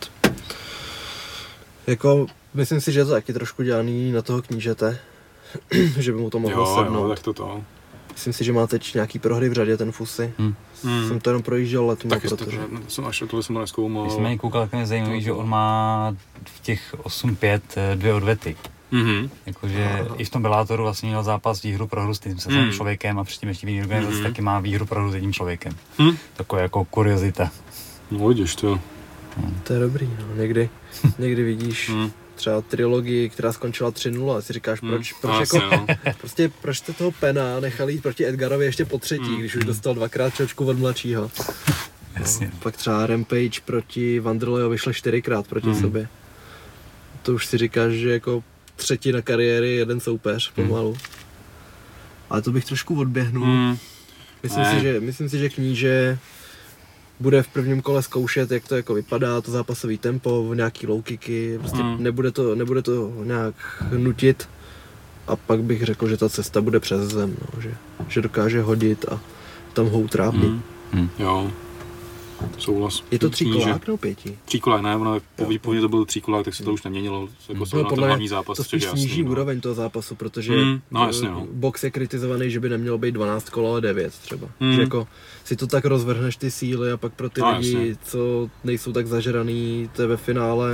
Jako, myslím si, že je to taky trošku dělaný na toho knížete, že by mu to mohlo sednout. Jo, tak to. Myslím si, že má teď nějaký prohry v řadě ten Fusi. Jsem to jenom projížděl letmo, protože... Tohle jsem to nezkoumal. Když jsem mě koukal, tak mě zajímavý, že on má v těch 8-5 2 odvety. Jakože i v tom Bellatoru vlastně měl zápas výhru prohru s tím se člověkem a předtím ještě v jiný organizaci taky má výhru prohru s jedním člověkem. Takové jako kuriozita. No vidíš to. To je dobrý, no. Někdy vidíš třeba trilogii, která skončila 3-0 a si říkáš, proč jako, prostě proč jste toho Pena nechali jít proti Edgarovi ještě po třetí, když už dostal 2krát čočku od mladšího. Jasně. Pak třeba Rampage proti Wanderleyovi šle 4krát proti sobě. To už si říkáš, že jako třetina kariéry jeden soupeř pomalu. Ale to bych trošku odběhnul. Myslím si, že kníže bude v prvním kole zkoušet, jak to jako vypadá, to zápasový tempo, nějaký low kicky, prostě nebude to nějak nutit. A pak bych řekl, že ta cesta bude přes zem, no, že dokáže hodit a tam ho utrápit. Jo. Souhlas. Je to tříkolák nebo 5? Tříkolák, ne, ono původně to byl tříkolák, tak se to už neměnilo, jako se na ten hlavní zápas. To spíš sníží úroveň toho zápasu, protože box je kritizovaný, že by nemělo být 12 kol, ale 9 třeba. Že jako si to tak rozvrhneš ty síly a pak pro ty lidi, co nejsou tak zažraný, to je ve finále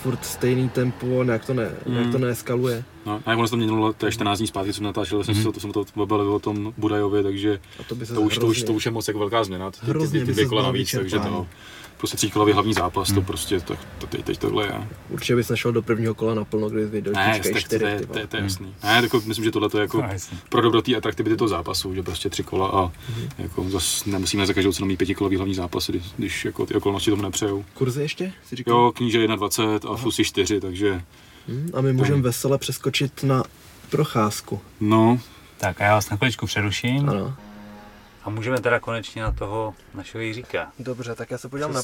furt stejný tempo, nějak to neeskaluje. No, a ono se to měnilo, to je 14 dní zpátky, jsem natáčel, jsem to bavil o tom Budajově, takže to už je moc jako velká změna, ty 2 kola navíc, takže to prostě 3kolový hlavní zápas, to prostě, teď tohle je. Určitě bys nešel do prvního kola naplno, když vyjdeš čtyřka 4. To je jasný. Ne, jako, myslím, že tohle je jako pro dobro té atraktivity toho zápasu, že prostě 3 kola a jako zase nemusíme za každou cenu mít 5kolový hlavní zápas, když jako ty okolnosti tomu nepřejou. Kurzy ještě? Si říkal? Jo, kníže 1,20 a fusy 4, takže... A my můžeme vesele přeskočit na procházku. No. Tak a já vás na chviličku přeruším. Ano. A můžeme teda konečně na toho našeho Jiříka. Dobře, tak já se podívám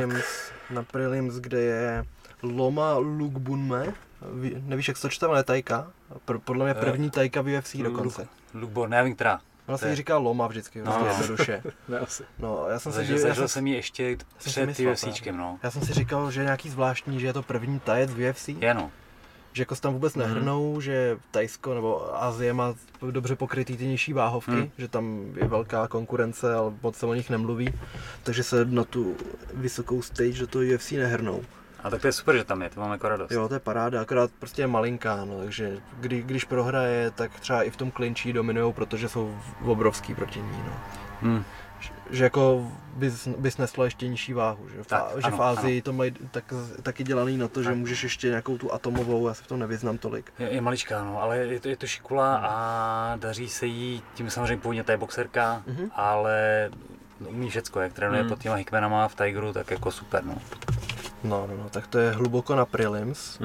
na prelims, kde je Loma Lugbunme. Nevíš, jak se to čte, ale tajka. Podle mě první tajka v UFC dokonce. Lugbon, nevím, která. Ona se jí říká Loma vždycky, vlastně jednoduše. No, já jsem Zažil jsem ji ještě před UFCčkem, no. Já jsem si říkal, že je nějaký zvláštní, že je to první tajec v UFC. Je, no. Že jako se tam vůbec nehrnou, že Tajsko nebo Asie má dobře pokrytý ty nižší váhovky, že tam je velká konkurence, ale moc se o nich nemluví, takže se na tu vysokou stage do toho UFC nehrnou. A tak to je super, že tam je, to mám jako radost. Jo, to je paráda, akorát prostě je malinká, no, takže když prohraje, tak třeba i v tom klinčí dominujou, protože jsou obrovský proti ní, no. Že jako bys nesla ještě nižší váhu, že v Ázii to mají taky dělaný na to, že můžeš ještě nějakou tu atomovou, já se v tom nevyznám tolik. Je maličká, no, ale je to šikula a daří se jí, tím samozřejmě původně ta je boxerka, ale umí všecko, jak trénuje pod těma Hickmanama v Tigeru, tak jako super, no. No, tak to je hluboko na prelims.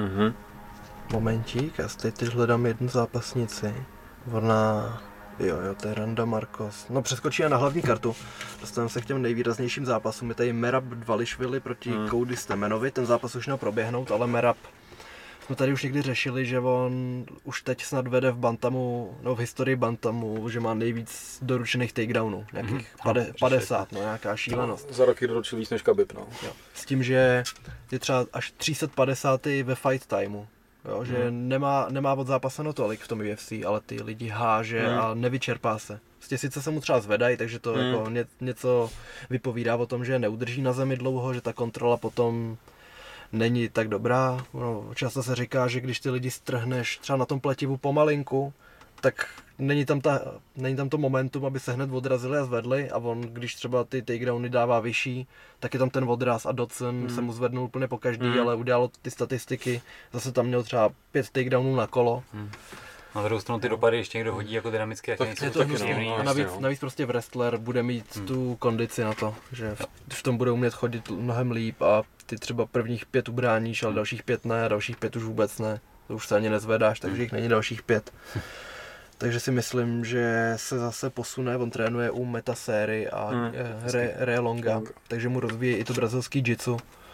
Momentík, já teď hledám jednu zápasnici. Ona... Jo, to je Randa Marcos. No přeskočíme na hlavní kartu. Dostaneme se k těm nejvýraznějším zápasům. Je tady Merab Dvalishvili proti Cody Stemanovi. Ten zápas už měl proběhnout, ale Merab... Jsme tady už někdy řešili, že on už teď snad vede v bantamu, no v historii bantamu, že má nejvíc doručených takedownů. Nějakých 50, no nějaká šílenost. Za roky doručil víc než Khabib, no. Jo. S tím, že je třeba až 350 ve fight timeu. Jo, že nemá odzápaseno tolik v tom UFC, ale ty lidi háže a nevyčerpá se. Prostě sice se mu třeba zvedají, takže to jako něco vypovídá o tom, že neudrží na zemi dlouho, že ta kontrola potom není tak dobrá. No, často se říká, že když ty lidi strhneš třeba na tom pletivu pomalinku, tak není tam to momentum, aby se hned odrazili a zvedli, a on, když třeba ty takedowny dává vyšší, tak je tam ten odraz a Dodson se mu zvednul úplně po každý, ale udělalo ty statistiky, zase tam měl třeba 5 takedownů na kolo. Na druhou stranu ty dopady ještě někdo hodí jako dynamicky, jak je to hnusný. A navíc prostě wrestler bude mít tu kondici na to, že v tom bude umět chodit mnohem líp a ty třeba prvních 5 ubráníš, ale dalších 5 ne, a dalších 5 už vůbec ne. To už se ani nezvedáš, takže jich není dalších 5. Takže si myslím, že se zase posune, on trénuje u Metaséry a Re Longa, takže mu rozvíjí i to brazilský jitsu.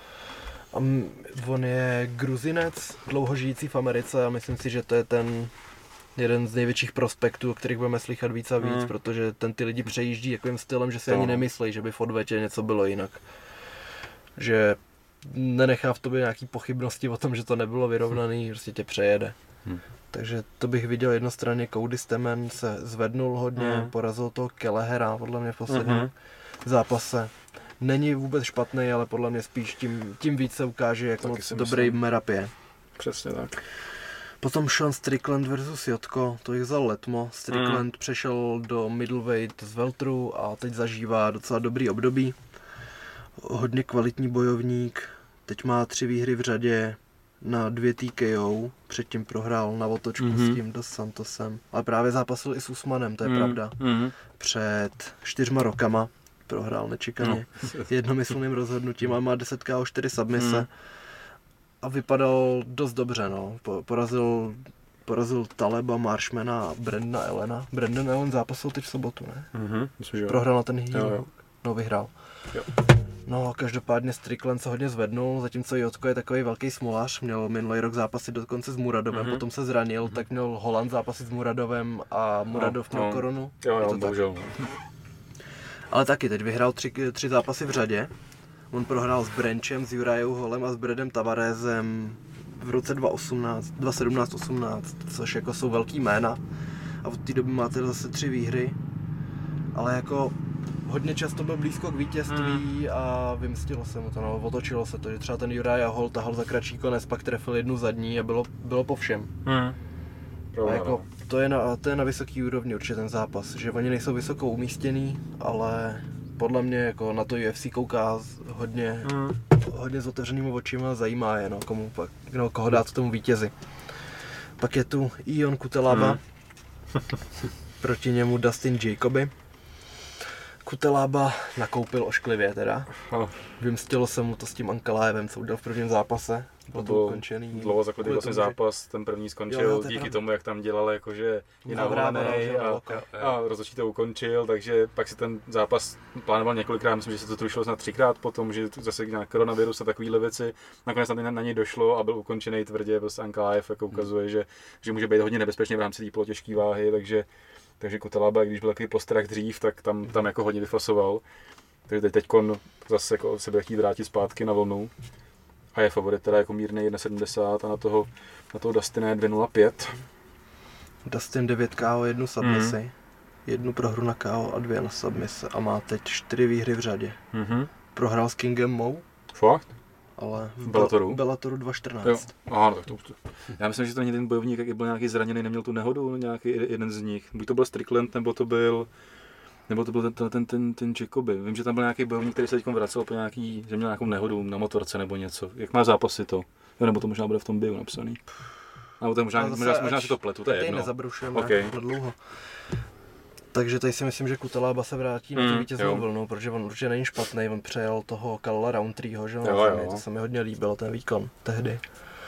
A on je Gruzinec, dlouho žijící v Americe, a myslím si, že to je ten jeden z největších prospektů, o kterých budeme slychat víc a víc, protože ten ty lidi přejíždí takovým stylem, že si ani nemyslí, že by v odvetě něco bylo jinak. Že nenechá v tobě nějaký pochybnosti o tom, že to nebylo vyrovnaný, prostě tě přejede. Takže to bych viděl jednostranně. Cody Stamann se zvednul hodně, porazil toho Kelehera podle mě v posledním zápase. Není vůbec špatný, ale podle mě spíš tím víc se ukáže, jak moc dobrý Merab je. Přesně tak. Potom Sean Strickland versus Jotko, to jich vzal letmo. Strickland přešel do middleweight z welteru a teď zažívá docela dobrý období. Hodně kvalitní bojovník, teď má 3 výhry v řadě na 2 TKO, předtím prohrál na otočku s tím Dos Santosem, ale právě zápasil i s Usmanem, to je pravda. Před 4 rokama prohrál nečekaně jednomyslným rozhodnutím a má 10 KO 4 submise a vypadal dost dobře, no. Porazil Taleba, Marshmana a Brandona Allena. Brandon Allen zápasil teď v sobotu, ne? Myslím, že prohrál na ten heel. No, vyhrál. Jo. No, každopádně Strickland se hodně zvednul, zatímco Jotko je takový velký smolař, měl minulý rok zápasy dokonce s Muradovem, potom se zranil, tak měl Holland zápasy s Muradovem a Muradov měl korunu. Jo, bohužel. Ale taky, teď vyhrál 3 zápasy v řadě. On prohrál s Branchem, s Uriahou Hallem a s Bradem Tavaresem v roce 2017-18, což jako jsou velký jména. A od té doby máte zase 3 výhry. Ale jako hodně často byl blízko k vítězství a vymstilo se mu to, no, otočilo se to, že třeba ten Uriah Hall tahal za kratší konec, pak trefil jednu zadní a bylo po všem. A jako, to je na vysoký úrovni určitě ten zápas, že oni nejsou vysoko umístěný, ale podle mě jako na to UFC kouká hodně s otevřenými očima, zajímá je, no, koho dát tomu vítězi. Pak je tu Ion Cutelaba, proti němu Dustin Jacoby. Cutelaba nakoupil ošklivě teda. Vymstilo se mu to s tím Ankalaevem, co udělal v prvním zápase. Byl to ukončený. Dlouho zaklidý vlastně zápas, ten první skončil díky tomu, jak tam dělal jakože je navolený a rozhodčí to ukončil, takže pak si ten zápas plánoval několikrát, myslím, že se to trušilo snad 3krát potom, že zase nějak koronavirus a takovýhle věci. Nakonec na něj došlo a byl ukončený tvrdě, prostě Ankalaev jako ukazuje, že může být hodně nebezpečný v rámci té polotěžké váhy, takže Cutelaba, když byl takový postrach dřív, tak tam jako hodně vyfasoval. Takže teďkon zase jako se bude chtít vrátit zpátky na vlnu. A je favorit teda jako mírnej 1,70 a na toho Dustina je 2,05. Dustin 9 KO, 1 submisi, 1 prohru na KO a 2 na submise a má teď 4 výhry v řadě. Prohrál s Kingem Mou. Fakt? Ale v Bellatoru 2,14. Aha, tak to. Já myslím, že to není ten bojovník, jak byl nějaký zraněný, neměl tu nehodu, nějaký jeden z nich. Buď to byl Strickland, nebo to byl ten Jacoby. Vím, že tam byl nějaký bojovník, který se teď vracel po že měl nějakou nehodu na motorce nebo něco. Jak má zápasy to? Jo, nebo to možná bude v tom bio napsaný. Nebo to možná si to pletu, to je jedno. Nezabrušujeme na dlouho. Takže tady si myslím, že Cutelaba se vrátí na tu vítěznou vlnu, protože on určitě není špatný, on přejel toho Calla Rountreeho, že jo, to se mi hodně líbilo, ten výkon tehdy.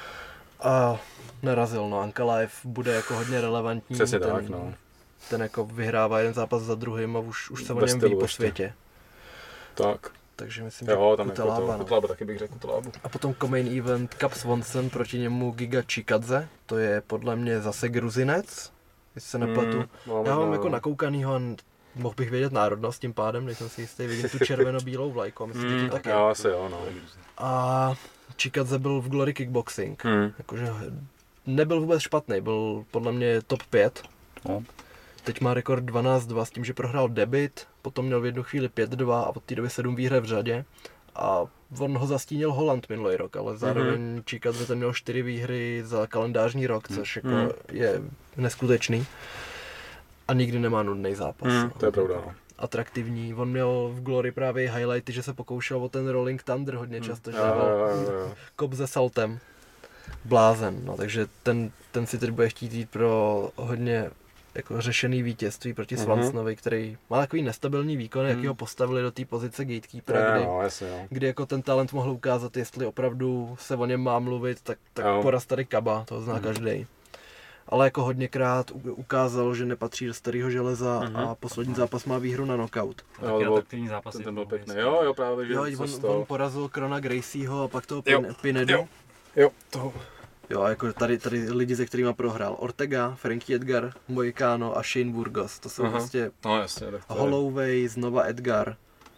A narazil, no, Ankalaev bude jako hodně relevantní. Přesně tak, no. Ten jako vyhrává jeden zápas za druhým a už se o něm ví po světě. Tak. Takže myslím, že Cutelaba, no. Cutelaba taky bych řekl Cutelabu. A potom co-main event Cub Swanson proti němu Giga Chikadze, to je podle mě zase Gruzinec, jestli se nepletu. Já mám jako nakoukanýho a mohl bych vědět národnost tím pádem, nejsem si jistý, vidím tu červeno-bílou vlajku a myslím, že to tak je. Asi jo, no. A Chikadze byl v Glory Kickboxing, jakože nebyl vůbec špatný, byl podle mě top 5. No. Teď má rekord 12-2 s tím, že prohrál debut, potom měl v jednu chvíli 5-2 a od té doby 7 výher v řadě. A on ho zastínil Holland minulý rok, ale zároveň Chikadze ten měl 4 výhry za kalendářní rok, což jako je neskutečný. A nikdy nemá nudný zápas. To je pravda. Atraktivní. On měl v Glory právě highlighty, že se pokoušel o ten Rolling Thunder hodně často, že kop se saltem. Blázen, no, takže ten si teď bude chtít jít pro hodně jako řešený vítězství proti Swansonovi, který má takový nestabilní výkon, jaký ho postavili do té pozice gatekeepera, kdy jako ten talent mohl ukázat, jestli opravdu se o něm má mluvit, tak poraz tady Kaba, to zná každý. Ale jako hodněkrát ukázal, že nepatří do starého železa a poslední zápas má výhru na knockout. Atraktivní zápas. Ten byl pěkný. Jo, právě, že on porazil Crona Gracieho a pak toho Pinedu. Jo, toho. Jo, jako tady lidi, se kterými prohrál. Ortega, Frankie Edgar, Moicano a Shane Burgos. To jsou prostě Holloway, znova Edgar,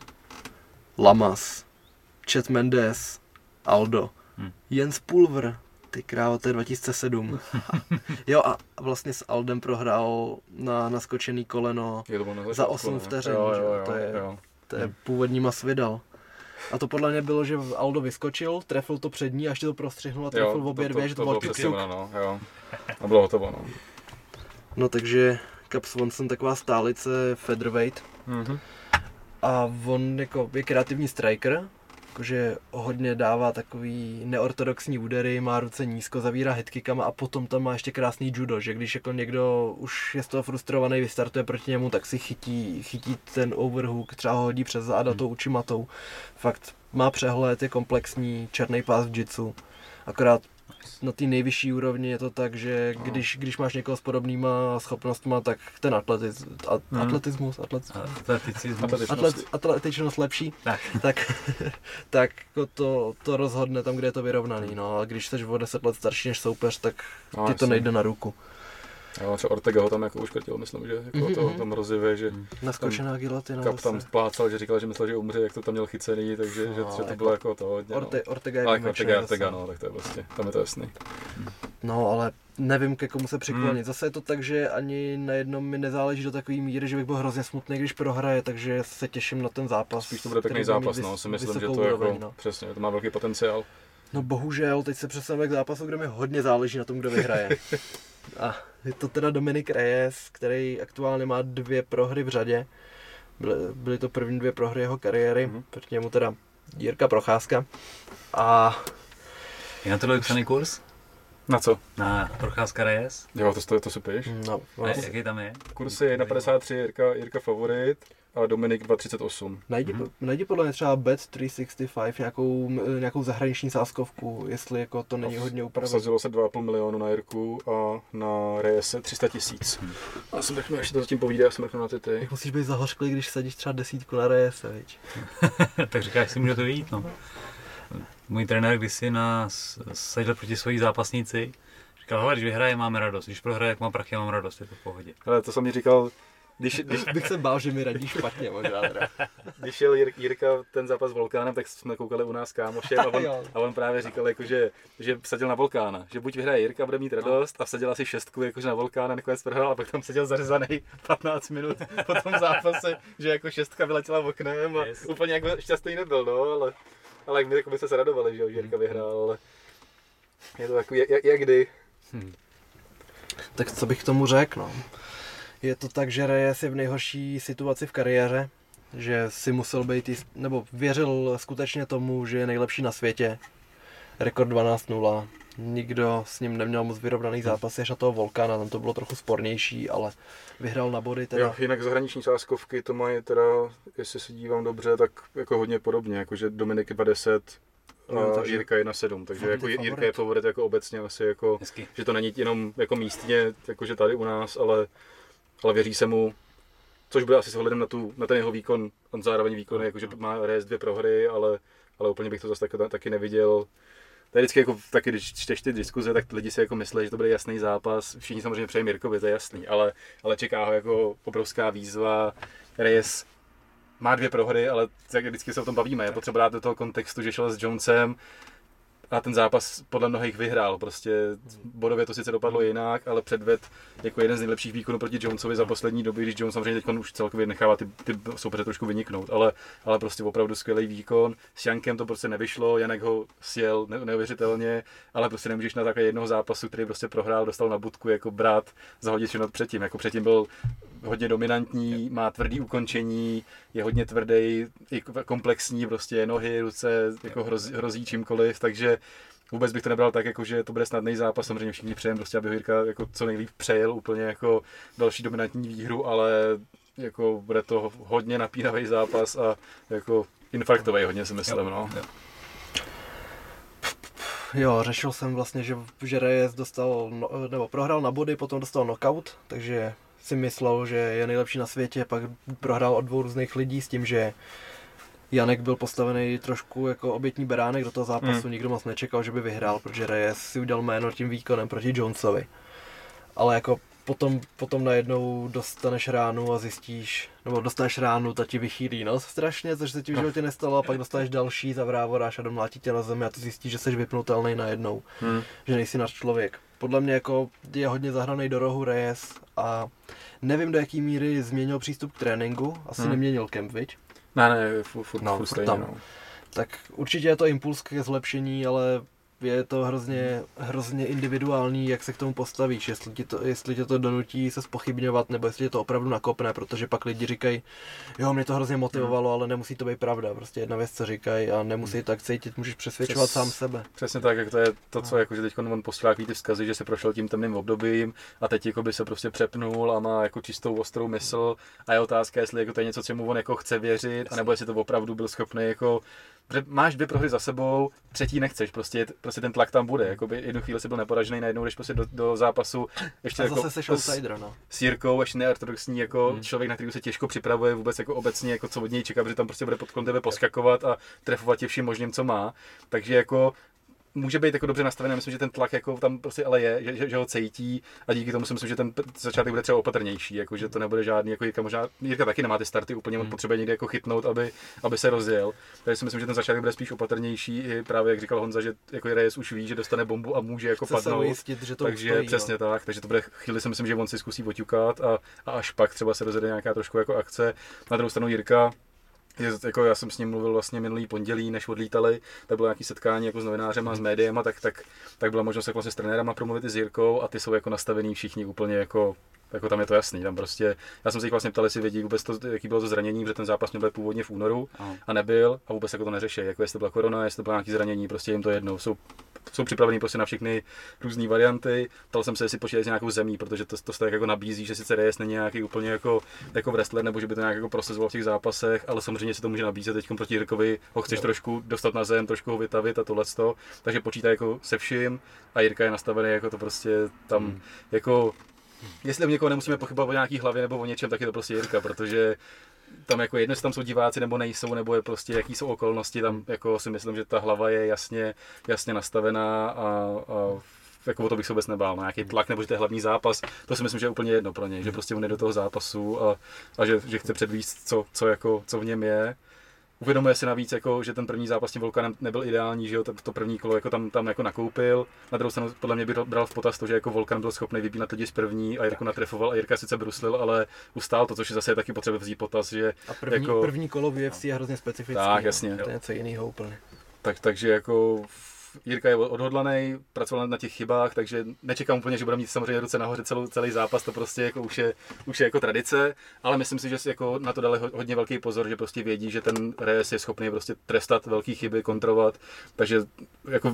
Lamas, Chad Mendes, Aldo, Jens Pulver, ty krávo, to je 2007. Jo a vlastně s Aldem prohrál na naskočený koleno za 8 vteřin. To je původní Masvidal. A to podle mě bylo, že Aldo vyskočil, trefil to přední a ještě to prostřihnul a trefil v obě dvě, že to bylo tuk-tuk. A bylo hotovo, no. No takže Cub Swanson taková stálice featherweight. A on jako je kreativní striker, jakože hodně dává takový neortodoxní údery, má ruce nízko, zavírá headkickama a potom tam má ještě krásný judo, že když jako někdo už je z toho frustrovaný, vystartuje proti němu, tak si chytí ten overhook, třeba ho hodí přes záda tou učimatou. Fakt má přehled, je komplexní, černý pás v jitsu, akorát na té nejvyšší úrovni je to tak, že když máš někoho s podobnýma schopnostma, tak ten atletičnost lepší, tak jako to rozhodne tam, kde je to vyrovnaný. No. A když jsi o 10 let starší než soupeř, tak ti to nejde na ruku. Jo, třeba Ortega ho tam jako uškrtil, myslím, že jako to tam rozjevě, že naskočená gilotina. Kap tam plácal, že říkal, že myslel, že umře, jak to tam měl chycený, takže že to bylo jako to hodně. Ortega je ale výjimečný. Ortega, no, tak to je vlastně, tam je to jasný. No, ale nevím, ke komu se přiklonit. Zase je to tak, že ani na jednom mi nezáleží do takový míry, že bych byl hrozně smutný, když prohraje, takže se těším na ten zápas. Spíš to bude pěkný zápas, no, si myslím, že to jako, přesně, to má velký potenciál. No bohužel, teď se přesuneme k zápasu, kde mi hodně záleží na tom, kdo vyhraje. A je to teda Dominic Reyes, který aktuálně má 2 prohry v řadě. Byly to první 2 prohry jeho kariéry, proti němu teda Jirka Procházka. A je na tohle vypsaný kurz? Na co? Na Procházka Reyes? Jo, to si píš. No, jaký tam je? Kurs je 1,53, Jirka favorit a Dominik 2,38. Najdi podle mě třeba Bet365 nějakou zahraniční sázkovku, jestli jako to není hodně upravené. Sazilo se 2,5 milionu na Jirku a na Reyese 300 000. Já jsem řeknu, ještě to zatím povídá, já jsem řeknu na ty. Jak musíš být zahořklý, když sadíš třeba 10 na Reyese, viď? Tak říkáš si, může to vyjít, no. Můj trenér kdysi nás sadil proti svojí zápasníci. Říkal, hele, když vyhraje, máme radost, když prohraje, jak mám prachy, mám radost, je to v pohodě. Ale to jsem mi říkal, když bych se bál, že mi radí špatně možná. Když šel Jirka ten zápas s Volkánem, tak jsme koukali u nás s kámošem a on právě říkal, jako, že vsadil na Volkána. Že buď vyhraje Jirka, bude mít radost a vsadil asi 6, jakože na Volkána, nakonec prohrál a pak tam seděl zařezaný 15 minut po tom zápase, že jako 6 vyletěla oknem a úplně jako šťastný nebyl, no, ale my jako by se radovali, že Jirka vyhrál, ale je to takový, jak kdy. Tak co bych k tomu řekl, no. Je to tak, že Reyes je v nejhorší situaci v kariéře, že si musel být nebo věřil skutečně tomu, že je nejlepší na světě. Rekord 12-0. Nikdo s ním neměl moc vyrovnaný zápas, až na toho Volkána, tam to bylo trochu spornější, ale vyhrál na body teda. Jo, jinak zahraniční sázkovky to mají teda, jestli se dívám dobře, tak jako hodně podobně, jakože Dominik 2,10 a Jirka 1,7, takže jako Jirka je favorit jako obecně asi jako, že to není jenom jako místně, jakože tady u nás, ale věří se mu, což bude asi s ohledem na ten jeho výkon, on zároveň výkon, jakože má Reyes 2 prohry, ale úplně bych to zase taky neviděl. To je vždycky jako, taky když čteš ty diskuze, tak lidi si jako myslí, že to bude jasný zápas. Všichni samozřejmě přejí Jirkovi, to je jasný, ale čeká ho jako obrovská výzva. Reyes má 2 prohry, ale tak vždycky se o tom bavíme. Je potřeba dát do toho kontextu, že šel s Jonesem a ten zápas podle mnohých vyhrál. Prostě bodově to sice dopadlo jinak, ale předved jako jeden z nejlepších výkonů proti Jonesovi za poslední doby, když Jones samozřejmě teď už celkově nechává ty soupeře trošku vyniknout, ale prostě opravdu skvělý výkon. S Jankem to prostě nevyšlo, Janek ho sjel neuvěřitelně, ale prostě nemůžeš na základě jednoho zápasu, který prostě prohrál, dostal na budku jako brát, zahodit všechno předtím. Jako předtím byl hodně dominantní, má tvrdý ukončení, je hodně tvrdý, komplexní, prostě nohy, ruce, jako hrozí čímkoliv, takže vůbec bych to nebral tak, jako, že to bude snadný zápas, samozřejmě všichni přejeme, prostě, aby Jirka jako co nejlíp přejel úplně jako další dominantní výhru, ale jako bude to hodně napínavý zápas a jako infarktový hodně si myslím, no. Jo, řešil jsem vlastně, že Reyes nebo prohrál na body, potom dostal knockout, takže si myslel, že je nejlepší na světě, pak prohrál od 2 různých lidí s tím, že Janek byl postavený trošku jako obětní beránek do toho zápasu, nikdo moc nečekal, že by vyhrál, protože Reyes si udělal jméno tím výkonem proti Jonesovi. Ale jako potom najednou dostaneš ránu a zjistíš, nebo dostaneš ránu, ta ti vychýlí nos strašně, což se ti v životě nestalo, a pak dostaneš další, zavrávoráš a domlátí tě na zemi a ty zjistíš, že jsi vypnutelný najednou, že nejsi náš člověk. Podle mě jako je hodně zahraný do rohu Reyes a nevím, do jaký míry změnil přístup k tréninku, asi neměnil kemp, viď? Ne, furt stejně, no. Tak určitě je to impuls ke zlepšení, ale je to hrozně individuální, jak se k tomu postavíš, jestli tě to donutí se zpochybňovat, nebo jestli tě to opravdu nakopne, protože pak lidi říkají, jo, mě to hrozně motivovalo, ale nemusí to být pravda, prostě jedna věc, co říkají a nemusí tak cítit, můžeš přesvědčovat sám sebe. Přesně tak, jak to je to, co jako, že teď on posílá ty vzkazy, že se prošel tím temným obdobím a teď jako by se prostě přepnul a má jako čistou ostrou mysl a je otázka, jestli jako to je něco, čemu on jako chce věřit, anebo jestli to opravdu byl schopný jako. Máš 2 prohry za sebou, třetí nechceš, prostě ten tlak tam bude, jakoby jednu chvíli si byl neporažený, najednou jdeš prostě do zápasu, ještě a jako zase seš outsider, no. S Jirkou, ještě neortodoxní jako člověk, na který se těžko připravuje vůbec jako obecně, jako co od něj čeká, protože tam prostě bude pod kolem tebe poskakovat a trefovat tě vším možným, co má, takže jako může být jako dobře nastavený, myslím, že ten tlak jako tam prostě ale je, že ho cítí a díky tomu si myslím, že ten začátek bude třeba opatrnější, jako že to nebude žádný, jako Jirka taky nemá ty starty úplně, on potřebuje někde jako chytnout, aby se rozjel. Takže si myslím, že ten začátek bude spíš opatrnější i právě jak říkal Honza, že jako Reyes už ví, že dostane bombu a může jako padnout. Ujistit, že to takže ustojí, přesně tak, takže to bude chvíli si myslím, že on si zkusí oťukat a až pak třeba se rozjede nějaká trošku jako akce. Na druhou stranu Jirka jako já jsem s ním mluvil vlastně minulý pondělí, než odlítali, tak bylo nějaké setkání jako s novinářem a s médiem, tak byla možnost jako vlastně s trenérem promluvit i s Jirkou a ty jsou jako nastavení všichni úplně jako tam je to jasný, tam prostě, já jsem se jich vlastně ptal, jestli vědí vůbec to, jaký bylo to zranění, protože ten zápas měl být původně v únoru a nebyl a vůbec jako to neřeší, jako jestli to byla korona, jestli to bylo nějaké zranění, prostě jim to jedno, jsou připravení prostě na všechny různé varianty. Ptal jsem se, jestli počítají s nějakou zemí, protože to se tak jako nabízí, že sice Reyes není nějaký úplně jako wrestler, nebo že by to nějak jako prosazoval v těch zápasech, ale samozřejmě se to může nabízet teď proti Jirkovi, ho chceš trošku dostat na zem, trošku ho vytavit a tohleto, takže počítá jako se vším a Jirka je nastavený jako to prostě tam jako jestli u někoho nemusíme pochybovat o nějaký hlavě nebo o něčem, tak je to prostě Jirka, protože tam jako jedno, jestli tam jsou diváci nebo nejsou, nebo je prostě jaký jsou okolnosti, tam jako si myslím, že ta hlava je jasně nastavená a jako o to bych se vůbec nebál, no, nějaký tlak nebo že to je hlavní zápas, to si myslím, že je úplně jedno pro něj, že prostě on jde do toho zápasu a že chce předvíst, co v něm je. Uvědomuje si navíc, jako, že ten první zápas s tím Volkanem nebyl ideální, že jo, to první kolo jako tam jako nakoupil. Na druhou stranu podle mě by bral v potaz to, že jako Volkan byl schopný vybínat lidi z první a Jirku natrefoval a Jirka sice bruslil, ale ustál to, což je zase taky potřeba vzít potaz, že a první kolo v UFC je hrozně specifický. Tak, jasně. To je něco jiného úplně. Takže jako Jirka je odhodlaný, pracoval na těch chybách, takže nečekám úplně, že bude mít samozřejmě ruce nahoře celý zápas, to prostě jako už je jako tradice, ale myslím si, že si jako na to dali hodně velký pozor, že prostě vědí, že ten Reyes je schopný prostě trestat velké chyby, kontrovat, takže jako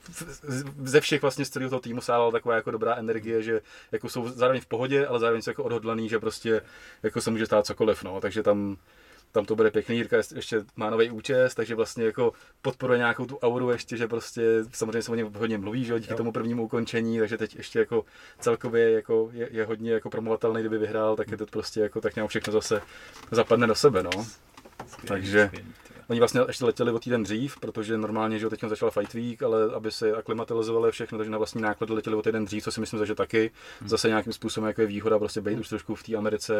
ze všech vlastně z celého toho týmu sálala taková jako dobrá energie, že jako jsou zároveň v pohodě, ale zároveň jsou jako odhodlaný, že prostě jako se může stát cokoliv, no, takže tam to bude pěkný, Jirka ještě má nový účest, takže vlastně jako podporuje nějakou tu auru ještě, že prostě samozřejmě se o něm hodně mluví, že díky tomu prvnímu ukončení, takže teď ještě jako celkově jako je hodně jako promovatelný, kdyby vyhrál, tak je to prostě jako tak nějak všechno zase zapadne do sebe, no. Takže oni vlastně ještě letěli o týden dřív, protože normálně, že teď začala Fight Week, ale aby se aklimatizovali všechno, takže na vlastní náklady letěli o týden dřív, co si myslím, že taky zase nějakým způsobem jako je výhoda prostě být už trošku v té Americe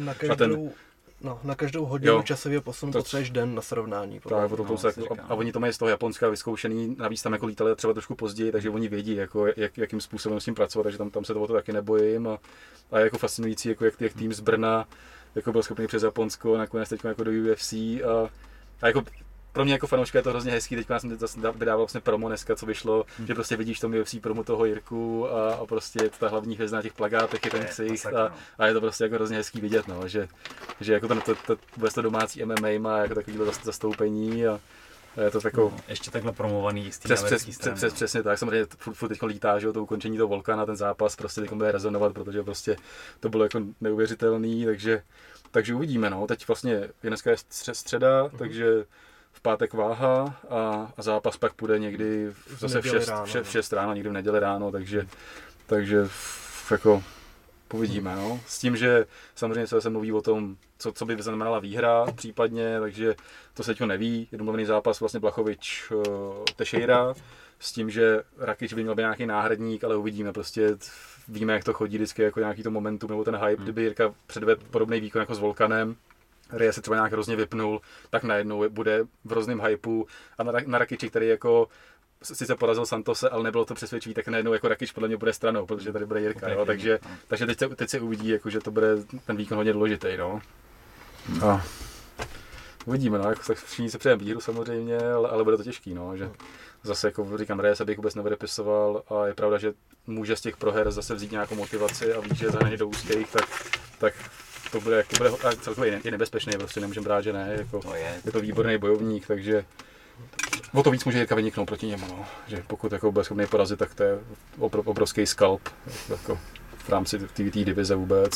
na každou hodinu časového posunu potřebuješ den na srovnání. Tak, a oni to mají z toho Japonska vyzkoušený, navíc tam jako lítali třeba trošku později, takže oni vědí, jako, jakým způsobem s tím pracovat, takže tam se toho taky nebojím a je jako fascinující, jako jak tým z Brna jako byl schopný přes Japonsko, nakonec teď jako do UFC a jako pro mě jako fanouška je to hrozně hezký, teď jsem zase vydával vlastně promo dneska, co vyšlo, že prostě vidíš tom UFC promo toho Jirku a prostě ta hlavní hvězda na těch plakátech je ten ksicht a je to prostě jako hrozně hezký vidět, no, že jako to domácí MMA má jako takovýhle zastoupení a je to takovou... ještě takhle promovaný z té americké strany. Přesně tak, samozřejmě furt teď lítá, že to ukončení toho Volkana, ten zápas prostě teď bude rezonovat, protože prostě to bylo jako neuvěřitelný, takže uvidíme, no, teď vlastně je dneska je středa, takže v pátek váha a zápas pak půjde někdy zase v 6 ráno, někdy v neděli ráno, takže jako uvidíme, no. S tím, že samozřejmě se mluví o tom, co by znamenala výhra případně, takže to se teď neví. Je domluvený zápas vlastně Blachowicz Teixeira, s tím, že Rakic by měl být nějaký náhradník, ale uvidíme, prostě víme, jak to chodí vždycky jako nějaký to momentum nebo ten hype, kdyby Jirka předvedl podobný výkon jako s Volkanem, Reyes se třeba nějak hrozně vypnul, tak najednou bude v hrozném hypeu a na Rakiči, který jako sice porazil Santose, ale nebylo to přesvědčivý, tak najednou jako Rakic podle mě bude stranou, protože tady bude Jirka, jo, takže teď se uvidí, jako, že to bude ten výkon hodně důležitý, no. A uvidíme, no, jako všichni se přejeme výhru samozřejmě, ale bude to těžký, no, že zase, jako říkám, Reyes bych vůbec nevydepisoval a je pravda, že může z těch proher zase vzít nějakou motivaci a ví, že zahraně do úzkých, tak to bude celkově je nebezpečný, prostě nemůžeme brát, že ne, jako, je to výborný bojovník, takže o to víc může Jirka vyniknout proti němu, no. Že pokud jako bude schopný porazit, tak to je obrovský skalp jako v rámci té divize vůbec.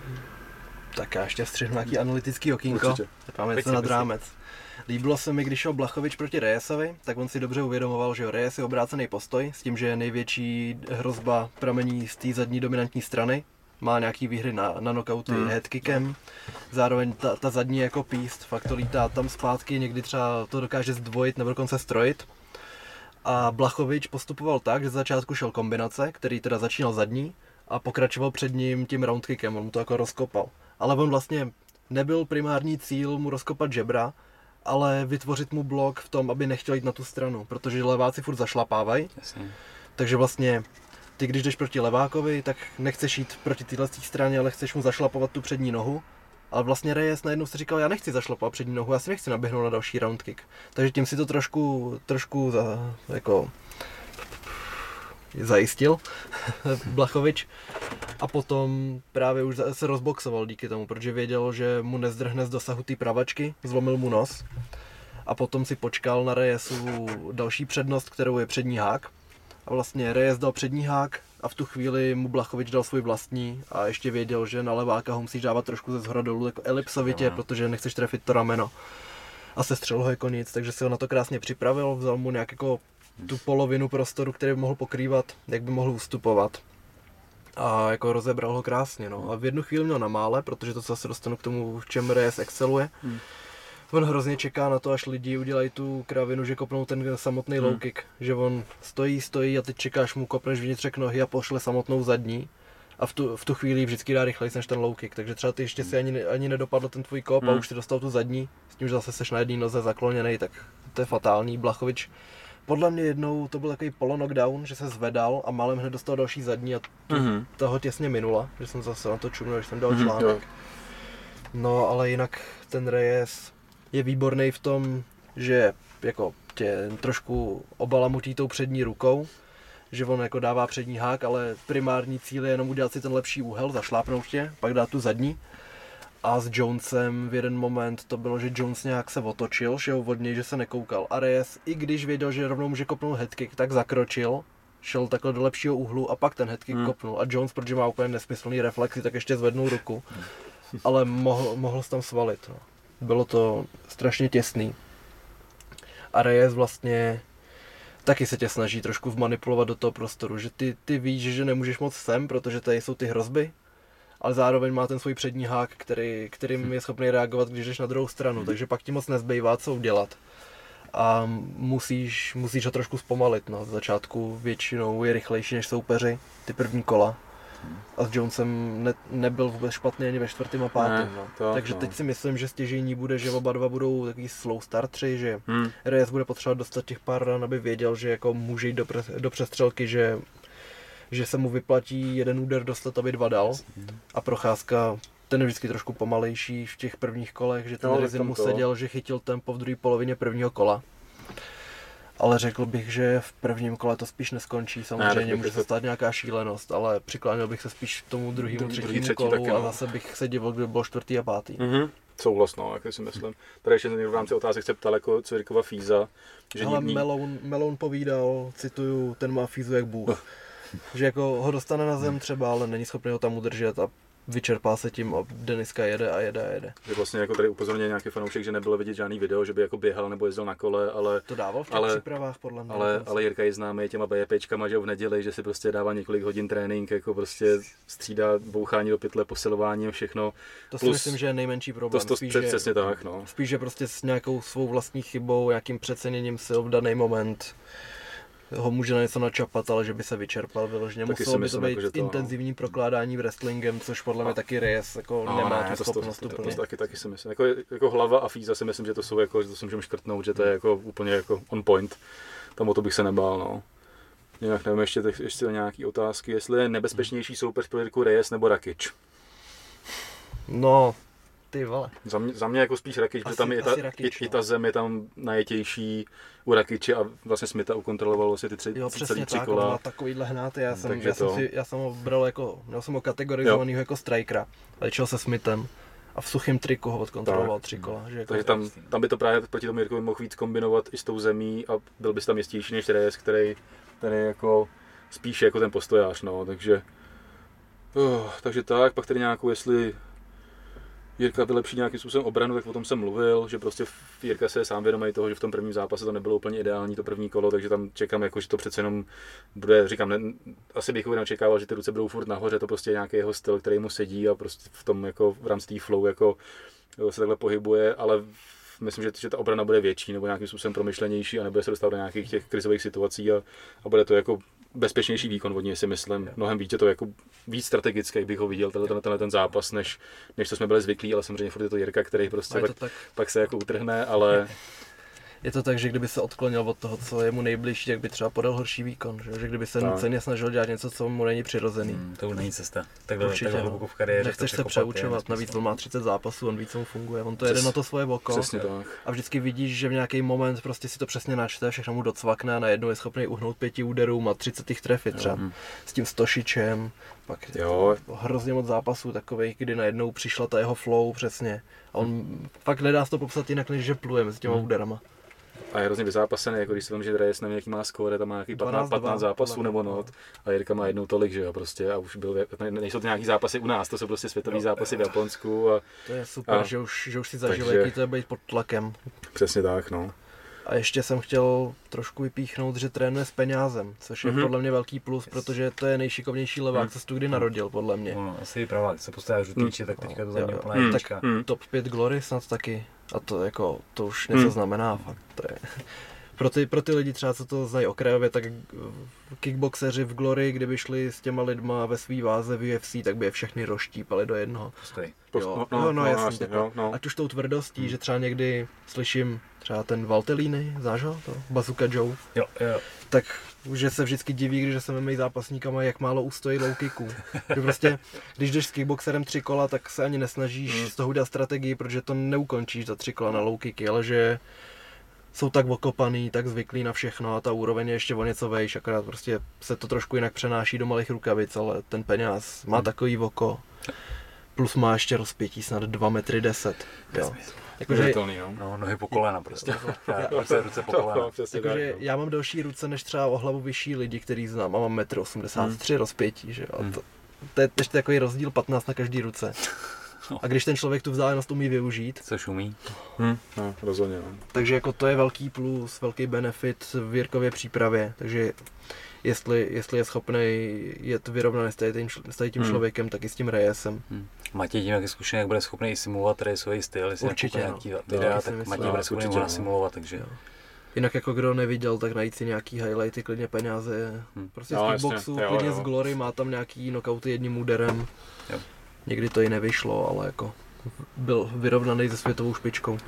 Tak já ještě vstřihnu nějaký analytický okýnko, máme něco nad rámec. Líbilo se mi, když šel Blachowicz proti Reyesovi, tak on si dobře uvědomoval, že Reyes je obrácený postoj, s tím, že největší hrozba pramení z té zadní dominantní strany. Má nějaký výhry na knockouty headkickem, zároveň ta zadní jako píst, fakt to lítá tam zpátky, někdy třeba to dokáže zdvojit nebo dokonce strojit. A Blachowicz postupoval tak, že z začátku šel kombinace, který teda začínal zadní a pokračoval před ním tím roundkickem, on mu to jako rozkopal. Ale on vlastně nebyl primární cíl mu rozkopat žebra, ale vytvořit mu blok v tom, aby nechtěl jít na tu stranu, protože leváci furt zašlapávají. Takže vlastně ty, když jdeš proti levákovi, tak nechceš jít proti téhle straně, ale chceš mu zašlapovat tu přední nohu. Ale vlastně Reyes najednou si říkal, já nechci zašlapovat přední nohu, já si nechci naběhnout na další round kick. Takže tím si to trošku zajistil Blachowicz. A potom právě už se rozboxoval díky tomu, protože věděl, že mu nezdrhne z dosahu té pravačky, zlomil mu nos. A potom si počkal na Reyesu další přednost, kterou je přední hák. A vlastně Reyes dal přední hák a v tu chvíli mu Blachowicz dal svůj vlastní a ještě věděl, že na leváka ho musíš dávat trošku ze zhora dolů jako elipsovitě, protože nechceš trefit to rameno. A sestřel ho jako nic, takže si ho na to krásně připravil, vzal mu nějak jako tu polovinu prostoru, který by mohl pokrývat, jak by mohl ustupovat. A jako rozebral ho krásně, no. A v jednu chvíli měl na mále, protože to zase dostanu k tomu, v čem Reyes exceluje. On hrozně čeká na to, až lidi udělají tu kravinu, že kopnou ten samotný low kick. Že on stojí a teď čekáš mu, kopneš vnitřek nohy a pošle samotnou zadní. A v tu chvíli vždycky dá rychleji než ten low kick. Takže třeba ty ještě si ani nedopadl ten tvůj kop a už si dostal tu zadní. S tím, že zase seš na jedné noze zakloněnej, tak to je fatální. Blachowicz podle mě jednou to byl takový polo-knockdown, že se zvedal a málem hned dostal další zadní a toho těsně minula. Že jsem zase na to čumil, že jsem dal článek. No ale jinak ten Reyes je výborný v tom, že jako tě trošku obalamutí tou přední rukou, že on jako dává přední hák, ale primární cíl je jenom udělat si ten lepší úhel, zašlápnout tě, pak dát tu zadní. A s Jonesem v jeden moment to bylo, že Jones nějak se otočil, že ho od něj, že se nekoukal. A Reyes, i když věděl, že rovnou může kopnout headkick, tak zakročil, šel takhle do lepšího úhlu a pak ten headkick kopnul. A Jones, protože má úplně nesmyslný reflexy, tak ještě zvednul ruku. Ale mohl se tam svalit. No. Bylo to strašně těsný. A Reyes vlastně taky se tě snaží trošku vmanipulovat do toho prostoru, že ty víš, že nemůžeš moc sem, protože tady jsou ty hrozby, ale zároveň má ten svůj přední hák, kterým je schopný reagovat, když jdeš na druhou stranu, takže pak ti moc nezbývá co udělat. A musíš ho trošku zpomalit, no. Z začátku většinou je rychlejší než soupeři, ty první kola. A s Jonesem nebyl vůbec špatný ani ve čtvrtém a pátém. No. Takže teď si myslím, že stěžejní bude, že oba dva budou takový slow startři, že Reyes bude potřebovat dostat těch pár ran, aby věděl, že jako může jít do přestřelky, že se mu vyplatí jeden úder dostat, aby dva dal. A Procházka, ten je vždycky trošku pomalejší v těch prvních kolech, že ten Rizin mu seděl, že chytil tempo v druhé polovině prvního kola. Ale řekl bych, že v prvním kole to spíš neskončí, samozřejmě může se stát nějaká šílenost, ale přiklánil bych se spíš k tomu druhému, třetímu kolu taky, a zase bych se divil, kdyby bylo čtvrtý a pátý. Souhlas, no, jak si myslím. Tady ještě někdo v rámci otázek se ptal jako Cvirkova Fíza. Že ale Meloun povídal, cituju, ten má Fízu jak Bůh. Že jako ho dostane na zem třeba, ale není schopný ho tam udržet a vyčerpá se tím a Deniska jede. Že vlastně jako tady upozorně nějaký fanoušek, že nebylo vidět žádný video, že by jako běhal nebo jezdil na kole, ale to dával v těch přípravách podle mě. Ale Jirka je známý těma BJPčkama, že v neděli, že si prostě dává několik hodin trénink, jako prostě střídá bouchání do pytle, posilování a všechno. To si myslím, že je nejmenší problém. Přesně tak, no. Spíš, že prostě s nějakou svou vlastní chybou, nějakým přeceněním sil v daný moment ho může na něco načapat, ale že by se vyčerpal vyloženě. Muselo by to být jako intenzivní prokládání wrestlingem, což podle mě taky Reyes jako nemá tu schopnost úplně. Taky si myslím. Jako hlava a Fíza si myslím, že to jsou jako, že to si můžeme škrtnout, že to je jako úplně jako on point. Tam o to bych se nebál, no. Jinak nevím, ještě nějaký otázky, jestli je nebezpečnější soupeř pro Jirku Reyes nebo Rakic. No, ty vole. Za mě jako spíš Rakic, protože tam je i ta zem je tam najetější u Rakiče a vlastně Smitha ukontroloval vlastně ty celý 3 kola. Jo, má takovýhle hnáty, já jsem ho bral jako, měl jsem ho kategorizovanýho jako strikera, léčil se Smithem a v suchém triku ho odkontroloval 3 kola. Že jako takže tam by to právě proti tomu Jirkovi mohl víc kombinovat i s tou zemí a byl bys tam jistější než Reyes, který je jako spíš jako ten postojář, no, takže tak, pak tady nějakou, jestli Jirka vylepší nějakým způsobem obranu, tak o tom jsem mluvil, že prostě Jirka se je sám vědomý toho, že v tom prvním zápase to nebylo úplně ideální, to první kolo, takže tam čekám, jako, že to přece jenom bude, říkám, asi bych neočekával, že ty ruce budou furt nahoře, to prostě je nějaký jeho styl, který mu sedí a prostě v tom jako v rámci té flow jako se takhle pohybuje, ale myslím, že ta obrana bude větší nebo nějakým způsobem promyšlenější a nebude se dostávat do nějakých těch krizových situací a bude to jako bezpečnější výkon od něj, si myslím. Mnohem víc je to jako víc strategický, bych ho viděl, tenhle ten zápas, než co jsme byli zvyklí, ale samozřejmě furt je to Jirka, který prostě pak se jako utrhne, ale... Je to tak, že kdyby se odklonil od toho, co je mu nejbližší, tak by třeba podal horší výkon, že kdyby se nuceně snažil dělat něco, co mu není přirozený. To už není cesta. Takhle hluboko v kariéře. Nechceš se přeučovat, navíc on má 30 zápasů, on ví, co mu funguje, on to jede na to svoje oko. Přesně tak. A vždycky vidíš, že v nějaký moment prostě si to přesně načte, všechno mu docvakne a najednou je schopný uhnout 5 úderů, má 30 jich trefit třeba. S tím Stošičem, pak hrozně moc zápasů takových, kdy najednou přišla ta jeho flow přesně. A on fakt nedá se to popsat jinak, než že pluje mezi těma úderama. A je hrozně vyzápasený, jako když se vím, že Reyes nevím, jaký má skóre, tam má nějaký 15 zápasů nebo not a Jirka má jednou tolik, že jo, prostě a už byl, nejsou to nějaký zápasy u nás, to jsou prostě světový zápasy v Japonsku a... To je super, že už si zažil, jaký to je být pod tlakem. Přesně tak, no. A ještě jsem chtěl trošku vypíchnout, že trénuje s penězem, což je podle mě velký plus, protože to je nejšikovnější levák, co jsi tu kdy narodil, podle mě. Asi pravák, se postavil žlutíče, tak teďka to za mě úplná jednička. Tak top 5 Glory snad taky. A to jako, to už něco znamená fakt. To je. Pro ty lidi třeba, co to znají okrajově, tak kickboxeři v Glory, kdyby šli s těma lidma ve svý váze v UFC, tak by je všechny rozštípali do jednoho. Jasně. Ať už tou tvrdostí, že třeba někdy slyším třeba ten Valtellini, znáš ho? To? Bazooka Joe. Jo. Tak že se vždycky diví, když se mými zápasníkama, jak málo ustojí low kicků. Že prostě, když jdeš s kickboxerem 3 kola, tak se ani nesnažíš z toho udělat strategii, protože to neukončíš za 3 kola na low kicky, ale že jsou tak okopaný, tak zvyklí na všechno a ta úroveň je ještě o něco vejš, akorát prostě se to trošku jinak přenáší do malých rukavic, ale ten peněz má takový oko, plus má ještě rozpětí snad 2,10 m. Jo. Jakože, nohy po kolena prostě. Ruce po kolena. Jakože já mám delší ruce než třeba o hlavu vyšší lidi, který znám a mám 1,83 m rozpětí, že jo. To je ještě takový rozdíl 15 na každý ruce. A když ten člověk tu vzdálenost umí využít. Což umí. No, rozhodně. No. Takže jako to je velký plus, velký benefit v Jirkově přípravě. Takže jestli je schopný jet vyrovnaný s tím člověkem, tak i s tím Reyesem. Matěj tím, jak je zkušený, jak bude schopný i simulovat Reyesový styl. Určitě, nějaký videa, tak Matěj bude schopný ho nasimulovat, takže... Jo. Jinak jako kdo neviděl, tak najít si nějaký highlighty, klidně peníze. Prostě z kickboxu, klidně z Glory, má tam nějaký knockouty jedním úderem. Jo. Někdy to i nevyšlo, ale jako byl vyrovnaný se světovou špičkou.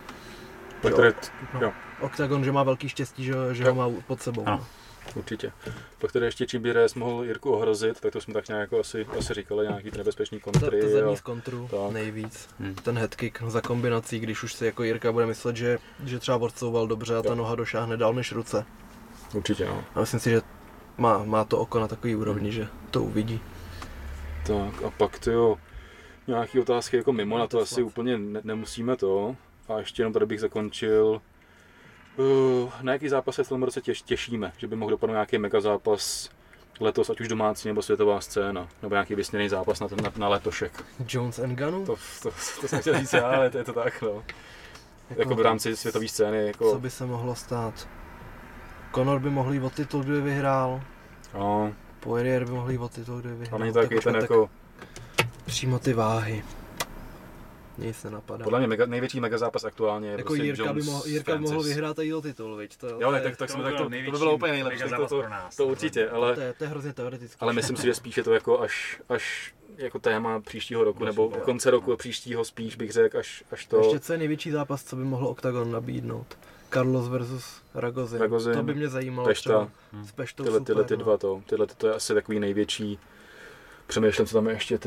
Octagon, že má velký štěstí, že ho má pod sebou. Určitě. Pak tedy ještě čím by Reyes mohl Jirku ohrozit, tak to jsme tak nějak jako asi říkali, nějaký nebezpečný kontry. To zadní z kontru nejvíc. Ten headkick za kombinací, když už si jako Jirka bude myslet, že třeba odcouval dobře a ta noha došáhne dál než ruce. Určitě, no. A myslím si, že má to oko na takový úrovni, že to uvidí. Tak a pak nějaký otázky jako mimo, na to asi úplně nemusíme to. A ještě jenom tady bych zakončil, na jaký zápas se v tom roce těšíme, že by mohl dopadnout nějaký mega zápas letos, ať už domácí nebo světová scéna, nebo nějaký vysněný zápas na letošek. Jones and Ngannou? To jsem chtěl říct, ale je to tak, no. Jako v rámci světové scény. Jako... Co by se mohlo stát? Conor by mohl jít o titul, kdyby vyhrál. No. Poirier by mohl jít o titul, kdyby vyhrál. A není taky ten jako... Přímo ty váhy. Nic se napadá. Podle mě největší mega zápas aktuálně je jako prostě Jirka by mohl vyhrát i titul, viď? Jo, to by bylo úplně nejlepší, to určitě, ale... To je hrozně teoretické. Ale myslím si, že spíš je to jako až jako téma příštího roku, nebo konce roku příštího spíš bych řekl, až to... Ještě co je největší zápas, co by mohl Octagon nabídnout? Carlos versus Ragozin. To by mě zajímalo. Pešta. S Peštou tyhle dva to je asi takový největší. Přemýšlím, co tam je ještě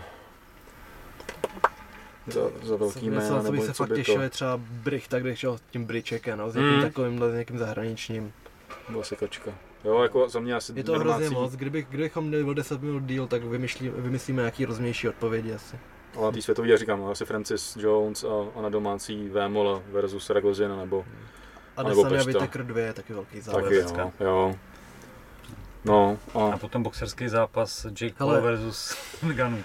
za velký jména, co by se fakt těšil, je třeba Brichta, kde šel tím Bryčekem, s někým takovým, s někým zahraničním. Byla sekačka. Jo, jako za mě asi je to hrozně moc, kdybychom měli o 10 minut díl, tak vymyslíme nějaký rozumnější odpovědi asi. Ale na té světový, já říkám, asi Francis Jones a na domácí Vémola versus Ragozina nebo Adesanya Whittaker 2 je taky velký zápas. Taky jo. No, a potom boxerský zápas Jake Paul versus Ngannou.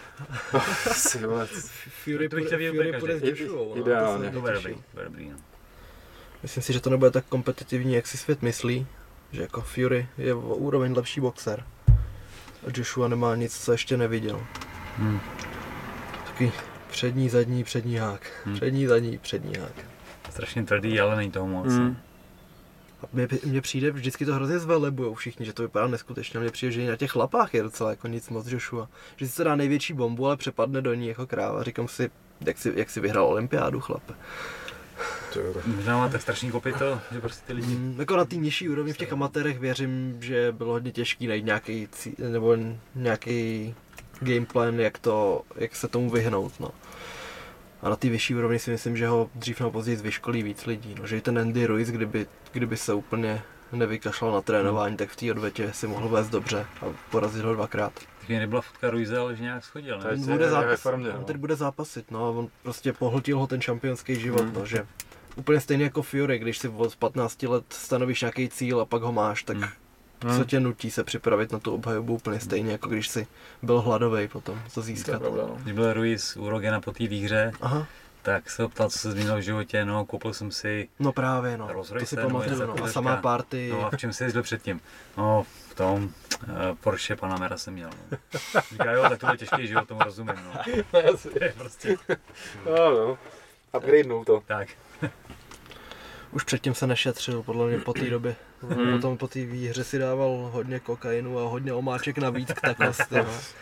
Fury půjde s Joshua. Ideálně. Dobrý. Myslím si, že to nebude tak kompetitivní, jak si svět myslí. Že jako Fury je o úroveň lepší boxer. A Joshua nemá nic, co ještě neviděl. Takový přední, zadní, přední hák. Přední, zadní, přední hák. Strašně tvrdý, ale není toho moc. A mně přijde, vždycky to hrozně zvelebujou všichni, že to vypadá neskutečně. Mně přijde, že i na těch lapách je docela jako nic moc Joshua. Že si to dá největší bombu, ale přepadne do ní jako kráva. Říkám si, jak si vyhrál olympiádu, chlape. Možná máte strašný kopyto, že prostě ty lidi... Jako na té nižší úrovni v těch amatérech věřím, že bylo hodně těžký najít nějaký gameplan, jak se tomu vyhnout. No. A na té vyšší úrovni si myslím, že ho dřív nebo později vyškolí víc lidí. No, že i ten Andy Ruiz, kdyby se úplně nevykašlal na trénování, tak v té odvetě si mohl vést dobře a porazit ho 2krát. Teď nebyla fotka Ruize, ale že nějak schodil, ne? On teď bude zápasit, no a on prostě pohltil ho ten šampionský život, no, že úplně stejně jako Fury, když si od 15 let stanovíš nějaký cíl a pak ho máš, tak co tě nutí se připravit na tu obhajobu úplně stejně, jako když si byl hladovej potom to získat. Když byl Ruiz u Rogena po té výhře, tak se ho ptal, co se změnilo v životě, no koupil jsem si Rolls Royce, to si pamatuju, no, a samá party. No a v čem jsi jezdil předtím? No v tom Porsche Panamera jsem měl, no. Říká, jo, tak to byl těžký život, tomu rozumím, no. Prostě. No, upgradenul to. Tak. Už předtím se nešetřil, podle mě po té době. Potom po té výhře si dával hodně kokainu a hodně omáček navíc k takosti.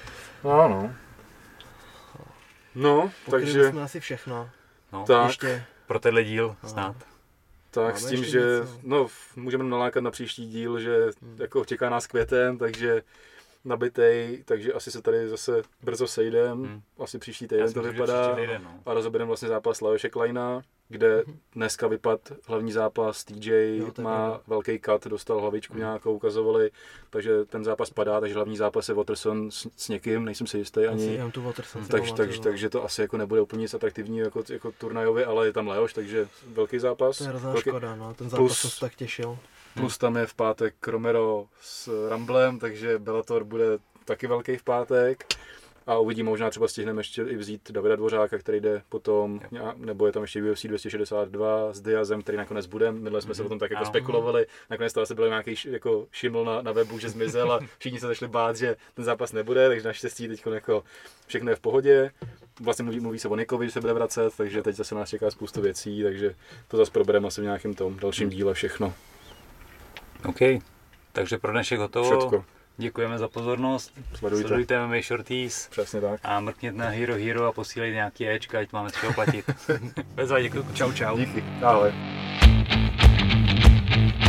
No, takže... jsme asi všechno. No, tak. Ještě... Pro tenhle díl snad. Tak s tím, že můžeme nalákat na příští díl, že jako čeká nás květen, takže nabitej, takže asi se tady zase brzo sejdem, asi příští týden to vypadá a rozobereme vlastně zápas Lajoše Kleina, kde dneska vypadl hlavní zápas, TJ má velký cut, dostal hlavičku nějakou, ukazovali, takže ten zápas padá, takže hlavní zápas je Watterson s někým, nejsem si jistý ani, takže to asi jako nebude úplně nic atraktivního jako turnajově, ale je tam Lajoš, takže velký zápas. To je hrozná škoda, no, ten zápas jsem se tak těšil. Plus tam je v pátek Romero s Rumblem, takže Bellator bude taky velký v pátek. A uvidíme, možná třeba stihneme ještě i vzít Davida Dvořáka, který jde potom, nebo je tam ještě UFC 262 s Diazem, který nakonec bude. Minule jsme se o tom tak jako spekulovali, nakonec to asi byl nějaký jako šiml na webu, že zmizel a všichni se začali bát, že ten zápas nebude, takže naštěstí teď jako všechno je v pohodě. Vlastně mluví se o Nikovi, že se bude vracet, takže teď zase nás čeká spoustu věcí, takže to zase probereme asi v nějakém tom dalším díle všechno. OK, takže pro dnešek hotovo. Všetko. Děkujeme za pozornost. Sledujte MMA Shorties. Přesně tak. A mrkněte na Hero a posílejte nějaký Ečka, ať máme z čeho platit. Bezva, děkuji. Čau. Díky. Ahoj.